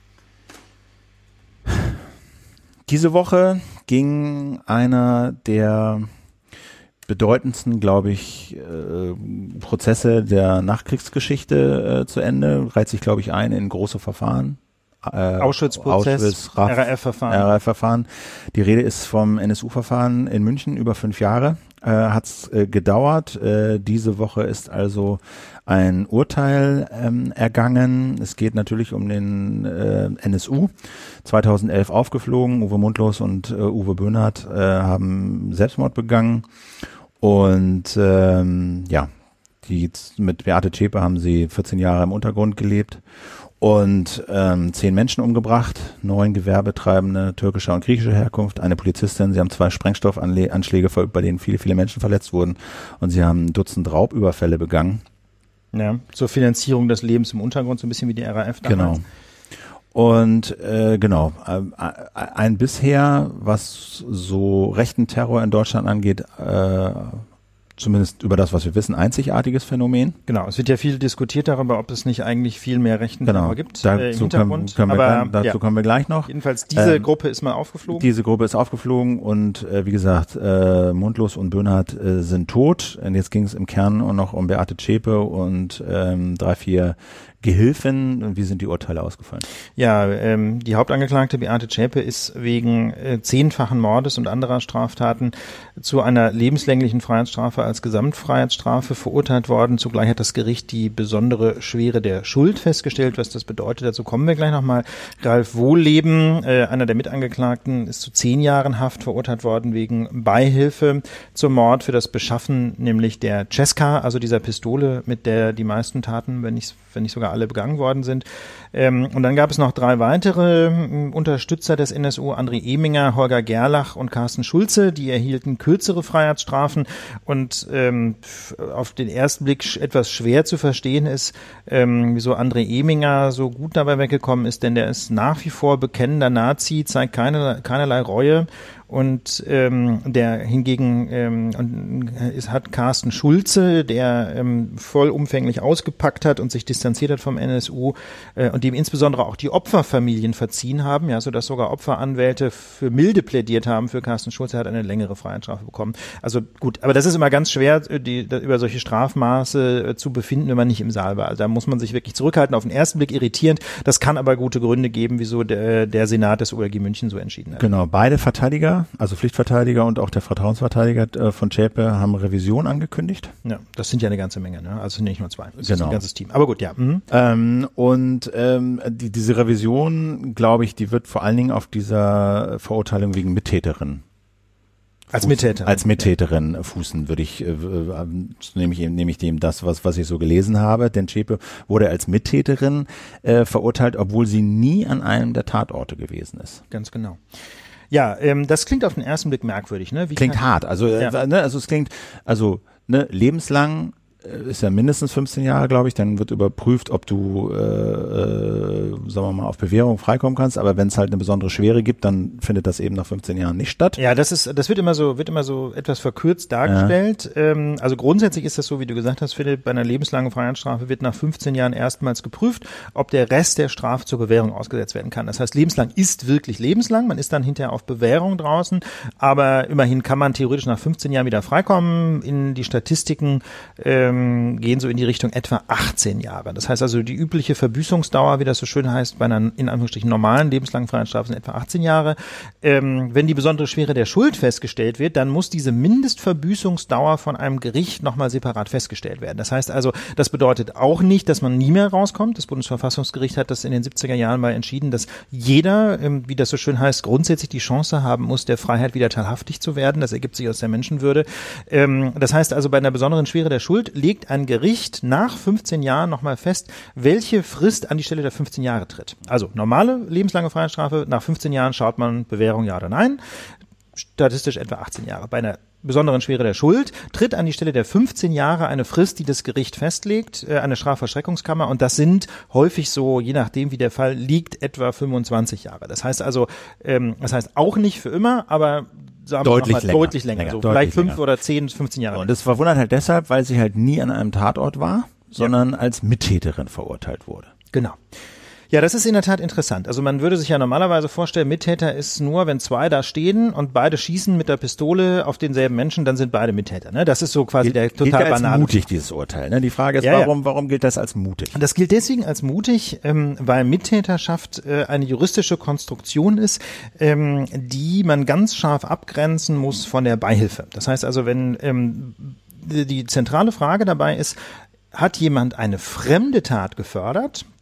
Diese Woche ging einer der bedeutendsten, glaube ich, äh, Prozesse der Nachkriegsgeschichte äh, zu Ende, reiht sich, glaube ich, ein in große Verfahren. Äh, Auschwitz-Prozess, Auschwitz, R A F-Verfahren. R A F-Verfahren. Die Rede ist vom N S U-Verfahren in München, über fünf Jahre äh, hat es äh, gedauert. Äh, diese Woche ist also ein Urteil ähm, ergangen. Es geht natürlich um den äh, N S U, zweitausendelf aufgeflogen. Uwe Mundlos und äh, Uwe Böhnhardt äh, haben Selbstmord begangen. Und ähm, ja, die mit Beate Zschäpe haben sie vierzehn Jahre im Untergrund gelebt. Und ähm, zehn Menschen umgebracht, neun Gewerbetreibende türkischer und griechischer Herkunft, eine Polizistin. Sie haben zwei Sprengstoffanschläge verübt, bei denen viele, viele Menschen verletzt wurden. Und sie haben ein Dutzend Raubüberfälle begangen. Ja, zur Finanzierung des Lebens im Untergrund, so ein bisschen wie die R A F damals. Genau. Und äh, genau, ein bisher, was so rechten Terror in Deutschland angeht, äh, zumindest über das, was wir wissen, einzigartiges Phänomen. Genau, es wird ja viel diskutiert darüber, ob es nicht eigentlich viel mehr rechten genau. Terror gibt dazu äh, im Hintergrund. Können, können Aber wir, dazu ja. kommen wir gleich noch. Jedenfalls, diese ähm, Gruppe ist mal aufgeflogen. Diese Gruppe ist aufgeflogen und äh, wie gesagt, äh, Mundlos und Böhnhardt äh, sind tot. Und jetzt ging es im Kern auch noch um Beate Zschäpe und ähm, drei, vier Gehilfen. Und wie sind die Urteile ausgefallen? Ja, ähm, die Hauptangeklagte Beate Zschäpe ist wegen äh, zehnfachen Mordes und anderer Straftaten zu einer lebenslänglichen Freiheitsstrafe als Gesamtfreiheitsstrafe verurteilt worden. Zugleich hat das Gericht die besondere Schwere der Schuld festgestellt. Was das bedeutet, dazu kommen wir gleich nochmal. Ralf Wohlleben, äh, einer der Mitangeklagten, ist zu zehn Jahren Haft verurteilt worden wegen Beihilfe zum Mord für das Beschaffen, nämlich der Cesca, also dieser Pistole, mit der die meisten Taten, wenn nicht, wenn nicht sogar alle begangen worden sind. Ähm, und dann gab es noch drei weitere äh, Unterstützer des N S U, André Eminger, Holger Gerlach und Carsten Schulze, die erhielten kürzere Freiheitsstrafen. Und ähm, auf den ersten Blick etwas schwer zu verstehen ist, ähm, wieso André Eminger so gut dabei weggekommen ist, denn der ist nach wie vor bekennender Nazi, zeigt keine, keinerlei Reue. Und ähm, der hingegen ähm, ist, hat Carsten Schulze, der ähm, vollumfänglich ausgepackt hat und sich distanziert hat vom N S U äh, und dem insbesondere auch die Opferfamilien verziehen haben, ja, sodass sogar Opferanwälte für milde plädiert haben für Carsten Schulze, hat eine längere Freiheitsstrafe bekommen. Also gut, aber das ist immer ganz schwer, die, über solche Strafmaße äh, zu befinden, wenn man nicht im Saal war. Also da muss man sich wirklich zurückhalten. Auf den ersten Blick irritierend. Das kann aber gute Gründe geben, wieso der, der Senat des O L G München so entschieden hat. Genau, beide Verteidiger, also Pflichtverteidiger und auch der Vertrauensverteidiger von Zschäpe, haben Revision angekündigt. Ja, das sind ja eine ganze Menge, ne? Also nicht nur zwei. Das genau. ist ein ganzes Team. Aber gut, ja. Mhm. Ähm, und ähm, die, diese Revision, glaube ich, die wird vor allen Dingen auf dieser Verurteilung wegen Mittäterin Als Mittäterin. Als Mittäterin ja. fußen, würde ich, äh, nehme ich, nehme ich dem das, was, was ich so gelesen habe. Denn Zschäpe wurde als Mittäterin äh, verurteilt, obwohl sie nie an einem der Tatorte gewesen ist. Ganz genau. Ja, ähm, das klingt auf den ersten Blick merkwürdig, ne? Wie klingt hart. Also, ja. äh, ne, also es klingt, also ne, lebenslang ist ja mindestens fünfzehn Jahre, glaube ich. Dann wird überprüft, ob du, äh, äh, sagen wir mal, auf Bewährung freikommen kannst. Aber wenn es halt eine besondere Schwere gibt, dann findet das eben nach fünfzehn Jahren nicht statt. Ja, das ist, das wird immer so, wird immer so etwas verkürzt dargestellt. Ja. Ähm, also grundsätzlich ist das so, wie du gesagt hast, Philipp, bei einer lebenslangen Freiheitsstrafe wird nach fünfzehn Jahren erstmals geprüft, ob der Rest der Strafe zur Bewährung ausgesetzt werden kann. Das heißt, lebenslang ist wirklich lebenslang. Man ist dann hinterher auf Bewährung draußen. Aber immerhin kann man theoretisch nach fünfzehn Jahren wieder freikommen. In die Statistiken ähm, gehen so in die Richtung etwa achtzehn Jahre. Das heißt also, die übliche Verbüßungsdauer, wie das so schön heißt, bei einer in Anführungsstrichen normalen lebenslangen Freiheitsstrafe sind etwa achtzehn Jahre. Ähm, wenn die besondere Schwere der Schuld festgestellt wird, dann muss diese Mindestverbüßungsdauer von einem Gericht nochmal separat festgestellt werden. Das heißt also, das bedeutet auch nicht, dass man nie mehr rauskommt. Das Bundesverfassungsgericht hat das in den siebziger Jahren mal entschieden, dass jeder, ähm, wie das so schön heißt, grundsätzlich die Chance haben muss, der Freiheit wieder teilhaftig zu werden. Das ergibt sich aus der Menschenwürde. Ähm, das heißt also, bei einer besonderen Schwere der Schuld legt ein Gericht nach fünfzehn Jahren nochmal fest, welche Frist an die Stelle der fünfzehn Jahre tritt. Also normale lebenslange Freiheitsstrafe, nach fünfzehn Jahren schaut man Bewährung ja oder nein, statistisch etwa achtzehn Jahre. Bei einer besonderen Schwere der Schuld tritt an die Stelle der fünfzehn Jahre eine Frist, die das Gericht festlegt, äh, eine Strafvollstreckungskammer, und das sind häufig so, je nachdem wie der Fall liegt, etwa fünfundzwanzig Jahre. Das heißt also, ähm, das heißt auch nicht für immer, aber sagen wir deutlich, mal, länger. deutlich länger, länger so deutlich vielleicht fünf länger. oder zehn, fünfzehn Jahre. Und das verwundert halt deshalb, weil sie halt nie an einem Tatort war, sondern ja. als Mittäterin verurteilt wurde. Genau. Ja, das ist in der Tat interessant. Also man würde sich ja normalerweise vorstellen, Mittäter ist nur, wenn zwei da stehen und beide schießen mit der Pistole auf denselben Menschen, dann sind beide Mittäter. Ne? Das ist so quasi der total banale. banale. Gilt mutig, dieses Urteil. Ne? Die Frage ist, ja, warum, ja. warum gilt das als mutig? Das gilt deswegen als mutig, ähm, weil Mittäterschaft äh, eine juristische Konstruktion ist, ähm, die man ganz scharf abgrenzen muss von der Beihilfe. Das heißt also, wenn ähm, die zentrale Frage dabei ist, hat jemand eine fremde Tat gefördert,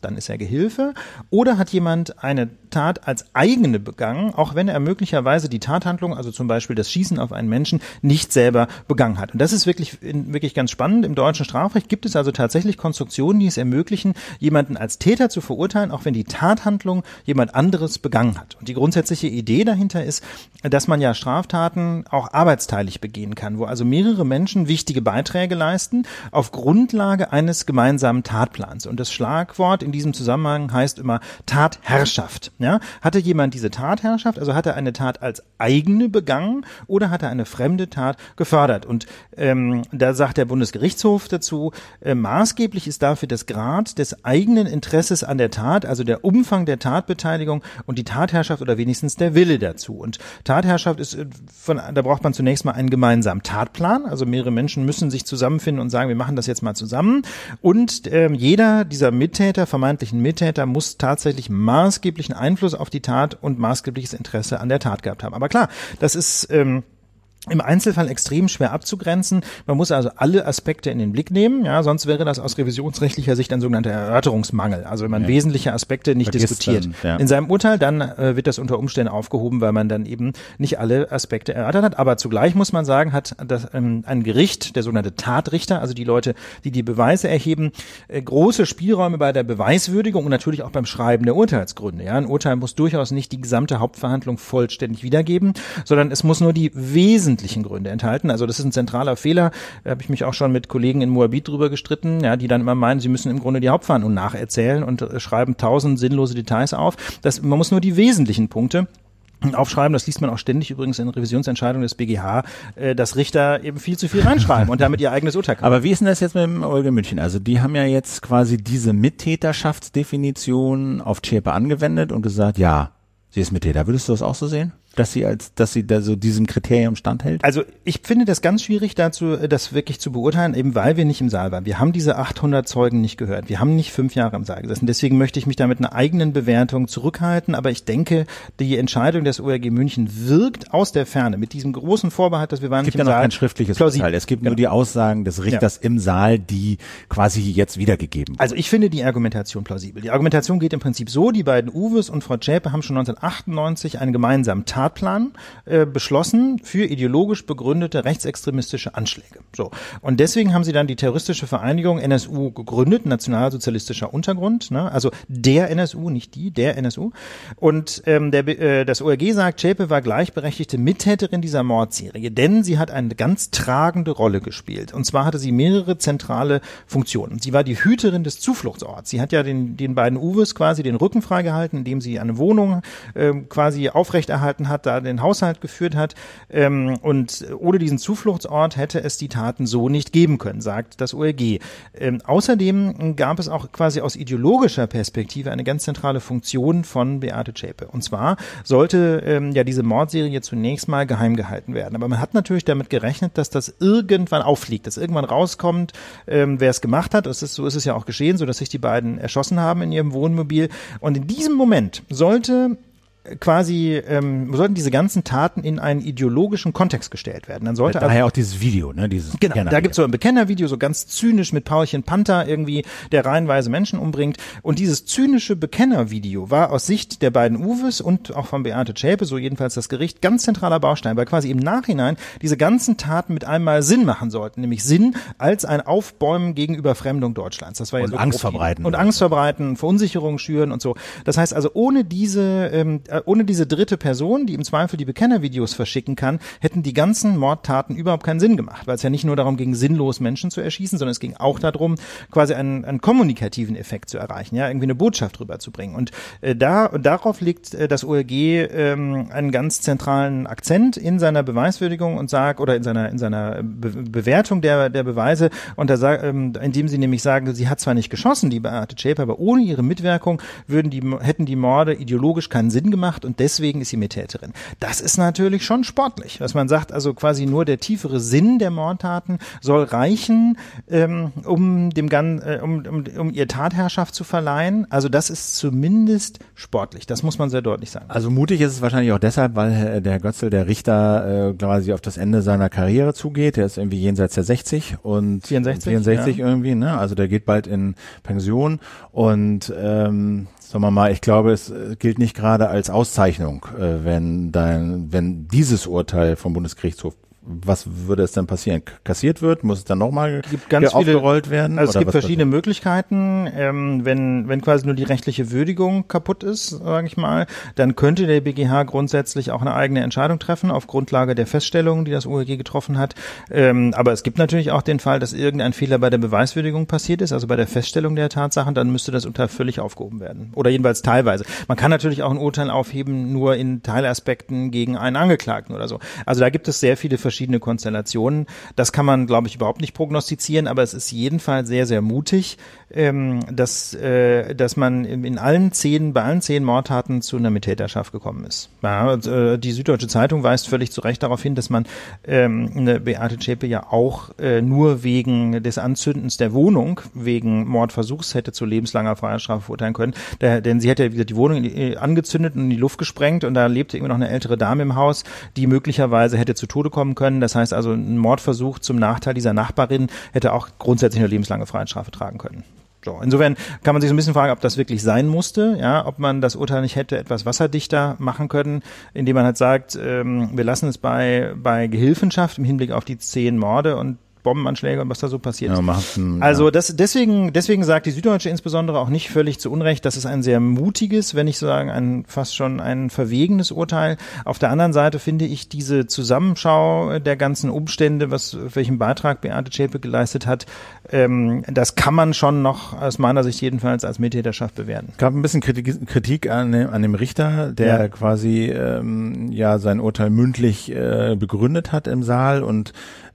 dann ist er Gehilfe, oder hat jemand eine Tat als eigene begangen, auch wenn er möglicherweise die Tathandlung, also zum Beispiel das Schießen auf einen Menschen, nicht selber begangen hat. Und das ist wirklich, wirklich ganz spannend. Im deutschen Strafrecht gibt es also tatsächlich Konstruktionen, die es ermöglichen, jemanden als Täter zu verurteilen, auch wenn die Tathandlung jemand anderes begangen hat. Und die grundsätzliche Idee dahinter ist, dass man ja Straftaten auch arbeitsteilig begehen kann, wo also mehrere Menschen wichtige Beiträge leisten auf Grundlage eines gemeinsamen Tatplans. Und das Schlagwort in diesem Zusammenhang heißt immer Tatherrschaft. Ja? Hatte jemand diese Tatherrschaft, also hat er eine Tat als eigene begangen oder hat er eine fremde Tat gefördert? Und ähm, da sagt der Bundesgerichtshof dazu, äh, maßgeblich ist dafür das Grad des eigenen Interesses an der Tat, also der Umfang der Tatbeteiligung und die Tatherrschaft oder wenigstens der Wille dazu. Und Tatherrschaft ist, von, da braucht man zunächst mal einen gemeinsamen Tatplan, also mehrere Menschen müssen sich zusammenfinden und sagen, wir machen das jetzt mal zusammen. Und ähm, jeder dieser Mittäter, vermeintlichen Mittäter, muss tatsächlich maßgeblichen Einfluss auf die Tat und maßgebliches Interesse an der Tat gehabt haben. Aber klar, das ist ähm, im Einzelfall extrem schwer abzugrenzen. Man muss also alle Aspekte in den Blick nehmen, ja, sonst wäre das aus revisionsrechtlicher Sicht ein sogenannter Erörterungsmangel. Also wenn man ja. wesentliche Aspekte nicht Vergisst diskutiert. Dann, ja. In seinem Urteil, dann äh, wird das unter Umständen aufgehoben, weil man dann eben nicht alle Aspekte erörtert hat. Aber zugleich muss man sagen, hat das, ähm, ein Gericht, der sogenannte Tatrichter, also die Leute, die die Beweise erheben, äh, große Spielräume bei der Beweiswürdigung und natürlich auch beim Schreiben der Urteilsgründe. Ja, ein Urteil muss durchaus nicht die gesamte Hauptverhandlung vollständig wiedergeben, sondern es muss nur die wesentlichen Gründe enthalten. Also das ist ein zentraler Fehler. Da habe ich mich auch schon mit Kollegen in Moabit drüber gestritten, ja, die dann immer meinen, sie müssen im Grunde die Hauptverhandlung nacherzählen und äh, schreiben tausend sinnlose Details auf. Das, man muss nur die wesentlichen Punkte aufschreiben, das liest man auch ständig übrigens in Revisionsentscheidungen des B G H, äh, dass Richter eben viel zu viel reinschreiben und damit ihr eigenes Urteil können. Aber wie ist denn das jetzt mit dem O L G München? Also die haben ja jetzt quasi diese Mittäterschaftsdefinition auf Zschäpe angewendet und gesagt, ja, sie ist Mittäter. Würdest du das auch so sehen? Dass sie als, dass sie da so diesem Kriterium standhält? Also ich finde das ganz schwierig dazu, das wirklich zu beurteilen, eben weil wir nicht im Saal waren. Wir haben diese achthundert Zeugen nicht gehört. Wir haben nicht fünf Jahre im Saal gesessen. Deswegen möchte ich mich da mit einer eigenen Bewertung zurückhalten. Aber ich denke, die Entscheidung des O L G München wirkt aus der Ferne mit diesem großen Vorbehalt, dass wir waren nicht im Saal. Es gibt ja noch kein schriftliches Urteil. Es gibt genau. nur die Aussagen des Richters ja. im Saal, die quasi jetzt wiedergegeben wurden. Also ich finde die Argumentation plausibel. Die Argumentation geht im Prinzip so, die beiden Uwes und Frau Zschäpe haben schon neunzehnhundertachtundneunzig einen gemeinsamen Tatplan äh, beschlossen für ideologisch begründete rechtsextremistische Anschläge. So. Und deswegen haben sie dann die terroristische Vereinigung N S U gegründet, Nationalsozialistischer Untergrund, ne? Also der N S U, nicht die, der N S U. Und ähm, der, äh, das O L G sagt, Zschäpe war gleichberechtigte Mittäterin dieser Mordserie, denn sie hat eine ganz tragende Rolle gespielt. Und zwar hatte sie mehrere zentrale Funktionen. Sie war die Hüterin des Zufluchtsorts. Sie hat ja den, den beiden Uwes quasi den Rücken freigehalten, indem sie eine Wohnung äh, quasi aufrechterhalten hat, da den Haushalt geführt hat. Ähm, und ohne diesen Zufluchtsort hätte es die Taten so nicht geben können, sagt das O L G. Ähm, außerdem gab es auch quasi aus ideologischer Perspektive eine ganz zentrale Funktion von Beate Zschäpe. Und zwar sollte ähm, ja diese Mordserie zunächst mal geheim gehalten werden. Aber man hat natürlich damit gerechnet, dass das irgendwann auffliegt, dass irgendwann rauskommt, ähm, wer es gemacht hat. Es ist, so ist es ja auch geschehen, so dass sich die beiden erschossen haben in ihrem Wohnmobil. Und in diesem Moment sollte quasi ähm, sollten diese ganzen Taten in einen ideologischen Kontext gestellt werden. Dann sollte daher also, auch dieses Video, ne, dieses genau, da gibt's so ein Bekennervideo, so ganz zynisch mit Paulchen Panther irgendwie, der reihenweise Menschen umbringt. Und dieses zynische Bekennervideo war aus Sicht der beiden Uwes und auch von Beate Zschäpe, so jedenfalls das Gericht, ganz zentraler Baustein, weil quasi im Nachhinein diese ganzen Taten mit einmal Sinn machen sollten, nämlich Sinn als ein Aufbäumen gegenüber Fremdung Deutschlands. Das war ja und so Angst verbreiten und Angst verbreiten, Verunsicherung schüren und so. Das heißt also ohne diese ähm, ohne diese dritte Person, die im Zweifel die Bekennervideos verschicken kann, hätten die ganzen Mordtaten überhaupt keinen Sinn gemacht, weil es ja nicht nur darum ging, sinnlos Menschen zu erschießen, sondern es ging auch darum, quasi einen, einen kommunikativen Effekt zu erreichen, ja, irgendwie eine Botschaft rüberzubringen. Und äh, da und darauf legt äh, das O L G ähm, einen ganz zentralen Akzent in seiner Beweiswürdigung und sagt oder in seiner in seiner Be- Bewertung der der Beweise und da sagt, ähm, indem sie nämlich sagen, sie hat zwar nicht geschossen, die Beate Zschäpe, aber ohne ihre Mitwirkung würden die hätten die Morde ideologisch keinen Sinn gemacht. gemacht und deswegen ist sie Mittäterin. Das ist natürlich schon sportlich, dass man sagt, also quasi nur der tiefere Sinn der Mordtaten soll reichen, ähm, um dem Gan- äh, um, um, um ihr Tatherrschaft zu verleihen. Also das ist zumindest sportlich. Das muss man sehr deutlich sagen. Also mutig ist es wahrscheinlich auch deshalb, weil der Götzl, der Richter, äh, quasi auf das Ende seiner Karriere zugeht. Der ist irgendwie jenseits der sechzig und vierundsechzig, vierundsechzig ja. irgendwie, ne? Also der geht bald in Pension und ähm, sagen wir mal, ich glaube, es gilt nicht gerade als Auszeichnung, äh, wenn dein, wenn dieses Urteil vom Bundesgerichtshof, was würde es dann passieren? Kassiert wird? Muss es dann nochmal aufgerollt werden? Also es gibt verschiedene passiert? Möglichkeiten. Ähm, wenn wenn quasi nur die rechtliche Würdigung kaputt ist, sage ich mal, dann könnte der B G H grundsätzlich auch eine eigene Entscheidung treffen auf Grundlage der Feststellungen, die das O L G getroffen hat. Ähm, aber es gibt natürlich auch den Fall, dass irgendein Fehler bei der Beweiswürdigung passiert ist, also bei der Feststellung der Tatsachen, dann müsste das Urteil völlig aufgehoben werden. Oder jedenfalls teilweise. Man kann natürlich auch ein Urteil aufheben, nur in Teilaspekten gegen einen Angeklagten oder so. Also da gibt es sehr viele verschiedene verschiedene Konstellationen. Das kann man, glaube ich, überhaupt nicht prognostizieren, aber es ist jedenfalls sehr, sehr mutig, ähm, dass, äh, dass man in allen zehn, bei allen zehn Mordtaten zu einer Mittäterschaft gekommen ist. Ja, und, äh, die Süddeutsche Zeitung weist völlig zu Recht darauf hin, dass man ähm, eine Beate Zschäpe ja auch äh, nur wegen des Anzündens der Wohnung, wegen Mordversuchs hätte zu lebenslanger Freiheitsstrafe verurteilen können. Der, denn sie hätte, wie gesagt, die Wohnung angezündet und in die Luft gesprengt und da lebte immer noch eine ältere Dame im Haus, die möglicherweise hätte zu Tode kommen können. Das heißt also, ein Mordversuch zum Nachteil dieser Nachbarin hätte auch grundsätzlich eine lebenslange Freiheitsstrafe tragen können. So, insofern kann man sich so ein bisschen fragen, ob das wirklich sein musste, ja, ob man das Urteil nicht hätte etwas wasserdichter machen können, indem man halt sagt, ähm, wir lassen es bei bei Gehilfenschaft im Hinblick auf die zehn Morde und Bombenanschläge und was da so passiert ist. Ja, macht's, also ja. das deswegen deswegen sagt die Süddeutsche insbesondere auch nicht völlig zu Unrecht, das ist ein sehr mutiges, wenn nicht so sagen, ein fast schon ein verwegenes Urteil. Auf der anderen Seite finde ich diese Zusammenschau der ganzen Umstände, was welchen Beitrag Beate Zschäpe geleistet hat, ähm, das kann man schon noch aus meiner Sicht jedenfalls als Mittäterschaft bewerten. Es gab ein bisschen Kritik, Kritik an, dem, an dem Richter, der ja. quasi ähm, ja sein Urteil mündlich äh, begründet hat im Saal und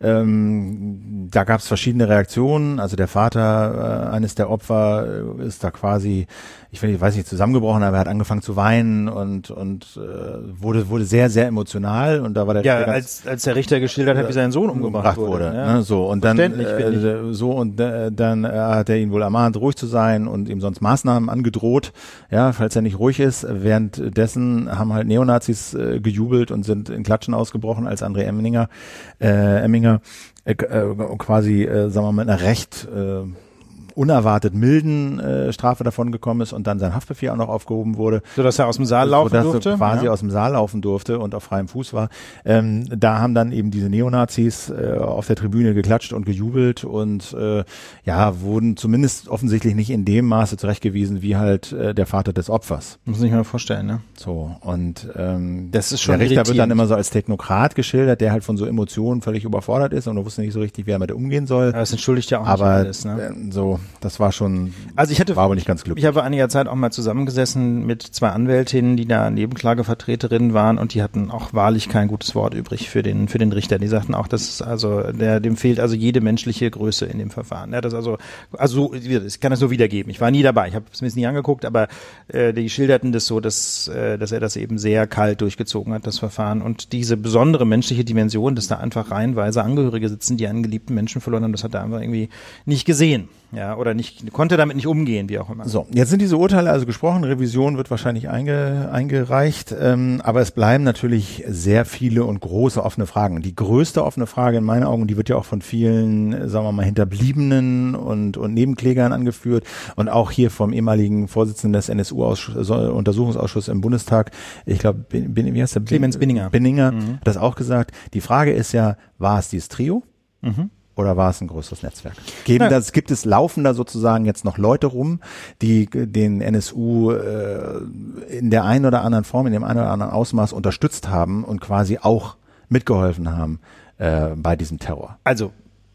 Ähm, da gab es verschiedene Reaktionen. Also der Vater äh, eines der Opfer äh, ist da quasi, ich weiß nicht, zusammengebrochen, aber er hat angefangen zu weinen und und äh, wurde wurde sehr sehr emotional und da war der ja der ganz, als als der Richter geschildert hat, wie sein Sohn umgebracht wurde, wurde ja. ne, so und dann äh, so und äh, dann äh, hat er ihn wohl ermahnt, ruhig zu sein und ihm sonst Maßnahmen angedroht, ja, falls er nicht ruhig ist. Währenddessen haben halt Neonazis äh, gejubelt und sind in Klatschen ausgebrochen, als André Emminger äh, Emminger Äh, äh, quasi, äh, sagen wir mal, mit einer recht äh, unerwartet milden äh, Strafe davon gekommen ist und dann sein Haftbefehl auch noch aufgehoben wurde. So dass er aus dem Saal laufen so, durfte? Er quasi ja. aus dem Saal laufen durfte und auf freiem Fuß war. Ähm, da haben dann eben diese Neonazis äh, auf der Tribüne geklatscht und gejubelt und äh, ja, wurden zumindest offensichtlich nicht in dem Maße zurechtgewiesen, wie halt äh, der Vater des Opfers. Muss ich mir vorstellen, ne? So, und ähm, das ist schon der Richter irritierend. wird dann immer so als Technokrat geschildert, der halt von so Emotionen völlig überfordert ist und er wusste nicht so richtig, wie er mit umgehen soll. Aber das entschuldigt ja auch aber nicht alles, ne? äh, so, das war schon Also ich hatte, war aber nicht ganz glücklich. Ich habe vor einiger Zeit auch mal zusammengesessen mit zwei Anwältinnen, die da Nebenklagevertreterinnen waren und die hatten auch wahrlich kein gutes Wort übrig für den für den Richter. Die sagten auch, dass es also der dem fehlt also jede menschliche Größe in dem Verfahren. Ja, das also also ich kann das nur wiedergeben. Ich war nie dabei, ich habe es mir nie angeguckt, aber äh, die schilderten das so, dass äh, dass er das eben sehr kalt durchgezogen hat, das Verfahren und diese besondere menschliche Dimension, dass da einfach reihenweise Angehörige sitzen, die einen geliebten Menschen verloren haben, das hat er einfach irgendwie nicht gesehen. Ja, oder nicht, konnte damit nicht umgehen, wie auch immer. So, jetzt sind diese Urteile also gesprochen, Revision wird wahrscheinlich einge, eingereicht, ähm, aber es bleiben natürlich sehr viele und große offene Fragen. Die größte offene Frage in meinen Augen, die wird ja auch von vielen, sagen wir mal, Hinterbliebenen und, und Nebenklägern angeführt und auch hier vom ehemaligen Vorsitzenden des N S U-Untersuchungsausschusses im Bundestag, ich glaube, wie heißt der? Clemens Binninger. Binninger mhm. hat das auch gesagt. Die Frage ist ja, war es dieses Trio? Mhm. Oder war es ein größeres Netzwerk? Geben das, gibt es, laufen da sozusagen jetzt noch Leute rum, die den N S U äh, in der einen oder anderen Form, in dem einen oder anderen Ausmaß unterstützt haben und quasi auch mitgeholfen haben äh, bei diesem Terror? Also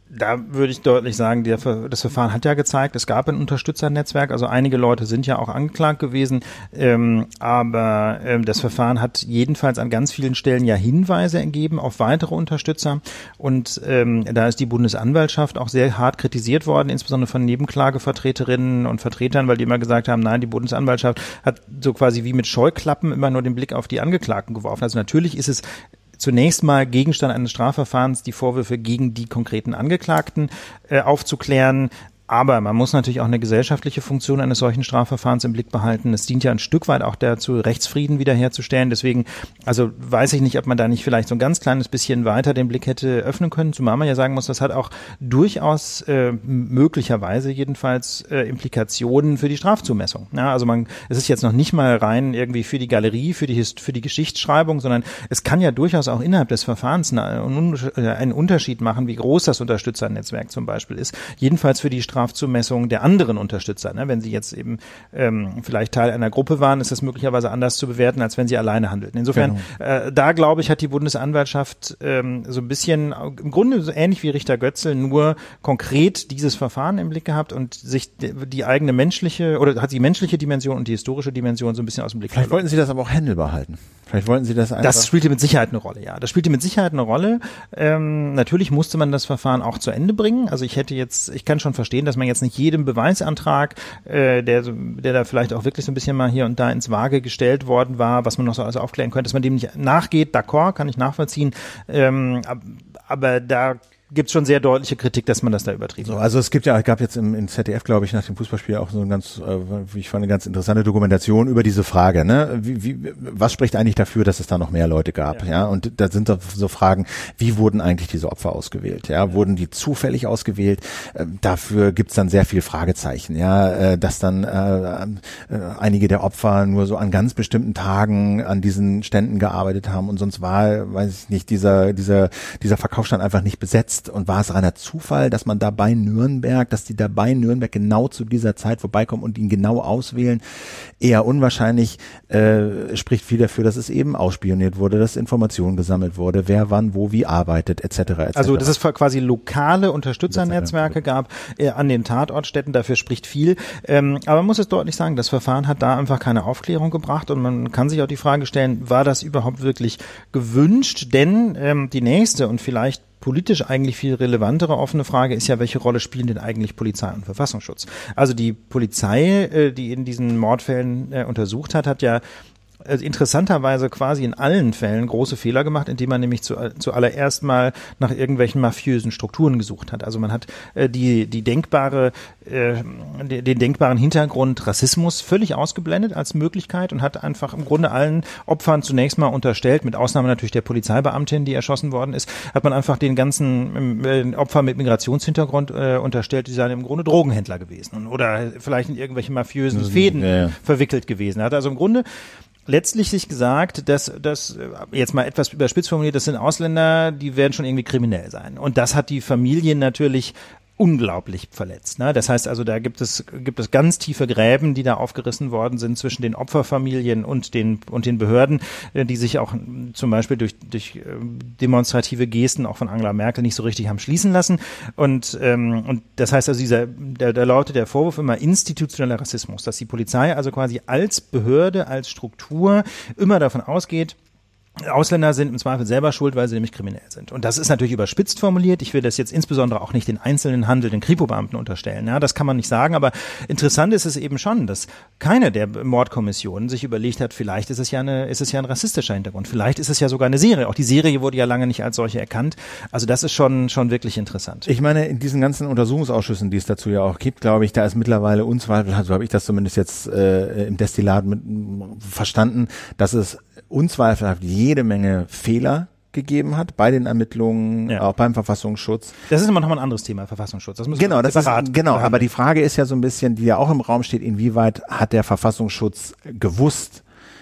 Da würde ich deutlich sagen, der, das Verfahren hat ja gezeigt, es gab ein Unterstützernetzwerk, also einige Leute sind ja auch angeklagt gewesen, ähm, aber ähm, das Verfahren hat jedenfalls an ganz vielen Stellen ja Hinweise ergeben auf weitere Unterstützer und ähm, da ist die Bundesanwaltschaft auch sehr hart kritisiert worden, insbesondere von Nebenklagevertreterinnen und Vertretern, weil die immer gesagt haben, nein, die Bundesanwaltschaft hat so quasi wie mit Scheuklappen immer nur den Blick auf die Angeklagten geworfen. Also natürlich ist es zunächst mal Gegenstand eines Strafverfahrens, die Vorwürfe gegen die konkreten Angeklagten äh, aufzuklären. Aber man muss natürlich auch eine gesellschaftliche Funktion eines solchen Strafverfahrens im Blick behalten. Es dient ja ein Stück weit auch dazu, Rechtsfrieden wiederherzustellen. Deswegen, also weiß ich nicht, ob man da nicht vielleicht so ein ganz kleines bisschen weiter den Blick hätte öffnen können. Zumal man ja sagen muss, das hat auch durchaus äh, möglicherweise jedenfalls äh, Implikationen für die Strafzumessung. Ja, also man, es ist jetzt noch nicht mal rein irgendwie für die Galerie, für die für die Geschichtsschreibung, sondern es kann ja durchaus auch innerhalb des Verfahrens einen Unterschied machen, wie groß das Unterstützernetzwerk zum Beispiel ist. Jedenfalls für die Strafzumessung der anderen Unterstützer. Ne? Wenn sie jetzt eben ähm, vielleicht Teil einer Gruppe waren, ist das möglicherweise anders zu bewerten, als wenn sie alleine handelten. Insofern, genau. äh, da glaube ich, hat die Bundesanwaltschaft ähm, so ein bisschen, im Grunde so ähnlich wie Richter Götzl, nur konkret dieses Verfahren im Blick gehabt und sich die, die eigene menschliche, oder hat die menschliche Dimension und die historische Dimension so ein bisschen aus dem Blick Vielleicht verloren. Wollten Sie das aber auch handelbar halten. Vielleicht wollten Sie das einfach. Das spielte mit Sicherheit eine Rolle, ja. Das spielte mit Sicherheit eine Rolle. Ähm, natürlich musste man das Verfahren auch zu Ende bringen. Also ich hätte jetzt, ich kann schon verstehen, dass man jetzt nicht jedem Beweisantrag, äh, der, der da vielleicht auch wirklich so ein bisschen mal hier und da ins Waage gestellt worden war, was man noch so alles aufklären könnte, dass man dem nicht nachgeht, d'accord, kann ich nachvollziehen. Ähm, aber da gibt es schon sehr deutliche Kritik, dass man das da übertrieben hat. So, also es gibt ja, gab jetzt im, im Z D F, glaube ich, nach dem Fußballspiel auch so eine ganz, äh, wie ich fand, eine ganz interessante Dokumentation über diese Frage, ne? Wie, wie, was spricht eigentlich dafür, dass es da noch mehr Leute gab, ja? ja? Und da sind so Fragen, wie wurden eigentlich diese Opfer ausgewählt, ja? ja. Wurden die zufällig ausgewählt? Äh, dafür gibt's dann sehr viel Fragezeichen, ja? Äh, dass dann äh, äh, einige der Opfer nur so an ganz bestimmten Tagen an diesen Ständen gearbeitet haben und sonst war, weiß ich nicht, dieser, dieser, dieser Verkaufsstand einfach nicht besetzt. Und war es reiner Zufall, dass man dabei Nürnberg, dass die dabei Nürnberg genau zu dieser Zeit vorbeikommen und ihn genau auswählen? Eher unwahrscheinlich, äh, spricht viel dafür, dass es eben ausspioniert wurde, dass Informationen gesammelt wurde, wer wann wo wie arbeitet, et cetera et cetera. Also dass es quasi lokale Unterstützernetzwerke gab äh, an den Tatortstätten, dafür spricht viel. Ähm, aber man muss es deutlich sagen, das Verfahren hat da einfach keine Aufklärung gebracht und man kann sich auch die Frage stellen, war das überhaupt wirklich gewünscht? Denn ähm, die nächste und vielleicht politisch eigentlich viel relevantere offene Frage ist ja, welche Rolle spielen denn eigentlich Polizei und Verfassungsschutz? Also die Polizei, die in diesen Mordfällen untersucht hat, hat ja interessanterweise quasi in allen Fällen große Fehler gemacht, indem man nämlich zu, zuallererst mal nach irgendwelchen mafiösen Strukturen gesucht hat. Also man hat äh, die die denkbare äh, den denkbaren Hintergrund Rassismus völlig ausgeblendet als Möglichkeit und hat einfach im Grunde allen Opfern zunächst mal unterstellt, mit Ausnahme natürlich der Polizeibeamtin, die erschossen worden ist, hat man einfach den ganzen äh, Opfer mit Migrationshintergrund äh, unterstellt, die seien im Grunde Drogenhändler gewesen oder vielleicht in irgendwelche mafiösen Fäden ja, ja. verwickelt gewesen. Hat also im Grunde letztlich sich gesagt, dass das jetzt mal etwas überspitzt formuliert, das sind Ausländer, die werden schon irgendwie kriminell sein. Und das hat die Familien natürlich unglaublich verletzt. Ne? Das heißt also, da gibt es gibt es ganz tiefe Gräben, die da aufgerissen worden sind zwischen den Opferfamilien und den und den Behörden, die sich auch zum Beispiel durch durch demonstrative Gesten auch von Angela Merkel nicht so richtig haben schließen lassen. Und ähm, und das heißt also, dieser da, da lautet der Vorwurf immer institutioneller Rassismus, dass die Polizei also quasi als Behörde, als Struktur immer davon ausgeht, Ausländer sind im Zweifel selber schuld, weil sie nämlich kriminell sind. Und das ist natürlich überspitzt formuliert. Ich will das jetzt insbesondere auch nicht den einzelnen handelnden Kripo-Beamten unterstellen. Ja, das kann man nicht sagen. Aber interessant ist es eben schon, dass keine der Mordkommissionen sich überlegt hat, vielleicht ist es ja eine, ist es ja ein rassistischer Hintergrund. Vielleicht ist es ja sogar eine Serie. Auch die Serie wurde ja lange nicht als solche erkannt. Also das ist schon, schon wirklich interessant. Ich meine, in diesen ganzen Untersuchungsausschüssen, die es dazu ja auch gibt, glaube ich, da ist mittlerweile unzweifelhaft, so habe ich das zumindest jetzt äh, im Destillat mit, verstanden, dass es unzweifelhaft jede Menge Fehler gegeben hat bei den Ermittlungen, ja. auch beim Verfassungsschutz. Das ist immer noch mal ein anderes Thema, Verfassungsschutz. Das müssen genau, wir das ist, genau, aber die Frage ist ja so ein bisschen, die ja auch im Raum steht, inwieweit hat der Verfassungsschutz gewusst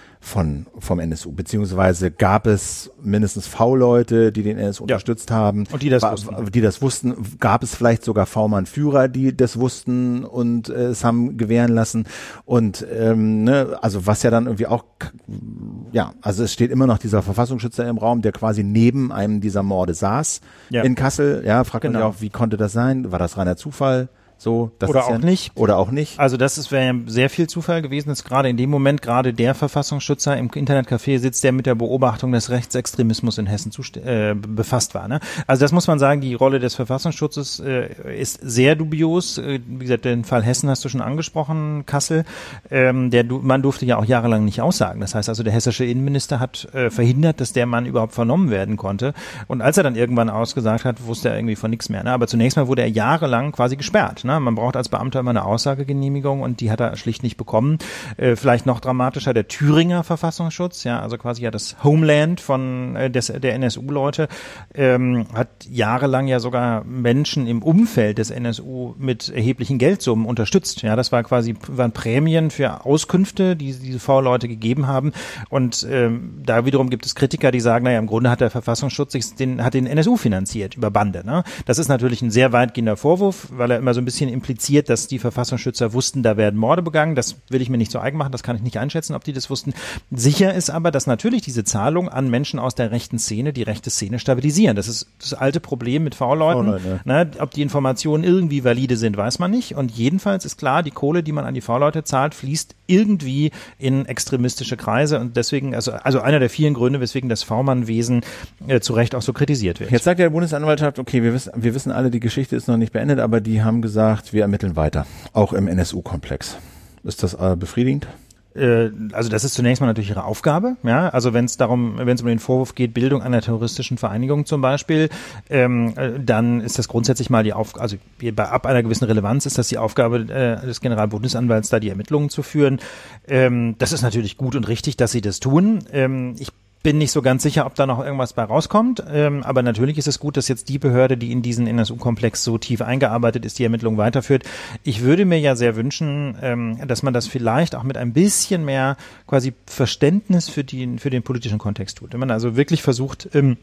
von vom N S U, beziehungsweise gab es mindestens V-Leute, die den N S U ja. unterstützt haben. Und die das war, wussten. Die das wussten. Gab es vielleicht sogar V-Mann-Führer, die das wussten und äh, es haben gewähren lassen. Und ähm, ne, also was ja dann irgendwie auch ja, also es steht immer noch dieser Verfassungsschützer im Raum, der quasi neben einem dieser Morde saß ja. in Kassel. Ja, fragt genau. man sich auch, wie konnte das sein? War das reiner Zufall? So, das oder ist auch ja, nicht. Oder auch nicht. Also das wäre ja sehr viel Zufall gewesen, dass gerade in dem Moment gerade der Verfassungsschützer im Internetcafé sitzt, der mit der Beobachtung des Rechtsextremismus in Hessen zust- äh, befasst war. Ne? Also das muss man sagen, die Rolle des Verfassungsschutzes äh, ist sehr dubios. Äh, wie gesagt, den Fall Hessen hast du schon angesprochen, Kassel. Ähm, der man durfte ja auch jahrelang nicht aussagen. Das heißt also, der hessische Innenminister hat äh, verhindert, dass der Mann überhaupt vernommen werden konnte. Und als er dann irgendwann ausgesagt hat, wusste er irgendwie von nichts mehr. Ne? Aber zunächst mal wurde er jahrelang quasi gesperrt. Ne? Man braucht als Beamter immer eine Aussagegenehmigung und die hat er schlicht nicht bekommen. Äh, vielleicht noch dramatischer der Thüringer Verfassungsschutz, ja, also quasi ja das Homeland von äh, des, der N S U-Leute, ähm, hat jahrelang ja sogar Menschen im Umfeld des N S U mit erheblichen Geldsummen unterstützt. Ja, das war quasi waren Prämien für Auskünfte, die diese V-Leute gegeben haben. Und ähm, da wiederum gibt es Kritiker, die sagen, naja, im Grunde hat der Verfassungsschutz sich den, hat den N S U finanziert über Bande. Ne? Das ist natürlich ein sehr weitgehender Vorwurf, weil er immer so ein bisschen impliziert, dass die Verfassungsschützer wussten, da werden Morde begangen. Das will ich mir nicht so eigen machen, das kann ich nicht einschätzen, ob die das wussten. Sicher ist aber, dass natürlich diese Zahlungen an Menschen aus der rechten Szene die rechte Szene stabilisieren. Das ist das alte Problem mit V-Leuten. V-Leute, ja. Ne, ob die Informationen irgendwie valide sind, weiß man nicht. Und jedenfalls ist klar, die Kohle, die man an die V-Leute zahlt, fließt irgendwie in extremistische Kreise. Und deswegen, also, also einer der vielen Gründe, weswegen das V-Mann-Wesen äh, zu Recht auch so kritisiert wird. Jetzt sagt der Bundesanwaltschaft, okay, wir wissen, wir wissen alle, die Geschichte ist noch nicht beendet, aber die haben gesagt, wir ermitteln weiter, auch im N S U-Komplex. Ist das äh, befriedigend? Also das ist zunächst mal natürlich ihre Aufgabe, ja. Also wenn es darum, wenn es um den Vorwurf geht, Bildung einer terroristischen Vereinigung zum Beispiel, ähm, dann ist das grundsätzlich mal die Aufgabe, also bei, ab einer gewissen Relevanz ist das die Aufgabe äh, des Generalbundesanwalts, da die Ermittlungen zu führen. Ähm, das ist natürlich gut und richtig, dass sie das tun. Ähm, ich bin nicht so ganz sicher, ob da noch irgendwas bei rauskommt, ähm, aber natürlich ist es gut, dass jetzt die Behörde, die in diesen N S U-Komplex so tief eingearbeitet ist, die Ermittlung weiterführt. Ich würde mir ja sehr wünschen, ähm, dass man das vielleicht auch mit ein bisschen mehr quasi Verständnis für den, für den politischen Kontext tut. Wenn man also wirklich versucht, ähm,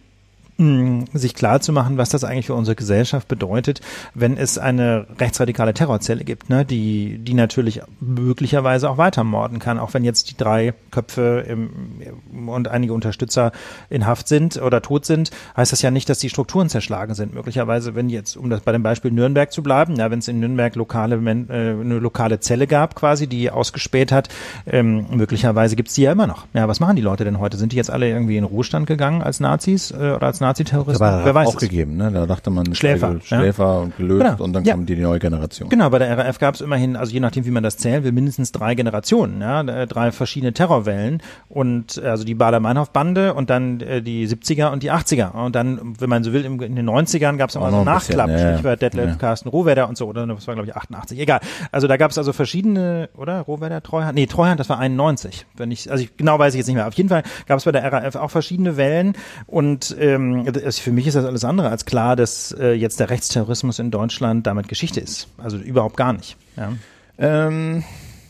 sich klar zu machen, was das eigentlich für unsere Gesellschaft bedeutet, wenn es eine rechtsradikale Terrorzelle gibt, ne, die die natürlich möglicherweise auch weiter morden kann, auch wenn jetzt die drei Köpfe im, und einige Unterstützer in Haft sind oder tot sind, heißt das ja nicht, dass die Strukturen zerschlagen sind. Möglicherweise, wenn jetzt, um das bei dem Beispiel Nürnberg zu bleiben, ja, wenn es in Nürnberg lokale äh, eine lokale Zelle gab, quasi, die ausgespäht hat, ähm, möglicherweise gibt's die ja immer noch. Ja, was machen die Leute denn heute? Sind die jetzt alle irgendwie in Ruhestand gegangen als Nazis äh, oder als Naziterroristen? Aber wer weiß auch es. gegeben, ne? Da dachte man Schläfer, Schläfer ja. und gelöst Genau. und dann Ja. kommt die neue Generation. Genau, bei der R A F gab es immerhin, also je nachdem, wie man das zählen will, mindestens drei Generationen, ja, drei verschiedene Terrorwellen und also die Baader-Meinhof-Bande und dann äh, die siebziger und die achtziger und dann, wenn man so will, im, in den neunzigern gab es auch, auch noch so Nachklapp, bisschen, Stichwort ja. Detlef, ja. Carsten Rohwedder und so, oder das war glaube ich achtundachtzig, egal. Also da gab es also verschiedene, oder Rohwedder, Treuhand, nee, Treuhand, das war einundneunzig, wenn ich, also ich, genau weiß ich jetzt nicht mehr. Auf jeden Fall gab es bei der R A F auch verschiedene Wellen und ähm, das, für mich ist das alles andere als klar, dass äh, jetzt der Rechtsterrorismus in Deutschland damit Geschichte ist. Also überhaupt gar nicht. Ja. Ähm,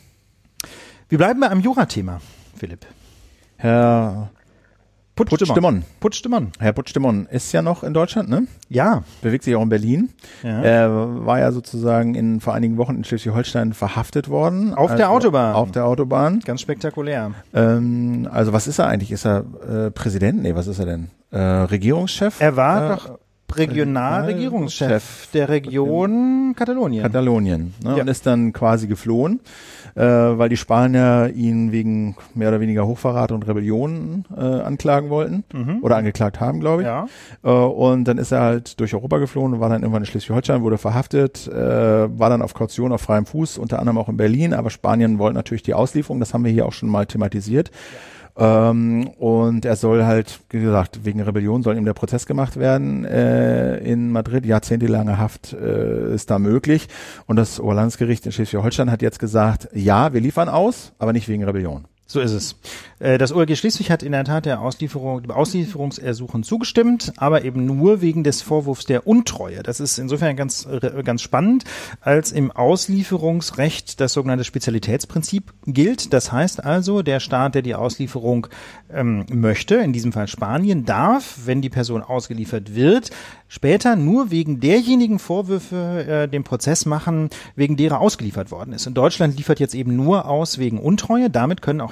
Wir bleiben bei einem Jura-Thema, Philipp. Herr Puigdemont. Puigdemont. Herr Puigdemont ist ja noch in Deutschland, ne? Ja. Bewegt sich auch in Berlin. Ja. Er war ja sozusagen in vor einigen Wochen in Schleswig-Holstein verhaftet worden. Auf der Autobahn. Auf der Autobahn. Ganz spektakulär. Ähm, also was ist er eigentlich? Ist er äh, Präsident? Nee, was ist er denn? Äh, Regierungschef? Er war äh, doch Regionalregierungschef der Region Katalonien. Katalonien. Ne? Ja. Und ist dann quasi geflohen, äh, weil die Spanier ihn wegen mehr oder weniger Hochverrat und Rebellion äh, anklagen wollten Mhm. oder angeklagt haben, glaube ich. Ja. Äh, und dann ist er halt durch Europa geflohen und war dann irgendwann in Schleswig-Holstein, wurde verhaftet, äh, war dann auf Kaution auf freiem Fuß, unter anderem auch in Berlin, aber Spanien wollte natürlich die Auslieferung, das haben wir hier auch schon mal thematisiert. Ähm, und er soll halt, wie gesagt, wegen Rebellion soll ihm der Prozess gemacht werden äh, in Madrid. Jahrzehntelange Haft äh, ist da möglich. Und das Oberlandesgericht in Schleswig-Holstein hat jetzt gesagt, ja, wir liefern aus, aber nicht wegen Rebellion. So ist es. Das O L G Schleswig hat in der Tat der Auslieferung, dem Auslieferungsersuchen zugestimmt, aber eben nur wegen des Vorwurfs der Untreue. Das ist insofern ganz, ganz spannend, als im Auslieferungsrecht das sogenannte Spezialitätsprinzip gilt. Das heißt also, der Staat, der die Auslieferung ähm, möchte, in diesem Fall Spanien, darf, wenn die Person ausgeliefert wird, später nur wegen derjenigen Vorwürfe äh, den Prozess machen, wegen derer ausgeliefert worden ist. In Deutschland liefert jetzt eben nur aus wegen Untreue. Damit können auch die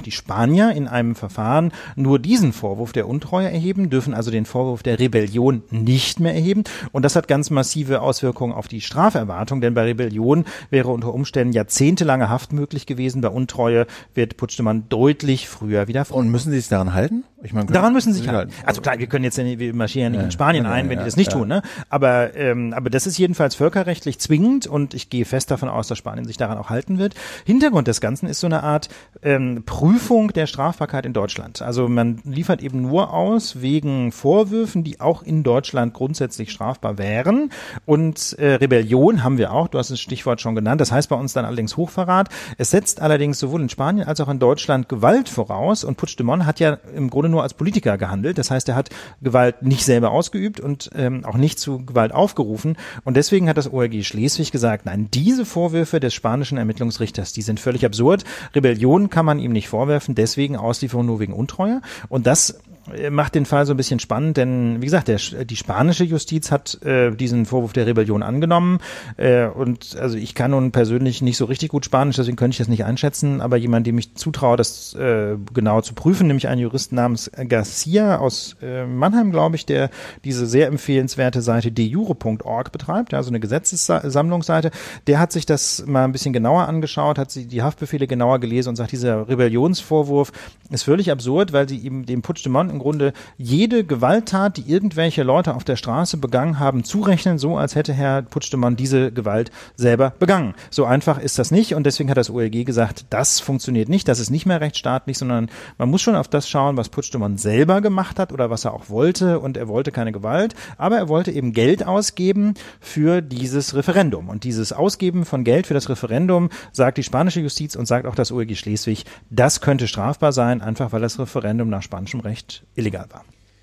Die Spanier in einem Verfahren nur diesen Vorwurf der Untreue erheben, dürfen also den Vorwurf der Rebellion nicht mehr erheben. Und das hat ganz massive Auswirkungen auf die Straferwartung, denn bei Rebellion wäre unter Umständen jahrzehntelange Haft möglich gewesen. Bei Untreue wird Puigdemont deutlich früher wieder frei. Und müssen Sie sich daran halten? Ich meine, daran müssen Sie sich halten. Also klar, wir können jetzt, wir marschieren ja nicht in Spanien ja, ein, wenn ja, die das nicht ja. tun, ne? Aber, ähm, aber das ist jedenfalls völkerrechtlich zwingend und ich gehe fest davon aus, dass Spanien sich daran auch halten wird. Hintergrund des Ganzen ist so eine Art ähm, Prüfung der Strafbarkeit in Deutschland. Also man liefert eben nur aus wegen Vorwürfen, die auch in Deutschland grundsätzlich strafbar wären. Und äh, Rebellion haben wir auch, du hast das Stichwort schon genannt, das heißt bei uns dann allerdings Hochverrat. Es setzt allerdings sowohl in Spanien als auch in Deutschland Gewalt voraus und Puigdemont hat ja im Grunde nur als Politiker gehandelt. Das heißt, er hat Gewalt nicht selber ausgeübt und ähm, auch nicht zu Gewalt aufgerufen. Und deswegen hat das O L G Schleswig gesagt, nein, diese Vorwürfe des spanischen Ermittlungsrichters, die sind völlig absurd. Rebellion kann man ihm nicht vorwerfen, deswegen Auslieferung nur wegen Untreue. Und das macht den Fall so ein bisschen spannend, denn wie gesagt, der, die spanische Justiz hat äh, diesen Vorwurf der Rebellion angenommen äh, und also ich kann nun persönlich nicht so richtig gut Spanisch, deswegen könnte ich das nicht einschätzen, aber jemand, dem ich zutraue, das äh, genau zu prüfen, nämlich einen Juristen namens Garcia aus äh, Mannheim, glaube ich, der diese sehr empfehlenswerte Seite de jure punkt org betreibt, ja, so eine Gesetzessammlungsseite, der hat sich das mal ein bisschen genauer angeschaut, hat sie die Haftbefehle genauer gelesen und sagt, dieser Rebellionsvorwurf ist völlig absurd, weil sie ihm dem Puigdemont im Grunde jede Gewalttat, die irgendwelche Leute auf der Straße begangen haben, zurechnen, so als hätte Herr Puigdemont diese Gewalt selber begangen. So einfach ist das nicht und deswegen hat das O L G gesagt, das funktioniert nicht, das ist nicht mehr rechtsstaatlich, sondern man muss schon auf das schauen, was Puigdemont selber gemacht hat oder was er auch wollte und er wollte keine Gewalt, aber er wollte eben Geld ausgeben für dieses Referendum und dieses Ausgeben von Geld für das Referendum, sagt die spanische Justiz und sagt auch das O L G Schleswig, das könnte strafbar sein, einfach weil das Referendum nach spanischem Recht illegal war.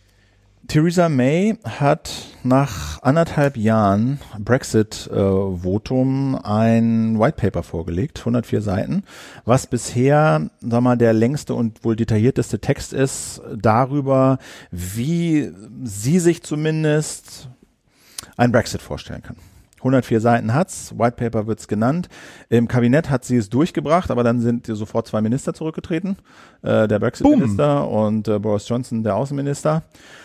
Theresa May hat nach anderthalb Jahren Brexit-Votum äh, ein White Paper vorgelegt, hundertvier Seiten, was bisher, sag mal, der längste und wohl detaillierteste Text ist darüber, wie sie sich zumindest einen Brexit vorstellen kann. hundertvier Seiten hat's, White Paper wird's genannt. Im Kabinett hat sie es durchgebracht, aber dann sind sofort zwei Minister zurückgetreten, äh, der Brexit-Minister und äh, Boris Johnson, der Außenminister.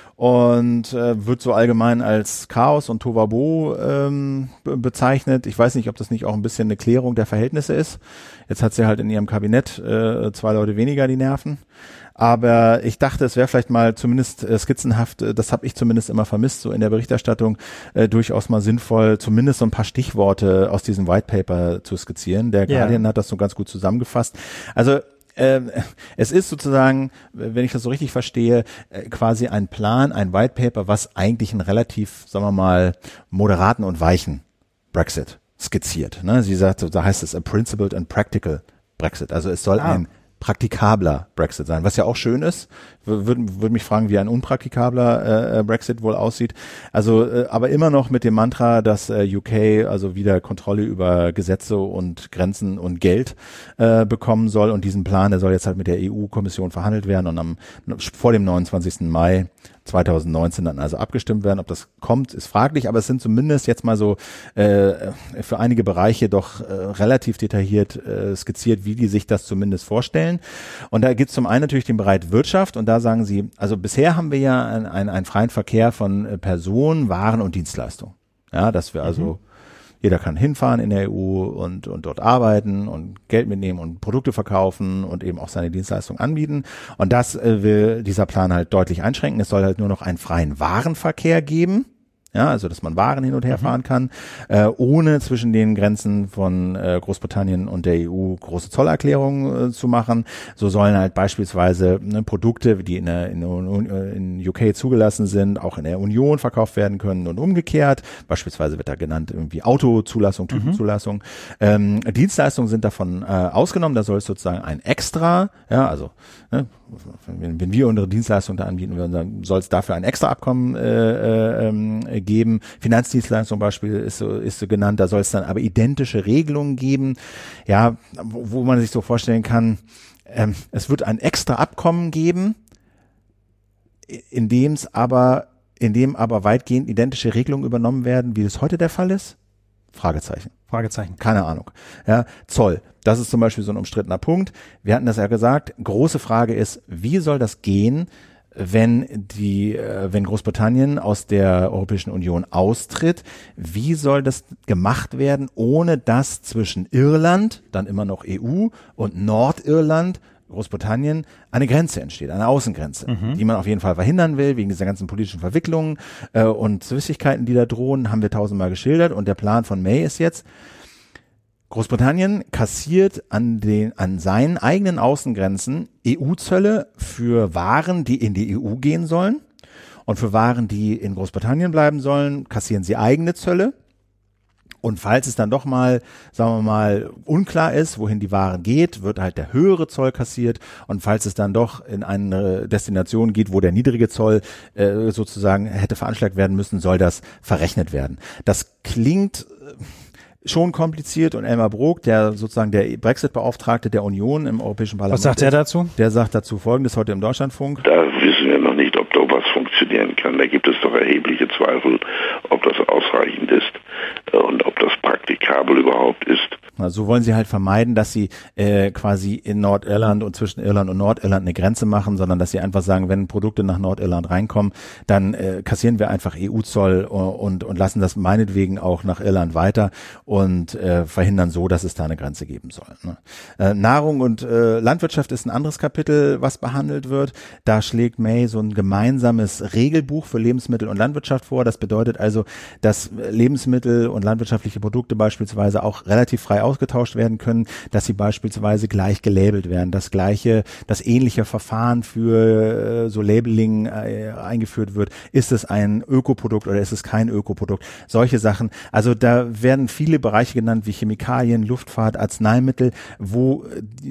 Und äh, wird so allgemein als Chaos und Tohuwabohu ähm, be- bezeichnet. Ich weiß nicht, ob das nicht auch ein bisschen eine Klärung der Verhältnisse ist. Jetzt hat sie halt in ihrem Kabinett äh, zwei Leute weniger die Nerven. Aber ich dachte, es wäre vielleicht mal zumindest äh, skizzenhaft, äh, das habe ich zumindest immer vermisst, so in der Berichterstattung, äh, durchaus mal sinnvoll, zumindest so ein paar Stichworte aus diesem White Paper zu skizzieren. Der Guardian yeah. hat das so ganz gut zusammengefasst. Also Ähm, es ist sozusagen, wenn ich das so richtig verstehe, äh, quasi ein Plan, ein White Paper, was eigentlich einen relativ, sagen wir mal, moderaten und weichen Brexit skizziert. Ne? Sie sagt, da heißt es a principled and practical Brexit. Also es soll ah. ein praktikabler Brexit sein, was ja auch schön ist. Würde würd mich fragen, wie ein unpraktikabler äh, Brexit wohl aussieht. Also, äh, aber immer noch mit dem Mantra, dass äh, U K also wieder Kontrolle über Gesetze und Grenzen und Geld äh, bekommen soll. Und diesen Plan, der soll jetzt halt mit der E U-Kommission verhandelt werden und am vor dem neunundzwanzigsten Mai zweitausendneunzehn dann also abgestimmt werden. Ob das kommt, ist fraglich, aber es sind zumindest jetzt mal so äh, für einige Bereiche doch äh, relativ detailliert äh, skizziert, wie die sich das zumindest vorstellen. Und da gibt es zum einen natürlich den Bereich Wirtschaft und da sagen sie, also bisher haben wir ja einen, einen, einen freien Verkehr von Personen, Waren und Dienstleistungen. Ja, dass wir also, mhm. jeder kann hinfahren in der E U und, und dort arbeiten und Geld mitnehmen und Produkte verkaufen und eben auch seine Dienstleistungen anbieten. Und das äh, will dieser Plan halt deutlich einschränken. Es soll halt nur noch einen freien Warenverkehr geben. Ja, also dass man Waren hin und her mhm. fahren kann, äh, ohne zwischen den Grenzen von äh, Großbritannien und der E U große Zollerklärungen äh, zu machen. So sollen halt beispielsweise ne, Produkte, die in, der, in, in U K zugelassen sind, auch in der Union verkauft werden können und umgekehrt. Beispielsweise wird da genannt irgendwie Autozulassung, Typenzulassung. Mhm. Ähm, Dienstleistungen sind davon äh, ausgenommen. Da soll es sozusagen ein Extra, ja, also ne, wenn, wenn wir unsere Dienstleistung da anbieten würden, dann soll es dafür ein extra Abkommen äh, äh, geben. Finanzdienstleistung zum Beispiel ist so, ist so genannt, da soll es dann aber identische Regelungen geben, ja, wo, wo man sich so vorstellen kann, ähm, es wird ein extra Abkommen geben, in dem es aber, in dem aber weitgehend identische Regelungen übernommen werden, wie das heute der Fall ist? Fragezeichen. Fragezeichen. Keine Ahnung. Ja, Zoll. Das ist zum Beispiel so ein umstrittener Punkt. Wir hatten das ja gesagt. Große Frage ist, wie soll das gehen, wenn die, wenn Großbritannien aus der Europäischen Union austritt? Wie soll das gemacht werden, ohne dass zwischen Irland, dann immer noch E U, und Nordirland, Großbritannien, eine Grenze entsteht, eine Außengrenze, mhm. die man auf jeden Fall verhindern will, wegen dieser ganzen politischen Verwicklungen äh, und Zwistigkeiten, die da drohen, haben wir tausendmal geschildert. Und der Plan von May ist jetzt, Großbritannien kassiert an den, an seinen eigenen Außengrenzen E U-Zölle für Waren, die in die E U gehen sollen. Und für Waren, die in Großbritannien bleiben sollen, kassieren sie eigene Zölle. Und falls es dann doch mal, sagen wir mal, unklar ist, wohin die Waren geht, wird halt der höhere Zoll kassiert. Und falls es dann doch in eine Destination geht, wo der niedrige Zoll äh, sozusagen hätte veranschlagt werden müssen, soll das verrechnet werden. Das klingt schon kompliziert, und Elmar Brok, der sozusagen der Brexit-Beauftragte der Union im Europäischen Parlament. Was sagt er dazu? Der sagt dazu Folgendes heute im Deutschlandfunk. Da wissen wir noch nicht, ob da was funktionieren kann. Da gibt es doch erhebliche Zweifel, ob das ausreichend ist und ob das praktikabel überhaupt ist. So wollen sie halt vermeiden, dass sie äh, quasi in Nordirland und zwischen Irland und Nordirland eine Grenze machen, sondern dass sie einfach sagen, wenn Produkte nach Nordirland reinkommen, dann äh, kassieren wir einfach E U-Zoll und, und lassen das meinetwegen auch nach Irland weiter und äh, verhindern so, dass es da eine Grenze geben soll. Ne? Äh, Nahrung und äh, Landwirtschaft ist ein anderes Kapitel, was behandelt wird. Da schlägt May so ein gemeinsames Regelbuch für Lebensmittel und Landwirtschaft vor. Das bedeutet also, dass Lebensmittel und landwirtschaftliche Produkte beispielsweise auch relativ frei ausgetauscht werden können, dass sie beispielsweise gleich gelabelt werden, das gleiche, das ähnliche Verfahren für äh, so Labeling äh, eingeführt wird. Ist es ein Ökoprodukt oder ist es kein Ökoprodukt? Solche Sachen. Also da werden viele Bereiche genannt wie Chemikalien, Luftfahrt, Arzneimittel, wo,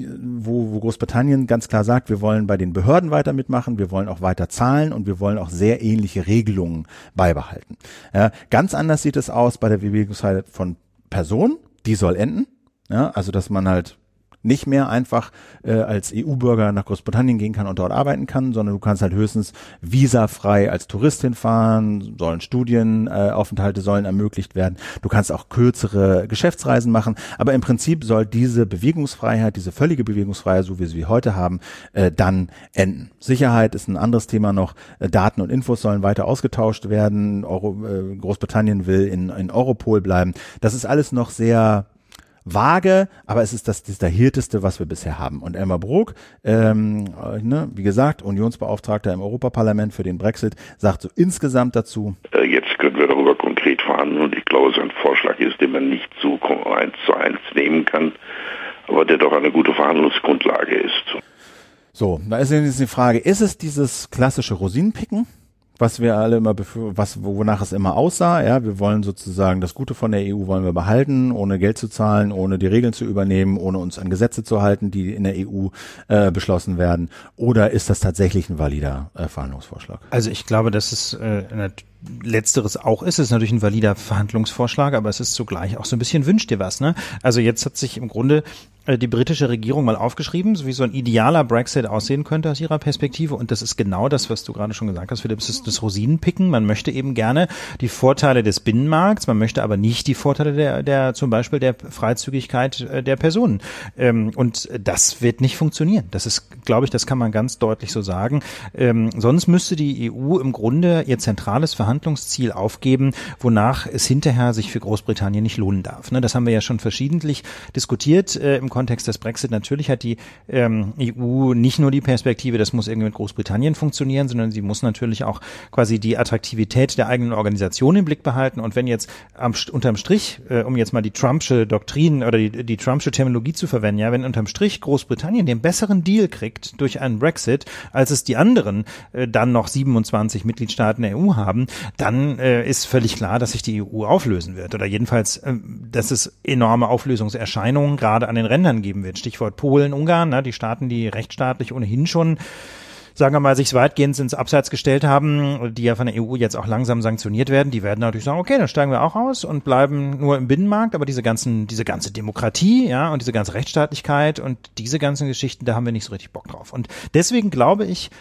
wo, wo Großbritannien ganz klar sagt, wir wollen bei den Behörden weiter mitmachen, wir wollen auch weiter zahlen und wir wollen auch sehr ähnliche Regelungen beibehalten. Ja, ganz anders sieht es aus bei der Bewegungsfreiheit von Personen. Die soll enden, ja, also dass man halt nicht mehr einfach äh, als E U-Bürger nach Großbritannien gehen kann und dort arbeiten kann, sondern du kannst halt höchstens visafrei als Touristin hinfahren, sollen Studienaufenthalte äh, sollen ermöglicht werden. Du kannst auch kürzere Geschäftsreisen machen, aber im Prinzip soll diese Bewegungsfreiheit, diese völlige Bewegungsfreiheit, so wie wir sie heute haben, äh, dann enden. Sicherheit ist ein anderes Thema noch. Äh, Daten und Infos sollen weiter ausgetauscht werden. Euro, äh, Großbritannien will in, in Europol bleiben. Das ist alles noch sehr vage, aber es ist das detaillierteste, was wir bisher haben. Und Elmar Brok, ähm, ne, wie gesagt, Unionsbeauftragter im Europaparlament für den Brexit, sagt so insgesamt dazu: Jetzt können wir darüber konkret verhandeln, und ich glaube, es ein Vorschlag ist, den man nicht so eins zu eins nehmen kann, aber der doch eine gute Verhandlungsgrundlage ist. So, da ist jetzt die Frage, ist es dieses klassische Rosinenpicken, was wir alle immer befür- was wonach es immer aussah, ja, wir wollen sozusagen das Gute von der E U wollen wir behalten, ohne Geld zu zahlen, ohne die Regeln zu übernehmen, ohne uns an Gesetze zu halten, die in der E U äh, beschlossen werden, oder ist das tatsächlich ein valider äh, Verhandlungsvorschlag? Also ich glaube, dass es äh, Letzteres auch ist. Es ist natürlich ein valider Verhandlungsvorschlag, aber es ist zugleich auch so ein bisschen wünscht dir was, ne? Also jetzt hat sich im Grunde äh, die britische Regierung mal aufgeschrieben, so wie so ein idealer Brexit aussehen könnte aus ihrer Perspektive, und das ist genau das, was du gerade schon gesagt hast, Philipp, das ist das Rosinenpicken. Man möchte eben gerne die Vorteile des Binnenmarkts, man möchte aber nicht die Vorteile der, der zum Beispiel der Freizügigkeit äh, der Personen. Ähm, und das wird nicht funktionieren. Das ist, glaube ich, das kann man ganz deutlich so sagen. Ähm, sonst müsste die E U im Grunde ihr zentrales Verhandlungsziel aufgeben, wonach es hinterher sich für Großbritannien nicht lohnen darf. Ne, das haben wir ja schon verschiedentlich diskutiert äh, im Kontext des Brexit. Natürlich hat die ähm, E U nicht nur die Perspektive, das muss irgendwie mit Großbritannien funktionieren, sondern sie muss natürlich auch quasi die Attraktivität der eigenen Organisation im Blick behalten. Und wenn jetzt am, unterm Strich, äh, um jetzt mal die Trumpsche Doktrin oder die, die Trumpsche Terminologie zu verwenden, ja, wenn unterm Strich Großbritannien den besseren Deal kriegt durch einen Brexit, als es die anderen äh, dann noch siebenundzwanzig Mitgliedstaaten der E U haben, dann äh, ist völlig klar, dass sich die E U auflösen wird. Oder jedenfalls, äh, dass es enorme Auflösungserscheinungen gerade an den Rändern geben wird. Stichwort Polen, Ungarn, ne, die Staaten, die rechtsstaatlich ohnehin schon, sagen wir mal, sich weitgehend ins Abseits gestellt haben, die ja von der E U jetzt auch langsam sanktioniert werden, die werden natürlich sagen, okay, dann steigen wir auch aus und bleiben nur im Binnenmarkt, aber diese ganzen, diese ganze Demokratie, ja, und diese ganze Rechtsstaatlichkeit und diese ganzen Geschichten, da haben wir nicht so richtig Bock drauf. Und deswegen glaube ich,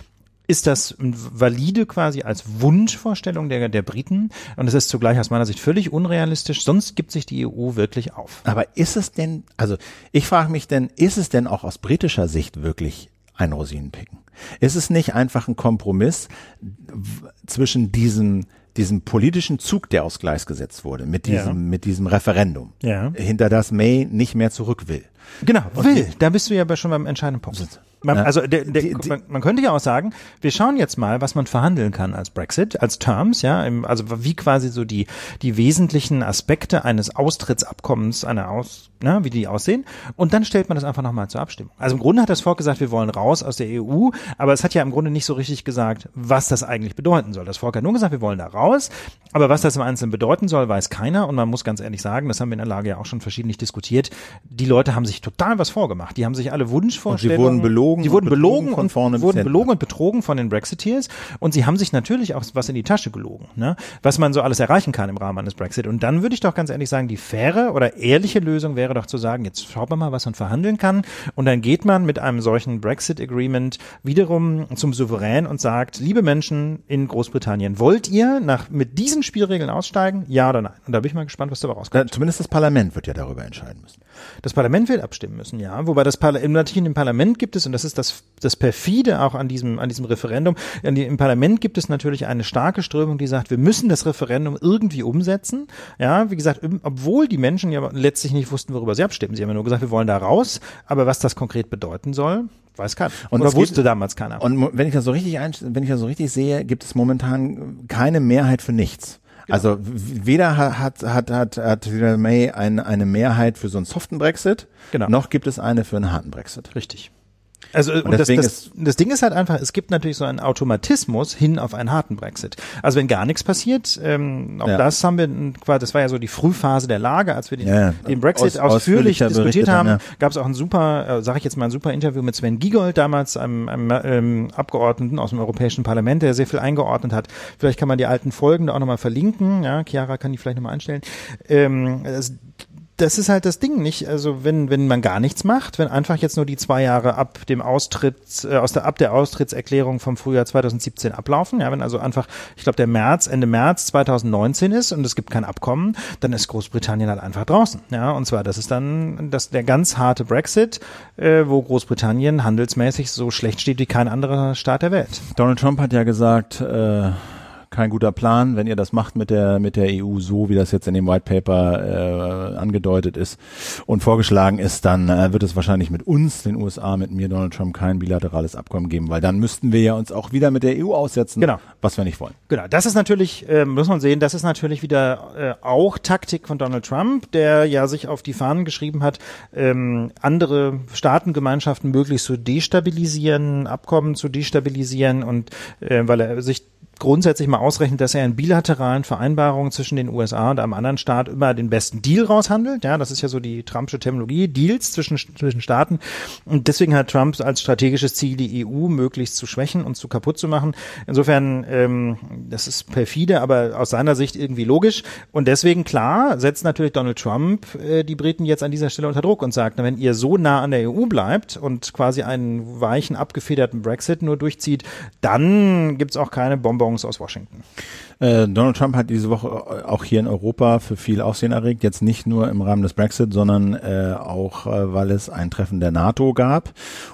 ist das valide quasi als Wunschvorstellung der, der Briten und es ist zugleich aus meiner Sicht völlig unrealistisch, sonst gibt sich die E U wirklich auf. Aber ist es denn, also ich frage mich denn, ist es denn auch aus britischer Sicht wirklich ein Rosinenpicken? Ist es nicht einfach ein Kompromiss w- zwischen diesem diesem politischen Zug, der aufs Gleis gesetzt wurde, mit diesem, ja. mit diesem Referendum, ja. hinter das May nicht mehr zurück will? Genau, will. Da bist du ja schon beim entscheidenden Punkt. Man, Ja. also der, der, Die- die- man, man könnte ja auch sagen, wir schauen jetzt mal, was man verhandeln kann als Brexit, als Terms, ja, im, also wie quasi so die die wesentlichen Aspekte eines Austrittsabkommens, einer Aus, ne, wie die aussehen, und dann stellt man das einfach nochmal zur Abstimmung. Also im Grunde hat das Volk gesagt, wir wollen raus aus der E U, aber es hat ja im Grunde nicht so richtig gesagt, was das eigentlich bedeuten soll. Das Volk hat nur gesagt, wir wollen da raus, aber was das im Einzelnen bedeuten soll, weiß keiner, und man muss ganz ehrlich sagen, das haben wir in der Lage ja auch schon verschiedentlich diskutiert, die Leute haben sich total was vorgemacht. Die haben sich alle Wunschvorstellungen. Und sie wurden belogen Die wurden und belogen betrogen von und vorne bis wurden hinten. belogen und betrogen von den Brexiteers, und sie haben sich natürlich auch was in die Tasche gelogen, ne? Was man so alles erreichen kann im Rahmen eines Brexit. Und dann würde ich doch ganz ehrlich sagen, die faire oder ehrliche Lösung wäre doch zu sagen, jetzt schaut man mal, was man verhandeln kann, und dann geht man mit einem solchen Brexit-Agreement wiederum zum Souverän und sagt, liebe Menschen in Großbritannien, wollt ihr nach mit diesen Spielregeln aussteigen? Ja oder nein? Und da bin ich mal gespannt, was dabei rauskommt. Da, zumindest das Parlament wird ja darüber entscheiden müssen. Das Parlament wird abstimmen müssen, ja. Wobei das Parlament, natürlich in dem Parlament gibt es, und das ist das, das perfide auch an diesem, an diesem Referendum, in die, im Parlament gibt es natürlich eine starke Strömung, die sagt, wir müssen das Referendum irgendwie umsetzen. Ja, wie gesagt, obwohl die Menschen ja letztlich nicht wussten, worüber sie abstimmen. Sie haben ja nur gesagt, wir wollen da raus, aber was das konkret bedeuten soll, weiß keiner. Und Oder es wusste gibt- damals keiner. Und mo- wenn ich das so richtig einst- wenn ich das so richtig sehe, gibt es momentan keine Mehrheit für nichts. Also w- weder ha- hat hat hat hat Theresa May eine eine Mehrheit für so einen soften Brexit, Genau. noch gibt es eine für einen harten Brexit. Richtig. Also und, das, deswegen das, das Ding ist halt einfach, es gibt natürlich so einen Automatismus hin auf einen harten Brexit. Also wenn gar nichts passiert, ähm, auch Ja. das haben wir, n- quasi- das war ja so die Frühphase der Lage, als wir den, Ja, ja. den Brexit Aus- ausführlich ausführlicher diskutiert berichtet haben, haben, gab es auch ein super, äh, sage ich jetzt mal, ein super Interview mit Sven Giegold damals, einem, einem ähm, Abgeordneten aus dem Europäischen Parlament, der sehr viel eingeordnet hat. Vielleicht kann man die alten Folgen da auch nochmal verlinken. Ja, Chiara kann die vielleicht nochmal einstellen. Ähm, es, das ist halt das Ding, nicht? Also wenn wenn man gar nichts macht, wenn einfach jetzt nur die zwei Jahre ab dem Austritt äh, aus der ab der Austrittserklärung vom Frühjahr zweitausendsiebzehn ablaufen, ja, wenn also einfach, ich glaube der März Ende März zweitausendneunzehn ist und es gibt kein Abkommen, dann ist Großbritannien halt einfach draußen, ja, und zwar das ist dann das der ganz harte Brexit, äh, wo Großbritannien handelsmäßig so schlecht steht wie kein anderer Staat der Welt. Donald Trump hat ja gesagt, äh, kein guter Plan, wenn ihr das macht mit der mit der E U so, wie das jetzt in dem White Paper äh, angedeutet ist und vorgeschlagen ist, dann äh, wird es wahrscheinlich mit uns, den U S A, mit mir, Donald Trump, kein bilaterales Abkommen geben, weil dann müssten wir ja uns auch wieder mit der E U aussetzen, Genau. was wir nicht wollen. Genau, das ist natürlich, äh, muss man sehen, das ist natürlich wieder äh, auch Taktik von Donald Trump, der ja sich auf die Fahnen geschrieben hat, ähm, andere Staatengemeinschaften möglichst zu destabilisieren, Abkommen zu destabilisieren, und äh, weil er sich grundsätzlich mal ausrechnet, dass er in bilateralen Vereinbarungen zwischen den U S A und einem anderen Staat immer den besten Deal raushandelt. Ja, das ist ja so die Trumpsche Terminologie, Deals zwischen, zwischen Staaten. Und deswegen hat Trump als strategisches Ziel, die E U möglichst zu schwächen und zu kaputt zu machen. Insofern, ähm, das ist perfide, aber aus seiner Sicht irgendwie logisch. Und deswegen, klar, setzt natürlich Donald Trump äh, die Briten jetzt an dieser Stelle unter Druck und sagt, na, wenn ihr so nah an der E U bleibt und quasi einen weichen, abgefederten Brexit nur durchzieht, dann gibt's auch keine Bonbons aus Washington. Äh, Donald Trump hat diese Woche auch hier in Europa für viel Aufsehen erregt, jetzt nicht nur im Rahmen des Brexit, sondern äh, auch, äh, weil es ein Treffen der NATO gab.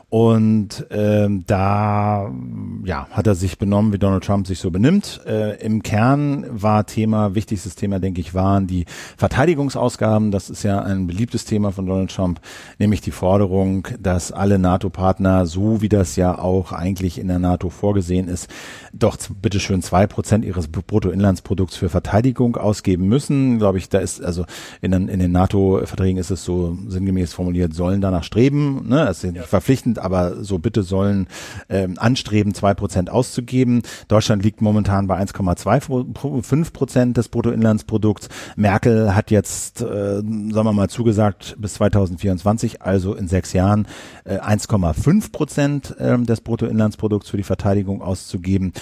Und ähm, da ja, hat er sich benommen, wie Donald Trump sich so benimmt. Äh, Im Kern war Thema, wichtigstes Thema, denke ich, waren die Verteidigungsausgaben. Das ist ja ein beliebtes Thema von Donald Trump, nämlich die Forderung, dass alle NATO-Partner, so wie das ja auch eigentlich in der NATO vorgesehen ist, doch bitteschön zwei Prozent ihres Bruttoinlandsprodukts für Verteidigung ausgeben müssen. Glaube ich, da ist, also in den, in den NATO-Verträgen ist es so sinngemäß formuliert, sollen danach streben, ne? Das ist nicht ja. verpflichtend, aber so bitte sollen ähm, anstreben, zwei Prozent auszugeben. Deutschland liegt momentan bei eins Komma fünfundzwanzig Prozent des Bruttoinlandsprodukts. Merkel hat jetzt, äh, sagen wir mal, zugesagt, bis zweitausendvierundzwanzig, also in sechs Jahren, äh, eins Komma fünf Prozent äh, des Bruttoinlandsprodukts für die Verteidigung auszugeben.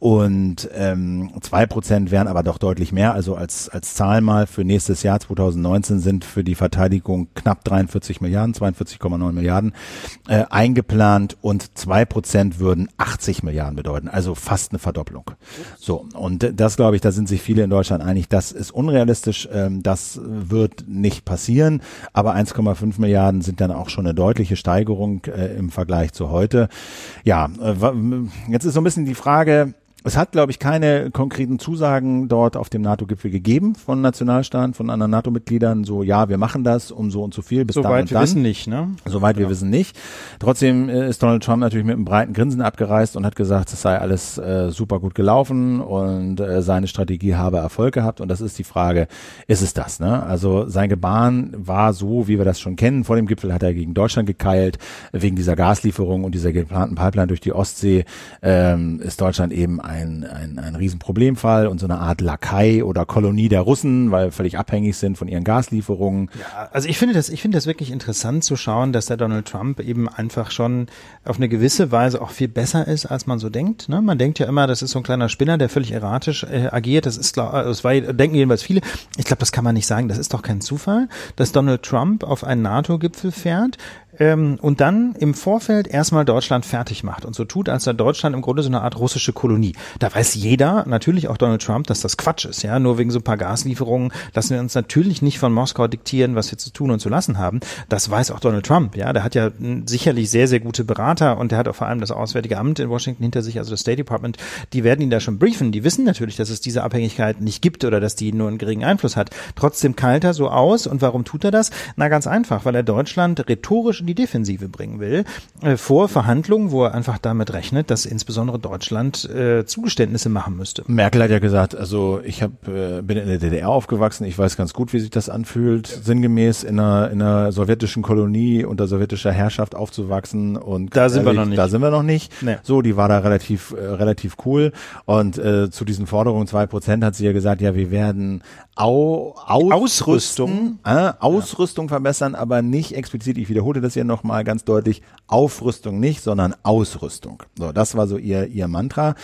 Und ähm, zwei Prozent wären aber doch deutlich mehr. Also als als Zahl mal für nächstes Jahr zwanzig neunzehn sind für die Verteidigung knapp dreiundvierzig Milliarden, zweiundvierzig Komma neun Milliarden äh, eingeplant und zwei Prozent würden achtzig Milliarden bedeuten. Also fast eine Verdopplung. So, und das, glaube ich, da sind sich viele in Deutschland einig, das ist unrealistisch, ähm, das wird nicht passieren. Aber eins Komma fünf Milliarden sind dann auch schon eine deutliche Steigerung äh, im Vergleich zu heute. Ja, äh, jetzt ist so ein bisschen die Frage, es hat, glaube ich, keine konkreten Zusagen dort auf dem NATO-Gipfel gegeben von Nationalstaaten, von anderen NATO-Mitgliedern, so, ja, wir machen das um so und so viel bis dann und dann. Soweit wir wissen nicht, ne? Soweit wir wissen nicht. Trotzdem ist Donald Trump natürlich mit einem breiten Grinsen abgereist und hat gesagt, es sei alles äh, super gut gelaufen und äh, seine Strategie habe Erfolg gehabt. Und das ist die Frage, ist es das, ne? Also sein Gebaren war so, wie wir das schon kennen. Vor dem Gipfel hat er gegen Deutschland gekeilt, wegen dieser Gaslieferung und dieser geplanten Pipeline durch die Ostsee ähm, ist Deutschland eben ein, ein, ein Riesenproblemfall und so eine Art Lakai oder Kolonie der Russen, weil wir völlig abhängig sind von ihren Gaslieferungen. Ja, also ich finde das, ich finde das wirklich interessant zu schauen, dass der Donald Trump eben einfach schon auf eine gewisse Weise auch viel besser ist, als man so denkt. Ne? Man denkt ja immer, das ist so ein kleiner Spinner, der völlig erratisch äh, agiert. Das ist, das war, denken jedenfalls viele. Ich glaube, das kann man nicht sagen. Das ist doch kein Zufall, dass Donald Trump auf einen NATO-Gipfel fährt. Ähm, und dann im Vorfeld erstmal Deutschland fertig macht und so tut, als sei Deutschland im Grunde so eine Art russische Kolonie. Da weiß jeder, natürlich auch Donald Trump, dass das Quatsch ist, ja, nur wegen so ein paar Gaslieferungen lassen wir uns natürlich nicht von Moskau diktieren, was wir zu tun und zu lassen haben. Das weiß auch Donald Trump, ja, der hat ja sicherlich sehr, sehr gute Berater und der hat auch vor allem das Auswärtige Amt in Washington hinter sich, also das State Department, die werden ihn da schon briefen, die wissen natürlich, dass es diese Abhängigkeit nicht gibt oder dass die nur einen geringen Einfluss hat. Trotzdem keilt er so aus und warum tut er das? Na, ganz einfach, weil er Deutschland rhetorisch in die Defensive bringen will, äh, vor Verhandlungen, wo er einfach damit rechnet, dass insbesondere Deutschland äh, Zugeständnisse machen müsste. Merkel hat ja gesagt, also ich hab, äh, bin in der D D R aufgewachsen, ich weiß ganz gut, wie sich das anfühlt, sinngemäß in einer, in einer sowjetischen Kolonie unter sowjetischer Herrschaft aufzuwachsen und da sind ehrlich, wir noch nicht. Da sind wir noch nicht. Nee. So, die war da relativ, äh, relativ cool und äh, zu diesen Forderungen zwei Prozent hat sie ja gesagt, ja, wir werden au, Ausrüstung, äh, Ausrüstung ja. verbessern, aber nicht explizit, ich wiederhole das hier nochmal ganz deutlich, Aufrüstung nicht, sondern Ausrüstung. So, das war so ihr, ihr Mantra.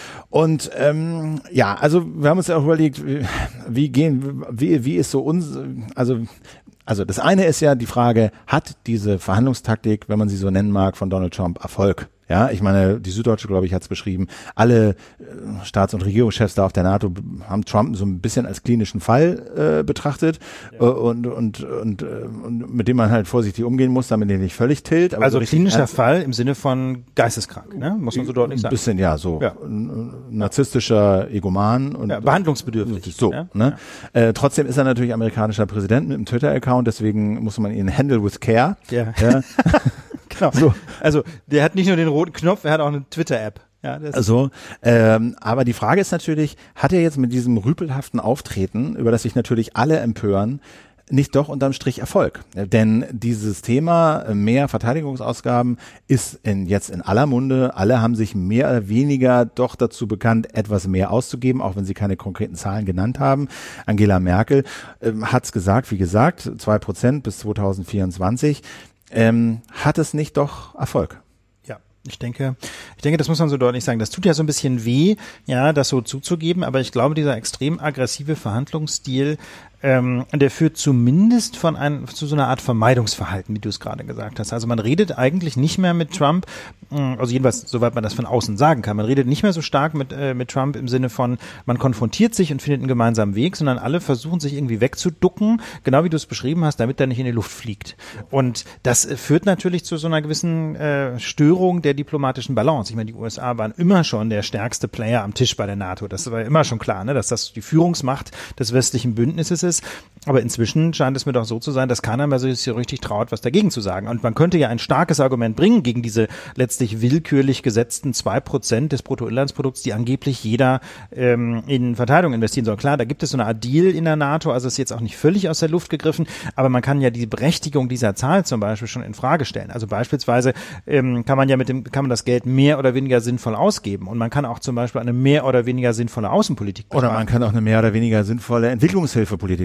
Und ähm, ja, also wir haben uns ja auch überlegt, wie, wie gehen, wie, wie ist so uns, also also das eine ist ja die Frage, hat diese Verhandlungstaktik, wenn man sie so nennen mag, von Donald Trump Erfolg? Ja, ich meine, die Süddeutsche, glaube ich, hat es beschrieben. Alle äh, Staats- und Regierungschefs da auf der NATO haben Trump so ein bisschen als klinischen Fall äh, betrachtet ja. äh, und, und, und, äh, und mit dem man halt vorsichtig umgehen muss, damit er nicht völlig tilt. Aber also so klinischer ernst, Fall im Sinne von geisteskrank, ne? Muss man so deutlich sagen. Ein bisschen, ja, so ja. narzisstischer Egoman. Und ja, behandlungsbedürftig. So, ja? ne? Ja. Äh, trotzdem ist er natürlich amerikanischer Präsident mit einem Twitter-Account, deswegen muss man ihn handle with care. Ja. ja. Genau. So. Also der hat nicht nur den roten Knopf, er hat auch eine Twitter-App. Ja, das also, ähm, aber die Frage ist natürlich, hat er jetzt mit diesem rüpelhaften Auftreten, über das sich natürlich alle empören, nicht doch unterm Strich Erfolg? Denn dieses Thema mehr Verteidigungsausgaben ist in, jetzt in aller Munde. Alle haben sich mehr oder weniger doch dazu bekannt, etwas mehr auszugeben, auch wenn sie keine konkreten Zahlen genannt haben. Angela Merkel ähm, hat es gesagt, wie gesagt, zwei Prozent bis zwanzig vierundzwanzig. Ähm, hat es nicht doch Erfolg? Ja, ich denke, ich denke, das muss man so deutlich sagen. Das tut ja so ein bisschen weh, ja, das so zuzugeben, aber ich glaube, dieser extrem aggressive Verhandlungsstil, ähm, der führt zumindest von einem, zu so einer Art Vermeidungsverhalten, wie du es gerade gesagt hast. Also man redet eigentlich nicht mehr mit Trump, also jedenfalls, soweit man das von außen sagen kann, man redet nicht mehr so stark mit, äh, mit Trump im Sinne von, man konfrontiert sich und findet einen gemeinsamen Weg, sondern alle versuchen sich irgendwie wegzuducken, genau wie du es beschrieben hast, damit er nicht in die Luft fliegt. Und das äh, führt natürlich zu so einer gewissen äh, Störung der diplomatischen Balance. Ich meine, die U S A waren immer schon der stärkste Player am Tisch bei der NATO. Das war immer schon klar, ne, dass das die Führungsmacht des westlichen Bündnisses ist. Aber inzwischen scheint es mir doch so zu sein, dass keiner mehr sich so richtig traut, was dagegen zu sagen. Und man könnte ja ein starkes Argument bringen gegen diese letztlich willkürlich gesetzten zwei Prozent des Bruttoinlandsprodukts, die angeblich jeder ähm, in Verteidigung investieren soll. Klar, da gibt es so eine Art Deal in der NATO, also ist jetzt auch nicht völlig aus der Luft gegriffen, aber man kann ja die Berechtigung dieser Zahl zum Beispiel schon in Frage stellen. Also beispielsweise ähm, kann man ja mit dem, kann man das Geld mehr oder weniger sinnvoll ausgeben und man kann auch zum Beispiel eine mehr oder weniger sinnvolle Außenpolitik betreiben. Oder man kann auch eine mehr oder weniger sinnvolle Entwicklungshilfepolitik betreiben. Genau,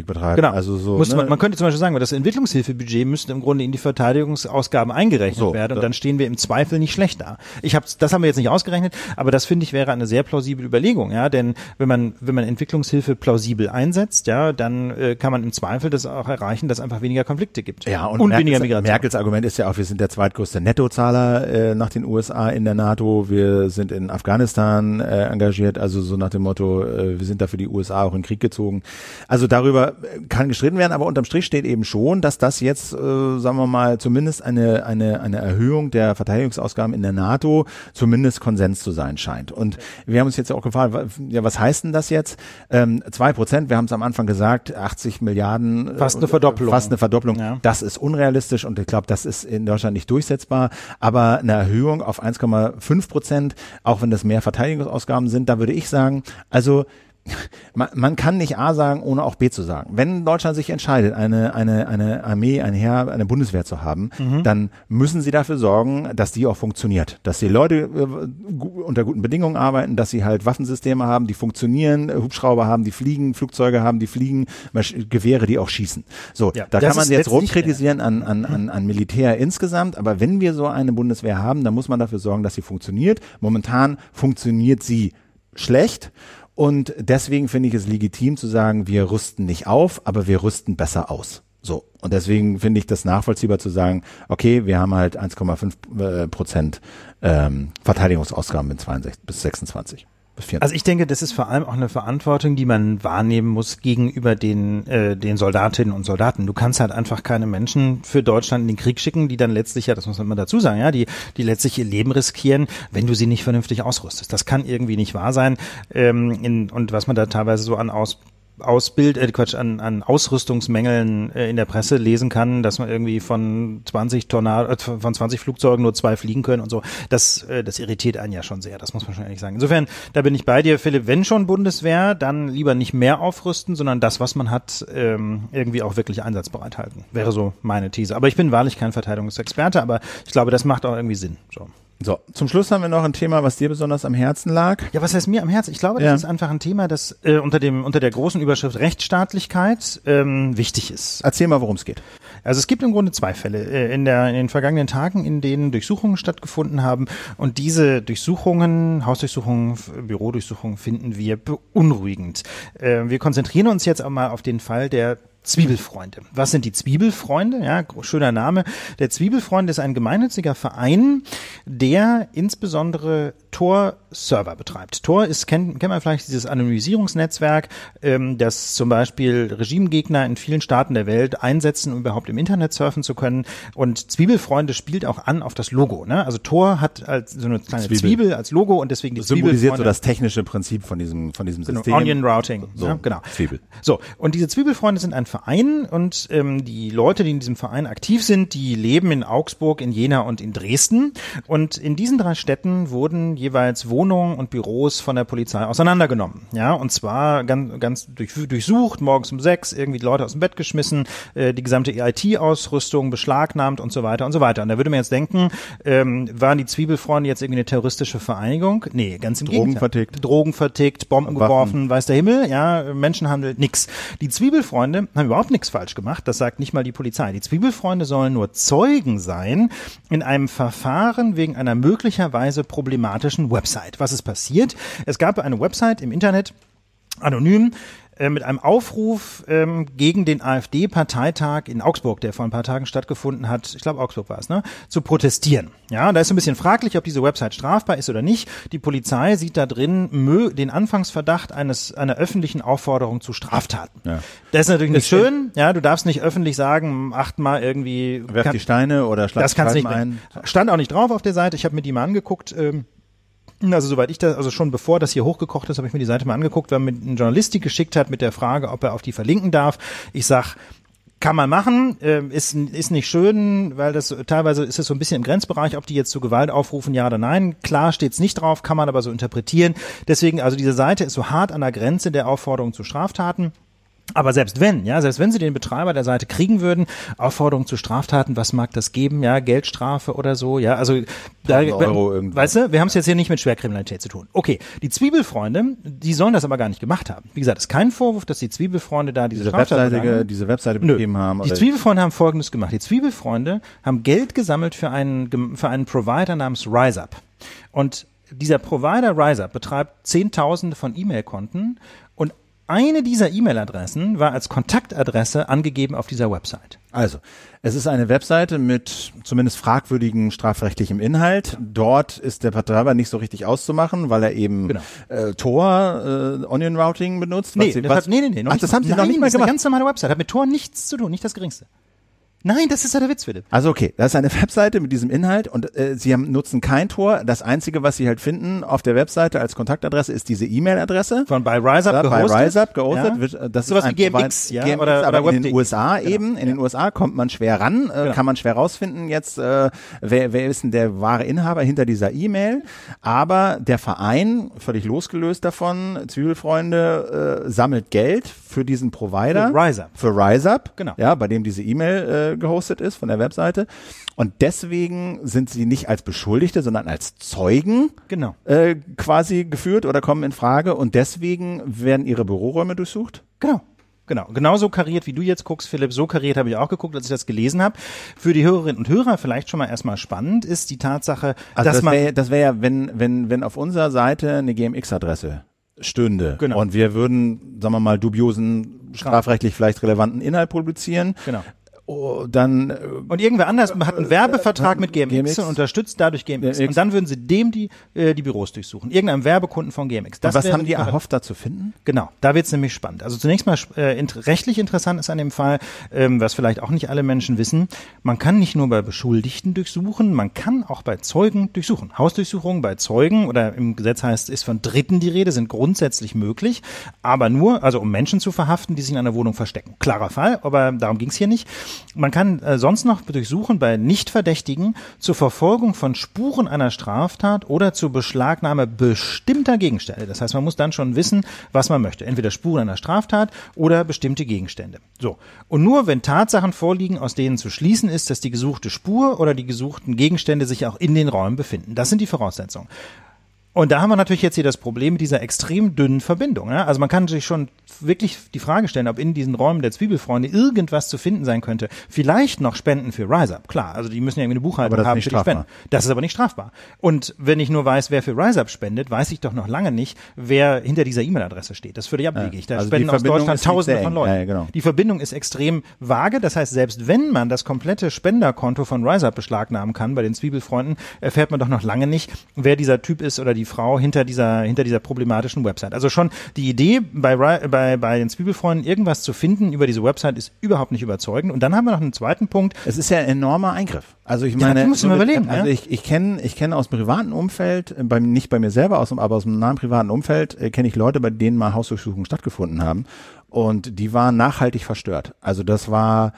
Genau. Also so, Muss ne? man, man könnte zum Beispiel sagen, das Entwicklungshilfebudget müsste im Grunde in die Verteidigungsausgaben eingerechnet So, werden und dann stehen wir im Zweifel nicht schlecht da. Ich hab's, das haben wir jetzt nicht ausgerechnet, aber das finde ich wäre eine sehr plausible Überlegung, ja, denn wenn man wenn man Entwicklungshilfe plausibel einsetzt, ja, dann äh, kann man im Zweifel das auch erreichen, dass es einfach weniger Konflikte gibt. Ja, und, und Merkels, weniger Migration. Merkels Argument ist ja auch, wir sind der zweitgrößte Nettozahler äh, nach den U S A in der NATO, wir sind in Afghanistan äh, engagiert, also so nach dem Motto, äh, wir sind da für die U S A auch in Krieg gezogen. Also darüber kann gestritten werden, aber unterm Strich steht eben schon, dass das jetzt, äh, sagen wir mal, zumindest eine eine eine Erhöhung der Verteidigungsausgaben in der NATO zumindest Konsens zu sein scheint. Und wir haben uns jetzt auch gefragt, ja, was heißt denn das jetzt? Ähm, zwei Prozent, wir haben es am Anfang gesagt, achtzig Milliarden. Fast eine Verdopplung. Fast eine Verdopplung. Ja. Das ist unrealistisch und ich glaube, das ist in Deutschland nicht durchsetzbar. Aber eine Erhöhung auf eins Komma fünf Prozent, auch wenn das mehr Verteidigungsausgaben sind, da würde ich sagen, also man, man kann nicht A sagen, ohne auch B zu sagen. Wenn Deutschland sich entscheidet, eine eine eine Armee, ein Heer, eine Bundeswehr zu haben, mhm. dann müssen sie dafür sorgen, dass die auch funktioniert. Dass die Leute äh, unter guten Bedingungen arbeiten, dass sie halt Waffensysteme haben, die funktionieren, Hubschrauber haben, die fliegen, Flugzeuge haben, die fliegen, Gewehre, die auch schießen. So, ja, da kann man jetzt rumkritisieren an, an, an, an Militär insgesamt, aber wenn wir so eine Bundeswehr haben, dann muss man dafür sorgen, dass sie funktioniert. Momentan funktioniert sie schlecht. Und deswegen finde ich es legitim zu sagen, wir rüsten nicht auf, aber wir rüsten besser aus. So. Und deswegen finde ich das nachvollziehbar zu sagen, okay, wir haben halt eins Komma fünf Prozent ähm, Verteidigungsausgaben mit zweiundsechzig bis sechsundzwanzig. Also ich denke, das ist vor allem auch eine Verantwortung, die man wahrnehmen muss gegenüber den äh, den Soldatinnen und Soldaten. Du kannst halt einfach keine Menschen für Deutschland in den Krieg schicken, die dann letztlich, ja, das muss man mal dazu sagen, ja, die die letztlich ihr Leben riskieren, wenn du sie nicht vernünftig ausrüstest. Das kann irgendwie nicht wahr sein. Ähm, in, und was man da teilweise so an Aus Ausbild, äh, Quatsch, an, an Ausrüstungsmängeln äh, in der Presse lesen kann, dass man irgendwie von zwanzig Tornado, äh, von zwanzig Flugzeugen nur zwei fliegen können und so. Das, äh, das irritiert einen ja schon sehr. Das muss man schon ehrlich sagen. Insofern, da bin ich bei dir, Philipp. Wenn schon Bundeswehr, dann lieber nicht mehr aufrüsten, sondern das, was man hat, ähm, irgendwie auch wirklich einsatzbereit halten. Wäre so meine These. Aber ich bin wahrlich kein Verteidigungsexperte, aber ich glaube, das macht auch irgendwie Sinn. So. So, zum Schluss haben wir noch ein Thema, was dir besonders am Herzen lag. Ja, was heißt mir am Herzen? Ich glaube, das ja. ist einfach ein Thema, das äh, unter dem unter der großen Überschrift Rechtsstaatlichkeit ähm, wichtig ist. Erzähl mal, worum es geht. Also es gibt im Grunde zwei Fälle äh, in der in den vergangenen Tagen, in denen Durchsuchungen stattgefunden haben. Und diese Durchsuchungen, Hausdurchsuchungen, Bürodurchsuchungen finden wir beunruhigend. Äh, wir konzentrieren uns jetzt auch mal auf den Fall der Zwiebelfreunde. Was sind die Zwiebelfreunde? Ja, schöner Name. Der Zwiebelfreunde ist ein gemeinnütziger Verein, der insbesondere Tor-Server betreibt. Tor ist, kennt, kennt man vielleicht dieses Anonymisierungsnetzwerk, ähm, das zum Beispiel Regimegegner in vielen Staaten der Welt einsetzen, um überhaupt im Internet surfen zu können. Und Zwiebelfreunde spielt auch an auf das Logo. Ne? Also Tor hat als so eine kleine Zwiebel, Zwiebel als Logo und deswegen die Zwiebelfreunde. Symbolisiert so das technische Prinzip von diesem von diesem System. Genau, Onion Routing. So, ja, genau. Zwiebel. So, und diese Zwiebelfreunde sind ein Verein und ähm, die Leute, die in diesem Verein aktiv sind, die leben in Augsburg, in Jena und in Dresden. Und in diesen drei Städten wurden jeweils Wohnungen und Büros von der Polizei auseinandergenommen. Ja, und zwar ganz, ganz durch, durchsucht, morgens um sechs, irgendwie die Leute aus dem Bett geschmissen, äh, die gesamte I T-Ausrüstung beschlagnahmt und so weiter und so weiter. Und da würde man jetzt denken, ähm, waren die Zwiebelfreunde jetzt irgendwie eine terroristische Vereinigung? Nee, ganz im Drogen Gegenteil. vertickt. Drogen vertickt, Bomben Waffen. geworfen, weiß der Himmel, ja, Menschenhandel, nix. Die Zwiebelfreunde haben überhaupt nichts falsch gemacht, das sagt nicht mal die Polizei. Die Zwiebelfreunde sollen nur Zeugen sein in einem Verfahren wegen einer möglicherweise problematischen Website. Was ist passiert? Es gab eine Website im Internet, anonym, mit einem Aufruf ähm, gegen den AfD-Parteitag in Augsburg, der vor ein paar Tagen stattgefunden hat, ich glaube Augsburg war es, ne, zu protestieren. Ja, da ist so ein bisschen fraglich, ob diese Website strafbar ist oder nicht. Die Polizei sieht da drin mö- den Anfangsverdacht eines einer öffentlichen Aufforderung zu Straftaten. Ja. Das ist natürlich nicht schön. Ja, du darfst nicht öffentlich sagen, achtmal irgendwie. Werf kann, die Steine oder schlag das kannst nicht ein. Stand auch nicht drauf auf der Seite. Ich habe mir die mal angeguckt. Ähm, Also soweit ich das, also schon bevor das hier hochgekocht ist, habe ich mir die Seite mal angeguckt, weil mir ein Journalist die geschickt hat mit der Frage, ob er auf die verlinken darf. Ich sag, kann man machen, ist ist nicht schön, weil das teilweise ist es so ein bisschen im Grenzbereich, ob die jetzt zu Gewalt aufrufen, ja oder nein. Klar steht's nicht drauf, kann man aber so interpretieren. Deswegen, also diese Seite ist so hart an der Grenze der Aufforderung zu Straftaten. Aber selbst wenn, ja, selbst wenn sie den Betreiber der Seite kriegen würden, Aufforderung zu Straftaten, was mag das geben, ja, Geldstrafe oder so, ja, also da, Euro irgendwo. Weißt du, wir haben es jetzt hier nicht mit Schwerkriminalität zu tun. Okay, die Zwiebelfreunde, die sollen das aber gar nicht gemacht haben. Wie gesagt, es ist kein Vorwurf, dass die Zwiebelfreunde da diese, diese Straftat Webseite, diese Webseite betrieben haben. Die Zwiebelfreunde haben Folgendes gemacht. Die Zwiebelfreunde haben Geld gesammelt für einen, für einen Provider namens RiseUp. Und dieser Provider RiseUp betreibt Zehntausende von E-Mail-Konten und eine dieser E-Mail-Adressen war als Kontaktadresse angegeben auf dieser Website. Also, es ist eine Webseite mit zumindest fragwürdigem strafrechtlichem Inhalt. Dort ist der Betreiber nicht so richtig auszumachen, weil er eben genau. äh, Tor, äh, Onion Routing benutzt. Nee, sie, das was, hat, nee, nee, nee. Noch ach, nicht, das haben sie nein, noch nicht mal das gemacht. Das ist eine ganz normale Website. Hat mit Tor nichts zu tun, nicht das Geringste. Nein, das ist ja der Witz, Philipp. Also okay, das ist eine Webseite mit diesem Inhalt und äh, sie haben, nutzen kein Tor. Das Einzige, was sie halt finden auf der Webseite als Kontaktadresse, ist diese E-Mail-Adresse. Von bei RiseUp ja, gehostet. Bei RiseUp gehostet. Ja. Wird, das so was ist wie G M X, ja, G M X, oder, aber oder in den U S A genau. eben. In den U S A kommt man schwer ran, äh, genau. kann man schwer rausfinden jetzt, äh, wer, wer ist denn der wahre Inhaber hinter dieser E-Mail. Aber der Verein, völlig losgelöst davon, Zwiebelfreunde, äh, sammelt Geld für diesen Provider. Für RiseUp. Für RiseUp, genau. Ja, bei dem diese E-Mail äh, gehostet ist von der Webseite. Und deswegen sind sie nicht als Beschuldigte, sondern als Zeugen genau. äh, quasi geführt oder kommen in Frage. Und deswegen werden ihre Büroräume durchsucht? Genau. Genau, genauso kariert, wie du jetzt guckst, Philipp, so kariert habe ich auch geguckt, als ich das gelesen habe. Für die Hörerinnen und Hörer vielleicht schon mal erstmal spannend ist die Tatsache, also dass das man... Wär, das wäre ja, wenn, wenn, wenn auf unserer Seite eine G M X-Adresse stünde genau. und wir würden, sagen wir mal, dubiosen, strafrechtlich vielleicht relevanten Inhalt publizieren. Genau. Oh, dann und irgendwer anders hat einen Werbevertrag mit G M X, G M X und unterstützt dadurch G M X. G M X. Und dann würden sie dem die äh, die Büros durchsuchen. Irgendeinem Werbekunden von G M X. Das und was haben die erhofft, da zu finden? Genau, da wird's nämlich spannend. Also zunächst mal äh, int- rechtlich interessant ist an dem Fall, ähm, was vielleicht auch nicht alle Menschen wissen, man kann nicht nur bei Beschuldigten durchsuchen, man kann auch bei Zeugen durchsuchen. Hausdurchsuchungen bei Zeugen oder im Gesetz heißt, ist von Dritten die Rede, sind grundsätzlich möglich, aber nur, also um Menschen zu verhaften, die sich in einer Wohnung verstecken. Klarer Fall, aber darum ging's hier nicht. Man kann äh, sonst noch durchsuchen bei Nichtverdächtigen zur Verfolgung von Spuren einer Straftat oder zur Beschlagnahme bestimmter Gegenstände. Das heißt, man muss dann schon wissen, was man möchte. Entweder Spuren einer Straftat oder bestimmte Gegenstände. So. Und nur wenn Tatsachen vorliegen, aus denen zu schließen ist, dass die gesuchte Spur oder die gesuchten Gegenstände sich auch in den Räumen befinden. Das sind die Voraussetzungen. Und da haben wir natürlich jetzt hier das Problem mit dieser extrem dünnen Verbindung. Ja? Also man kann sich schon wirklich die Frage stellen, ob in diesen Räumen der Zwiebelfreunde irgendwas zu finden sein könnte. Vielleicht noch Spenden für RiseUp, klar. Also die müssen ja irgendwie eine Buchhaltung haben für die Spenden. Das ist aber nicht strafbar. Und wenn ich nur weiß, wer für RiseUp spendet, weiß ich doch noch lange nicht, wer hinter dieser E-Mail-Adresse steht. Das ist völlig abwegig. Da also spenden aus Deutschland Tausende von Leuten. Ja, genau. Die Verbindung ist extrem vage. Das heißt, selbst wenn man das komplette Spenderkonto von RiseUp beschlagnahmen kann bei den Zwiebelfreunden, erfährt man doch noch lange nicht, wer dieser Typ ist oder die Frau hinter dieser hinter dieser problematischen Website. Also schon die Idee bei bei bei den Zwiebelfreunden irgendwas zu finden über diese Website ist überhaupt nicht überzeugend. Und dann haben wir noch einen zweiten Punkt. Es ist ja ein enormer Eingriff. Also ich meine, ja, musst du mal überlegen. Also ja? ich ich kenne ich kenne aus dem privaten Umfeld, bei, nicht bei mir selber, aus dem, aber aus dem nahen privaten Umfeld äh, kenne ich Leute, bei denen mal Hausdurchsuchungen stattgefunden haben und die waren nachhaltig verstört. Also das war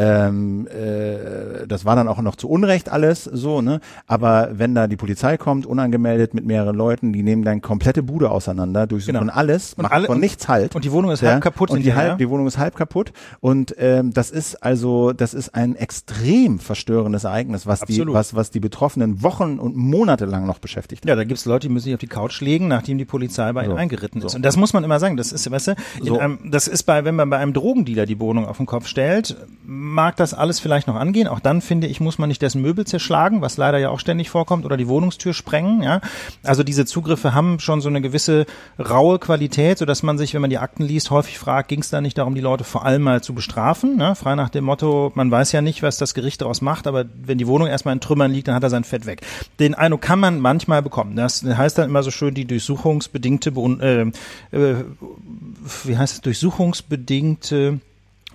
Ähm, äh, das war dann auch noch zu Unrecht alles so, ne? Aber wenn da die Polizei kommt, unangemeldet mit mehreren Leuten, die nehmen dann komplette Bude auseinander, durchsuchen genau. alles, und machen alle, von nichts halt. Und die Wohnung ist ja? halb kaputt. Und die, halb, die Wohnung ist halb kaputt. Und ähm, das ist also, das ist ein extrem verstörendes Ereignis, was Absolut. die, was, was die Betroffenen Wochen und Monate lang noch beschäftigt hat. Ja, da gibt's Leute, die müssen sich auf die Couch legen, nachdem die Polizei bei ihnen so. eingeritten ist. So. Und das muss man immer sagen. Das ist, weißt du, so. einem, das ist bei, wenn man bei einem Drogendealer die Wohnung auf den Kopf stellt, mag das alles vielleicht noch angehen. Auch dann, finde ich, muss man nicht dessen Möbel zerschlagen, was leider ja auch ständig vorkommt, oder die Wohnungstür sprengen. Ja, also diese Zugriffe haben schon so eine gewisse raue Qualität, sodass man sich, wenn man die Akten liest, häufig fragt, ging es da nicht darum, die Leute vor allem mal zu bestrafen? Ne? Frei nach dem Motto, man weiß ja nicht, was das Gericht daraus macht, aber wenn die Wohnung erstmal in Trümmern liegt, dann hat er sein Fett weg. Den Eindruck kann man manchmal bekommen. Das heißt dann immer so schön, die durchsuchungsbedingte, äh, äh, wie heißt es, durchsuchungsbedingte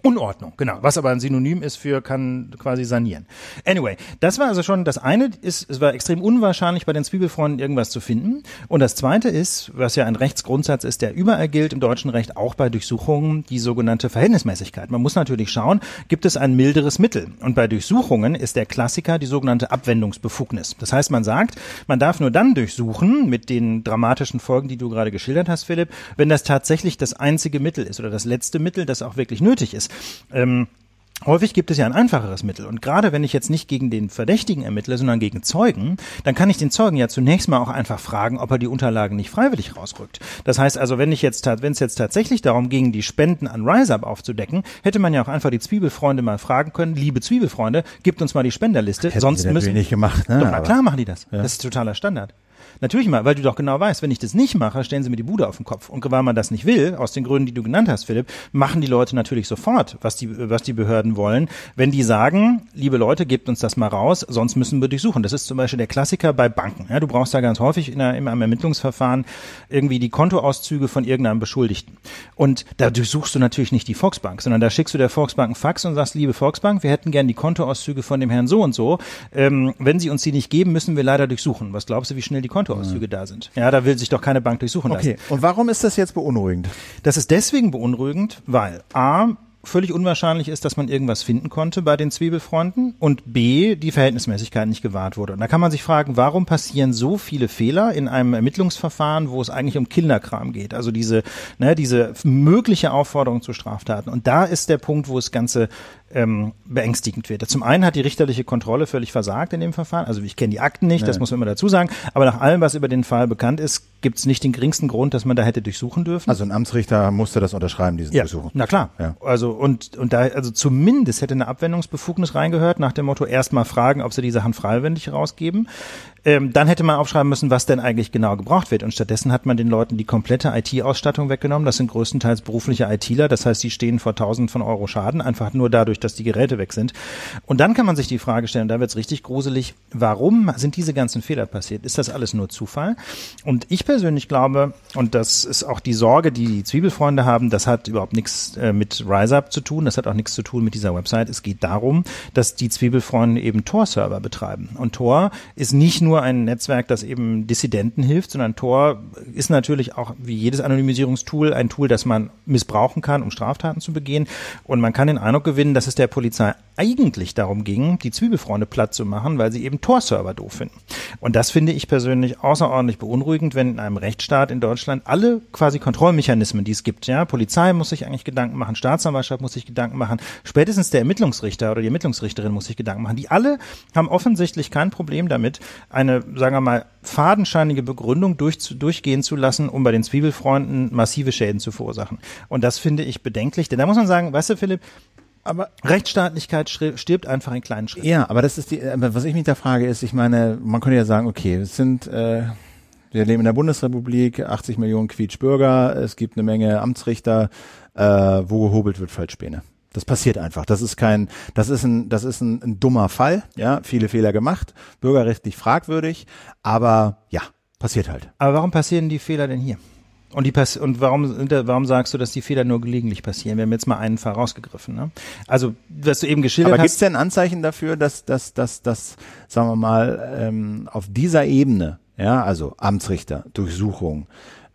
Unordnung, genau. Was aber ein Synonym ist für kann quasi sanieren. Anyway, das war also schon, das eine ist, es war extrem unwahrscheinlich bei den Zwiebelfreunden irgendwas zu finden. Und das zweite ist, was ja ein Rechtsgrundsatz ist, der überall gilt im deutschen Recht, auch bei Durchsuchungen, die sogenannte Verhältnismäßigkeit. Man muss natürlich schauen, gibt es ein milderes Mittel? Und bei Durchsuchungen ist der Klassiker die sogenannte Abwendungsbefugnis. Das heißt, man sagt, man darf nur dann durchsuchen, mit den dramatischen Folgen, die du gerade geschildert hast, Philipp, wenn das tatsächlich das einzige Mittel ist oder das letzte Mittel, das auch wirklich nötig ist. Ähm, Häufig gibt es ja ein einfacheres Mittel und gerade wenn ich jetzt nicht gegen den Verdächtigen ermittle, sondern gegen Zeugen, dann kann ich den Zeugen ja zunächst mal auch einfach fragen, ob er die Unterlagen nicht freiwillig rausrückt. Das heißt also, wenn ich jetzt, wenn es jetzt tatsächlich darum ging, die Spenden an RiseUp aufzudecken, hätte man ja auch einfach die Zwiebelfreunde mal fragen können, liebe Zwiebelfreunde, gebt uns mal die Spenderliste. Hätten Sonst sie natürlich müssen nicht gemacht, ne? Doch, na Aber klar machen die das. Ja. Das ist totaler Standard. Natürlich mal, weil du doch genau weißt, wenn ich das nicht mache, stellen sie mir die Bude auf den Kopf. Und weil man das nicht will, aus den Gründen, die du genannt hast, Philipp, machen die Leute natürlich sofort, was die, was die Behörden wollen. Wenn die sagen, liebe Leute, gebt uns das mal raus, sonst müssen wir durchsuchen. Das ist zum Beispiel der Klassiker bei Banken. Ja, du brauchst da ganz häufig in einer, in einem Ermittlungsverfahren irgendwie die Kontoauszüge von irgendeinem Beschuldigten. Und da durchsuchst du natürlich nicht die Volksbank, sondern da schickst du der Volksbank einen Fax und sagst, liebe Volksbank, wir hätten gern die Kontoauszüge von dem Herrn so und so. Ähm, wenn Sie uns die nicht geben, müssen wir leider durchsuchen. Was glaubst du, wie schnell die Kontoauszüge mhm. da sind? Ja, da will sich doch keine Bank durchsuchen lassen. Okay, und warum ist das jetzt beunruhigend? Das ist deswegen beunruhigend, weil A, völlig unwahrscheinlich ist, dass man irgendwas finden konnte bei den Zwiebelfreunden und B, die Verhältnismäßigkeit nicht gewahrt wurde. Und da kann man sich fragen, warum passieren so viele Fehler in einem Ermittlungsverfahren, wo es eigentlich um Kinderkram geht? Also diese, ne, diese mögliche Aufforderung zu Straftaten. Und da ist der Punkt, wo das Ganze ähm, beängstigend wird. Zum einen hat die richterliche Kontrolle völlig versagt in dem Verfahren. Also ich kenne die Akten nicht, nee. Das muss man immer dazu sagen. Aber nach allem, was über den Fall bekannt ist, gibt es nicht den geringsten Grund, dass man da hätte durchsuchen dürfen. Also ein Amtsrichter musste das unterschreiben, diesen ja, Durchsuchung. Na klar. Ja. Also und und da also zumindest hätte eine Abwendungsbefugnis reingehört, nach dem Motto erst mal fragen, ob sie die Sachen freiwillig rausgeben. Ähm, dann hätte man aufschreiben müssen, was denn eigentlich genau gebraucht wird. Und stattdessen hat man den Leuten die komplette I T-Ausstattung weggenommen. Das sind größtenteils berufliche ITler. Das heißt, die stehen vor Tausenden von Euro Schaden, einfach nur dadurch, dass die Geräte weg sind. Und dann kann man sich die Frage stellen, da wird's richtig gruselig, warum sind diese ganzen Fehler passiert? Ist das alles nur Zufall? Und ich persönlich glaube, und das ist auch die Sorge, die die Zwiebelfreunde haben, das hat überhaupt nichts äh, mit RiseUp zu tun, das hat auch nichts zu tun mit dieser Website. Es geht darum, dass die Zwiebelfreunde eben Tor-Server betreiben. Und Tor ist nicht nur ein Netzwerk, das eben Dissidenten hilft, sondern Tor ist natürlich auch wie jedes Anonymisierungstool ein Tool, das man missbrauchen kann, um Straftaten zu begehen. Und man kann den Eindruck gewinnen, dass es der Polizei eigentlich darum ging, die Zwiebelfreunde platt zu machen, weil sie eben Tor-Server doof finden. Und das finde ich persönlich außerordentlich beunruhigend, wenn in einem Rechtsstaat in Deutschland alle quasi Kontrollmechanismen, die es gibt, ja, Polizei muss sich eigentlich Gedanken machen, Staatsanwaltschaft muss sich Gedanken machen, spätestens der Ermittlungsrichter oder die Ermittlungsrichterin muss sich Gedanken machen. Die alle haben offensichtlich kein Problem damit, eine, sagen wir mal, fadenscheinige Begründung durch, durchgehen zu lassen, um bei den Zwiebelfreunden massive Schäden zu verursachen. Und das finde ich bedenklich, denn da muss man sagen, weißt du, Philipp, aber Rechtsstaatlichkeit stirbt einfach in kleinen Schritten. Ja, aber das ist die, was ich mich da frage, ist, ich meine, man könnte ja sagen, okay, es sind, äh, wir leben in der Bundesrepublik, achtzig Millionen Quietschbürger, es gibt eine Menge Amtsrichter, äh, wo gehobelt wird, fällt Späne. Das passiert einfach. Das ist kein, das ist ein, das ist ein, ein dummer Fall, ja, viele Fehler gemacht, bürgerrechtlich fragwürdig, aber ja, passiert halt. Aber warum passieren die Fehler denn hier? Und die pass- und warum warum sagst du, dass die Fehler nur gelegentlich passieren? Wir haben jetzt mal einen Fall rausgegriffen, ne? Also, was du eben geschildert Aber hast. Aber gibt es denn Anzeichen dafür, dass dass dass dass sagen wir mal ähm, auf dieser Ebene, ja, also Amtsrichter, Durchsuchung,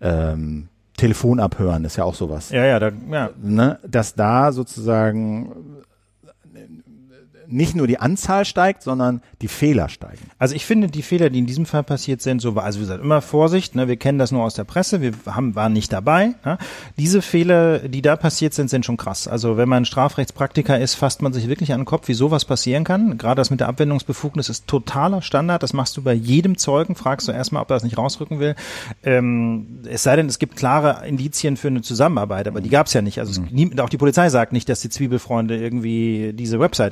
ähm, Telefon abhören, ist ja auch sowas. Ja, ja, da, ja. Ne, dass da sozusagen nicht nur die Anzahl steigt, sondern die Fehler steigen. Also ich finde, die Fehler, die in diesem Fall passiert sind, so, also wie gesagt, immer Vorsicht, ne, wir kennen das nur aus der Presse, wir haben, waren nicht dabei. Ne? Diese Fehler, die da passiert sind, sind schon krass. Also wenn man Strafrechtspraktiker ist, fasst man sich wirklich an den Kopf, wie sowas passieren kann. Gerade das mit der Abwendungsbefugnis ist totaler Standard, das machst du bei jedem Zeugen, fragst du erstmal, ob er das nicht rausrücken will. Ähm, es sei denn, es gibt klare Indizien für eine Zusammenarbeit, aber die gab es ja nicht. Also es, mhm. nie, auch die Polizei sagt nicht, dass die Zwiebelfreunde irgendwie diese Website ins Netz gestellt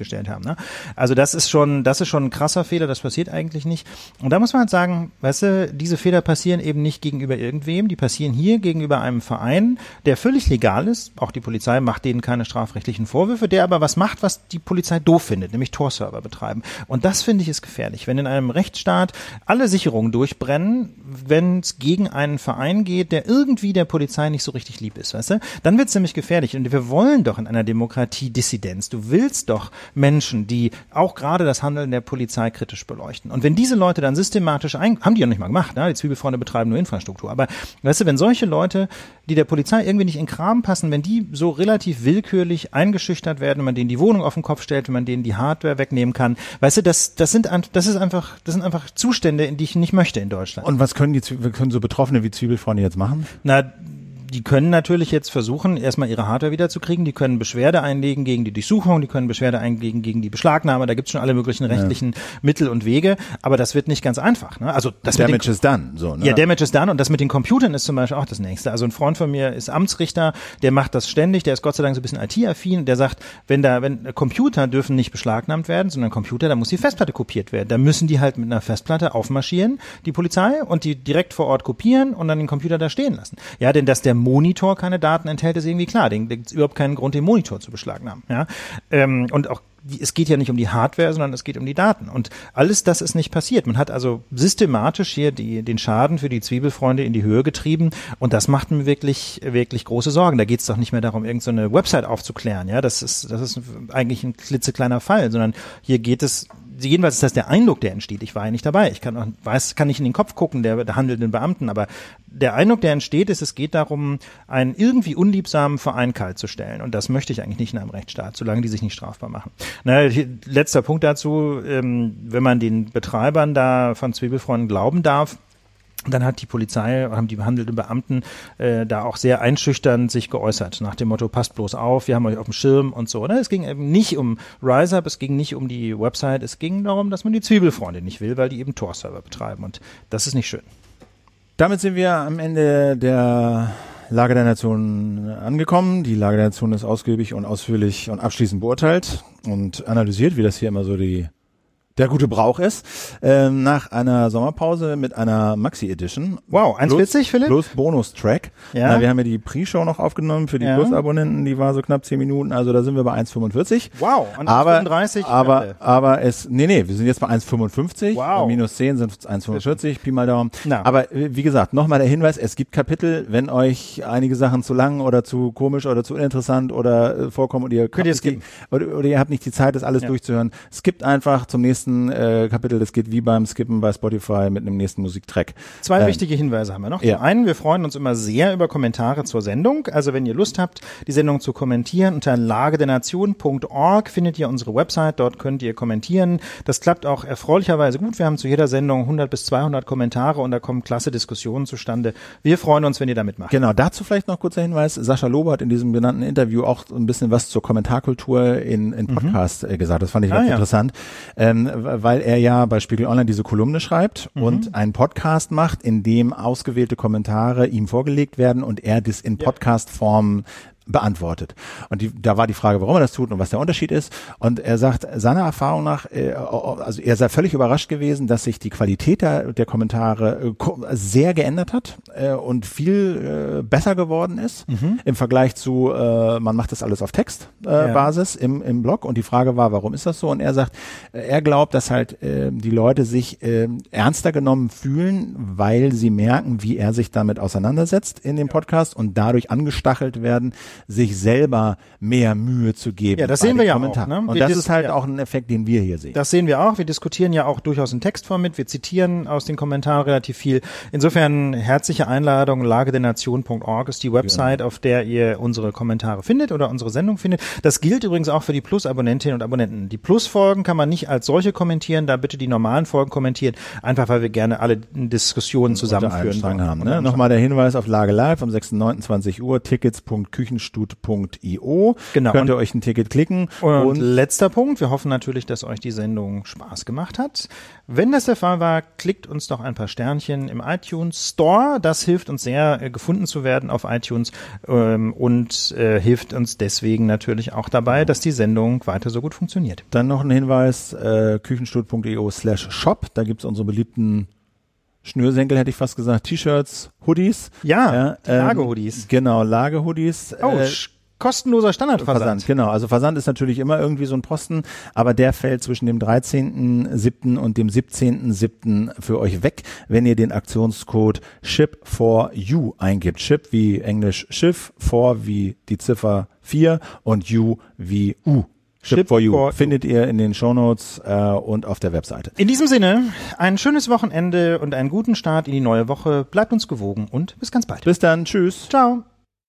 gestellt haben. Ne? Also das ist schon, das ist schon ein krasser Fehler, das passiert eigentlich nicht. Und da muss man halt sagen, weißt du, diese Fehler passieren eben nicht gegenüber irgendwem, die passieren hier gegenüber einem Verein, der völlig legal ist. Auch die Polizei macht denen keine strafrechtlichen Vorwürfe, der aber was macht, was die Polizei doof findet, nämlich Tor-Server betreiben. Und das finde ich ist gefährlich. Wenn in einem Rechtsstaat alle Sicherungen durchbrennen, wenn es gegen einen Verein geht, der irgendwie der Polizei nicht so richtig lieb ist, weißt du, dann wird es nämlich gefährlich. Und wir wollen doch in einer Demokratie Dissidenz. Du willst doch Menschen, die auch gerade das Handeln der Polizei kritisch beleuchten. Und wenn diese Leute dann systematisch ein, haben die ja nicht mal gemacht, ne? Die Zwiebelfreunde betreiben nur Infrastruktur. Aber weißt du, wenn solche Leute, die der Polizei irgendwie nicht in den Kram passen, wenn die so relativ willkürlich eingeschüchtert werden, wenn man denen die Wohnung auf den Kopf stellt, wenn man denen die Hardware wegnehmen kann, weißt du, das, das sind, das ist einfach, das sind einfach Zustände, in die ich nicht möchte in Deutschland. Und was können die, können so Betroffene wie Zwiebelfreunde jetzt machen? Na, die können natürlich jetzt versuchen, erstmal ihre Hardware wiederzukriegen. Die können Beschwerde einlegen gegen die Durchsuchung, die können Beschwerde einlegen gegen die Beschlagnahme. Da gibt's schon alle möglichen rechtlichen ja. Mittel und Wege. Aber das wird nicht ganz einfach. Ne? Also das Damage mit den, is done. So, ne? Ja, Damage is done. Und das mit den Computern ist zum Beispiel auch das Nächste. Also ein Freund von mir ist Amtsrichter, der macht das ständig. Der ist Gott sei Dank so ein bisschen I T-affin. Der sagt, wenn da, wenn Computer dürfen nicht beschlagnahmt werden, sondern Computer, da muss die Festplatte kopiert werden. Da müssen die halt mit einer Festplatte aufmarschieren, die Polizei, und die direkt vor Ort kopieren und dann den Computer da stehen lassen. Ja, denn dass der Monitor keine Daten enthält, ist irgendwie klar. Da gibt es überhaupt keinen Grund, den Monitor zu beschlagnahmen. Ja? Ähm, und auch es geht ja nicht um die Hardware, sondern es geht um die Daten. Und alles das ist nicht passiert. Man hat also systematisch hier die, den Schaden für die Zwiebelfreunde in die Höhe getrieben. Und das macht mir wirklich, wirklich große Sorgen. Da geht es doch nicht mehr darum, irgendeine so Website aufzuklären. Ja, das ist, das ist eigentlich ein klitzekleiner Fall, sondern hier geht es, jedenfalls ist das der Eindruck, der entsteht. Ich war ja nicht dabei. Ich kann auch, weiß, kann nicht in den Kopf gucken der, der handelnden Beamten, aber der Eindruck, der entsteht, ist, es geht darum, einen irgendwie unliebsamen Verein kalt zu stellen. Und das möchte ich eigentlich nicht in einem Rechtsstaat, solange die sich nicht strafbar machen. Na, letzter Punkt dazu, ähm, wenn man den Betreibern da von Zwiebelfreunden glauben darf, dann hat die Polizei, haben die behandelten Beamten äh, da auch sehr einschüchternd sich geäußert, nach dem Motto, passt bloß auf, wir haben euch auf dem Schirm und so. Ne? Es ging eben nicht um RiseUp, es ging nicht um die Website, es ging darum, dass man die Zwiebelfreunde nicht will, weil die eben Tor-Server betreiben, und das ist nicht schön. Damit sind wir am Ende der Lage der Nation angekommen. Die Lage der Nation ist ausgiebig und ausführlich und abschließend beurteilt und analysiert, wie das hier immer so die der gute Brauch ist, ähm, nach einer Sommerpause mit einer Maxi-Edition. Wow, eins vierzig, Philipp? Plus Bonus-Track. Ja. Na, wir haben ja die Pre-Show noch aufgenommen für die ja. Plus-Abonnenten, die war so knapp zehn Minuten, also da sind wir bei eins fünfundvierzig. Wow, und aber, eins fünfunddreißig. Aber, ja. aber es, nee, nee, wir sind jetzt bei eins fünfundfünfzig. Wow. Minus zehn sind eins fünfundvierzig, Pi mal Daumen. Na. Aber wie gesagt, nochmal der Hinweis, es gibt Kapitel, wenn euch einige Sachen zu lang oder zu komisch oder zu uninteressant oder äh, vorkommen und ihr könnt ihr skippen. Oder, oder ihr habt nicht die Zeit, das alles ja. durchzuhören, skippt einfach zum nächsten äh, Kapitel. Das geht wie beim Skippen bei Spotify mit einem nächsten Musiktrack. Zwei ähm, wichtige Hinweise haben wir noch. Ja. Zum einen, wir freuen uns immer sehr über Kommentare zur Sendung. Also wenn ihr Lust habt, die Sendung zu kommentieren, unter lagedernation punkt org findet ihr unsere Website. Dort könnt ihr kommentieren. Das klappt auch erfreulicherweise gut. Wir haben zu jeder Sendung hundert bis zweihundert Kommentare und da kommen klasse Diskussionen zustande. Wir freuen uns, wenn ihr da mitmacht. Genau, dazu vielleicht noch kurzer Hinweis. Sascha Lobe hat in diesem genannten Interview auch ein bisschen was zur Kommentarkultur in, in Podcast mhm. gesagt. Das fand ich ganz ah, interessant, ja. ähm, weil er ja bei Spiegel Online diese Kolumne schreibt mhm. und einen Podcast macht, in dem ausgewählte Kommentare ihm vorgelegt werden und er das in Podcast-Form beantwortet. Und die, da war die Frage, warum er das tut und was der Unterschied ist. Und er sagt, seiner Erfahrung nach, äh, also er sei völlig überrascht gewesen, dass sich die Qualität der, der Kommentare äh, sehr geändert hat äh, und viel äh, besser geworden ist mhm. im Vergleich zu, äh, man macht das alles auf Textbasis äh, ja. im, im Blog. Und die Frage war, warum ist das so? Und er sagt, äh, er glaubt, dass halt äh, die Leute sich äh, ernster genommen fühlen, weil sie merken, wie er sich damit auseinandersetzt in dem Podcast und dadurch angestachelt werden, sich selber mehr Mühe zu geben. Ja, das sehen wir ja auch. Ne? Und das ist halt ja. auch ein Effekt, den wir hier sehen. Das sehen wir auch. Wir diskutieren ja auch durchaus in Textform mit. Wir zitieren aus den Kommentaren relativ viel. Insofern herzliche Einladung. lagedernation punkt org ist die Website, ja. auf der ihr unsere Kommentare findet oder unsere Sendung findet. Das gilt übrigens auch für die Plus-Abonnentinnen und Abonnenten. Die Plus-Folgen kann man nicht als solche kommentieren. Da bitte die normalen Folgen kommentieren. Einfach, weil wir gerne alle Diskussionen zusammenführen wollen. Haben, ne? Nochmal der Hinweis auf Lage Live am sechsten neunten zwanzig Uhr. Tickets punkt küchenstudio küchenstut punkt io. Genau. Könnt ihr euch ein Ticket klicken. Und, Und letzter Punkt, wir hoffen natürlich, dass euch die Sendung Spaß gemacht hat. Wenn das der Fall war, klickt uns doch ein paar Sternchen im iTunes Store. Das hilft uns sehr, gefunden zu werden auf iTunes ähm, und äh, hilft uns deswegen natürlich auch dabei, dass die Sendung weiter so gut funktioniert. Dann noch ein Hinweis, äh, küchenstut punkt io slash shop. Da gibt's unsere beliebten Schnürsenkel, hätte ich fast gesagt, T-Shirts, Hoodies. Ja, ja ähm, Lagehoodies. Genau, Lagehoodies. Oh, äh, kostenloser Standardversand. Versand, genau. Also Versand ist natürlich immer irgendwie so ein Posten, aber der fällt zwischen dem dreizehnten siebten und dem siebzehnten siebten für euch weg, wenn ihr den Aktionscode ship for you eingibt. Ship wie Englisch Schiff, for wie die Ziffer vier und you wie U. Ship, Ship for you for findet you. Ihr in den Shownotes äh, und auf der Webseite. In diesem Sinne, ein schönes Wochenende und einen guten Start in die neue Woche. Bleibt uns gewogen und bis ganz bald. Bis dann. Tschüss. Ciao.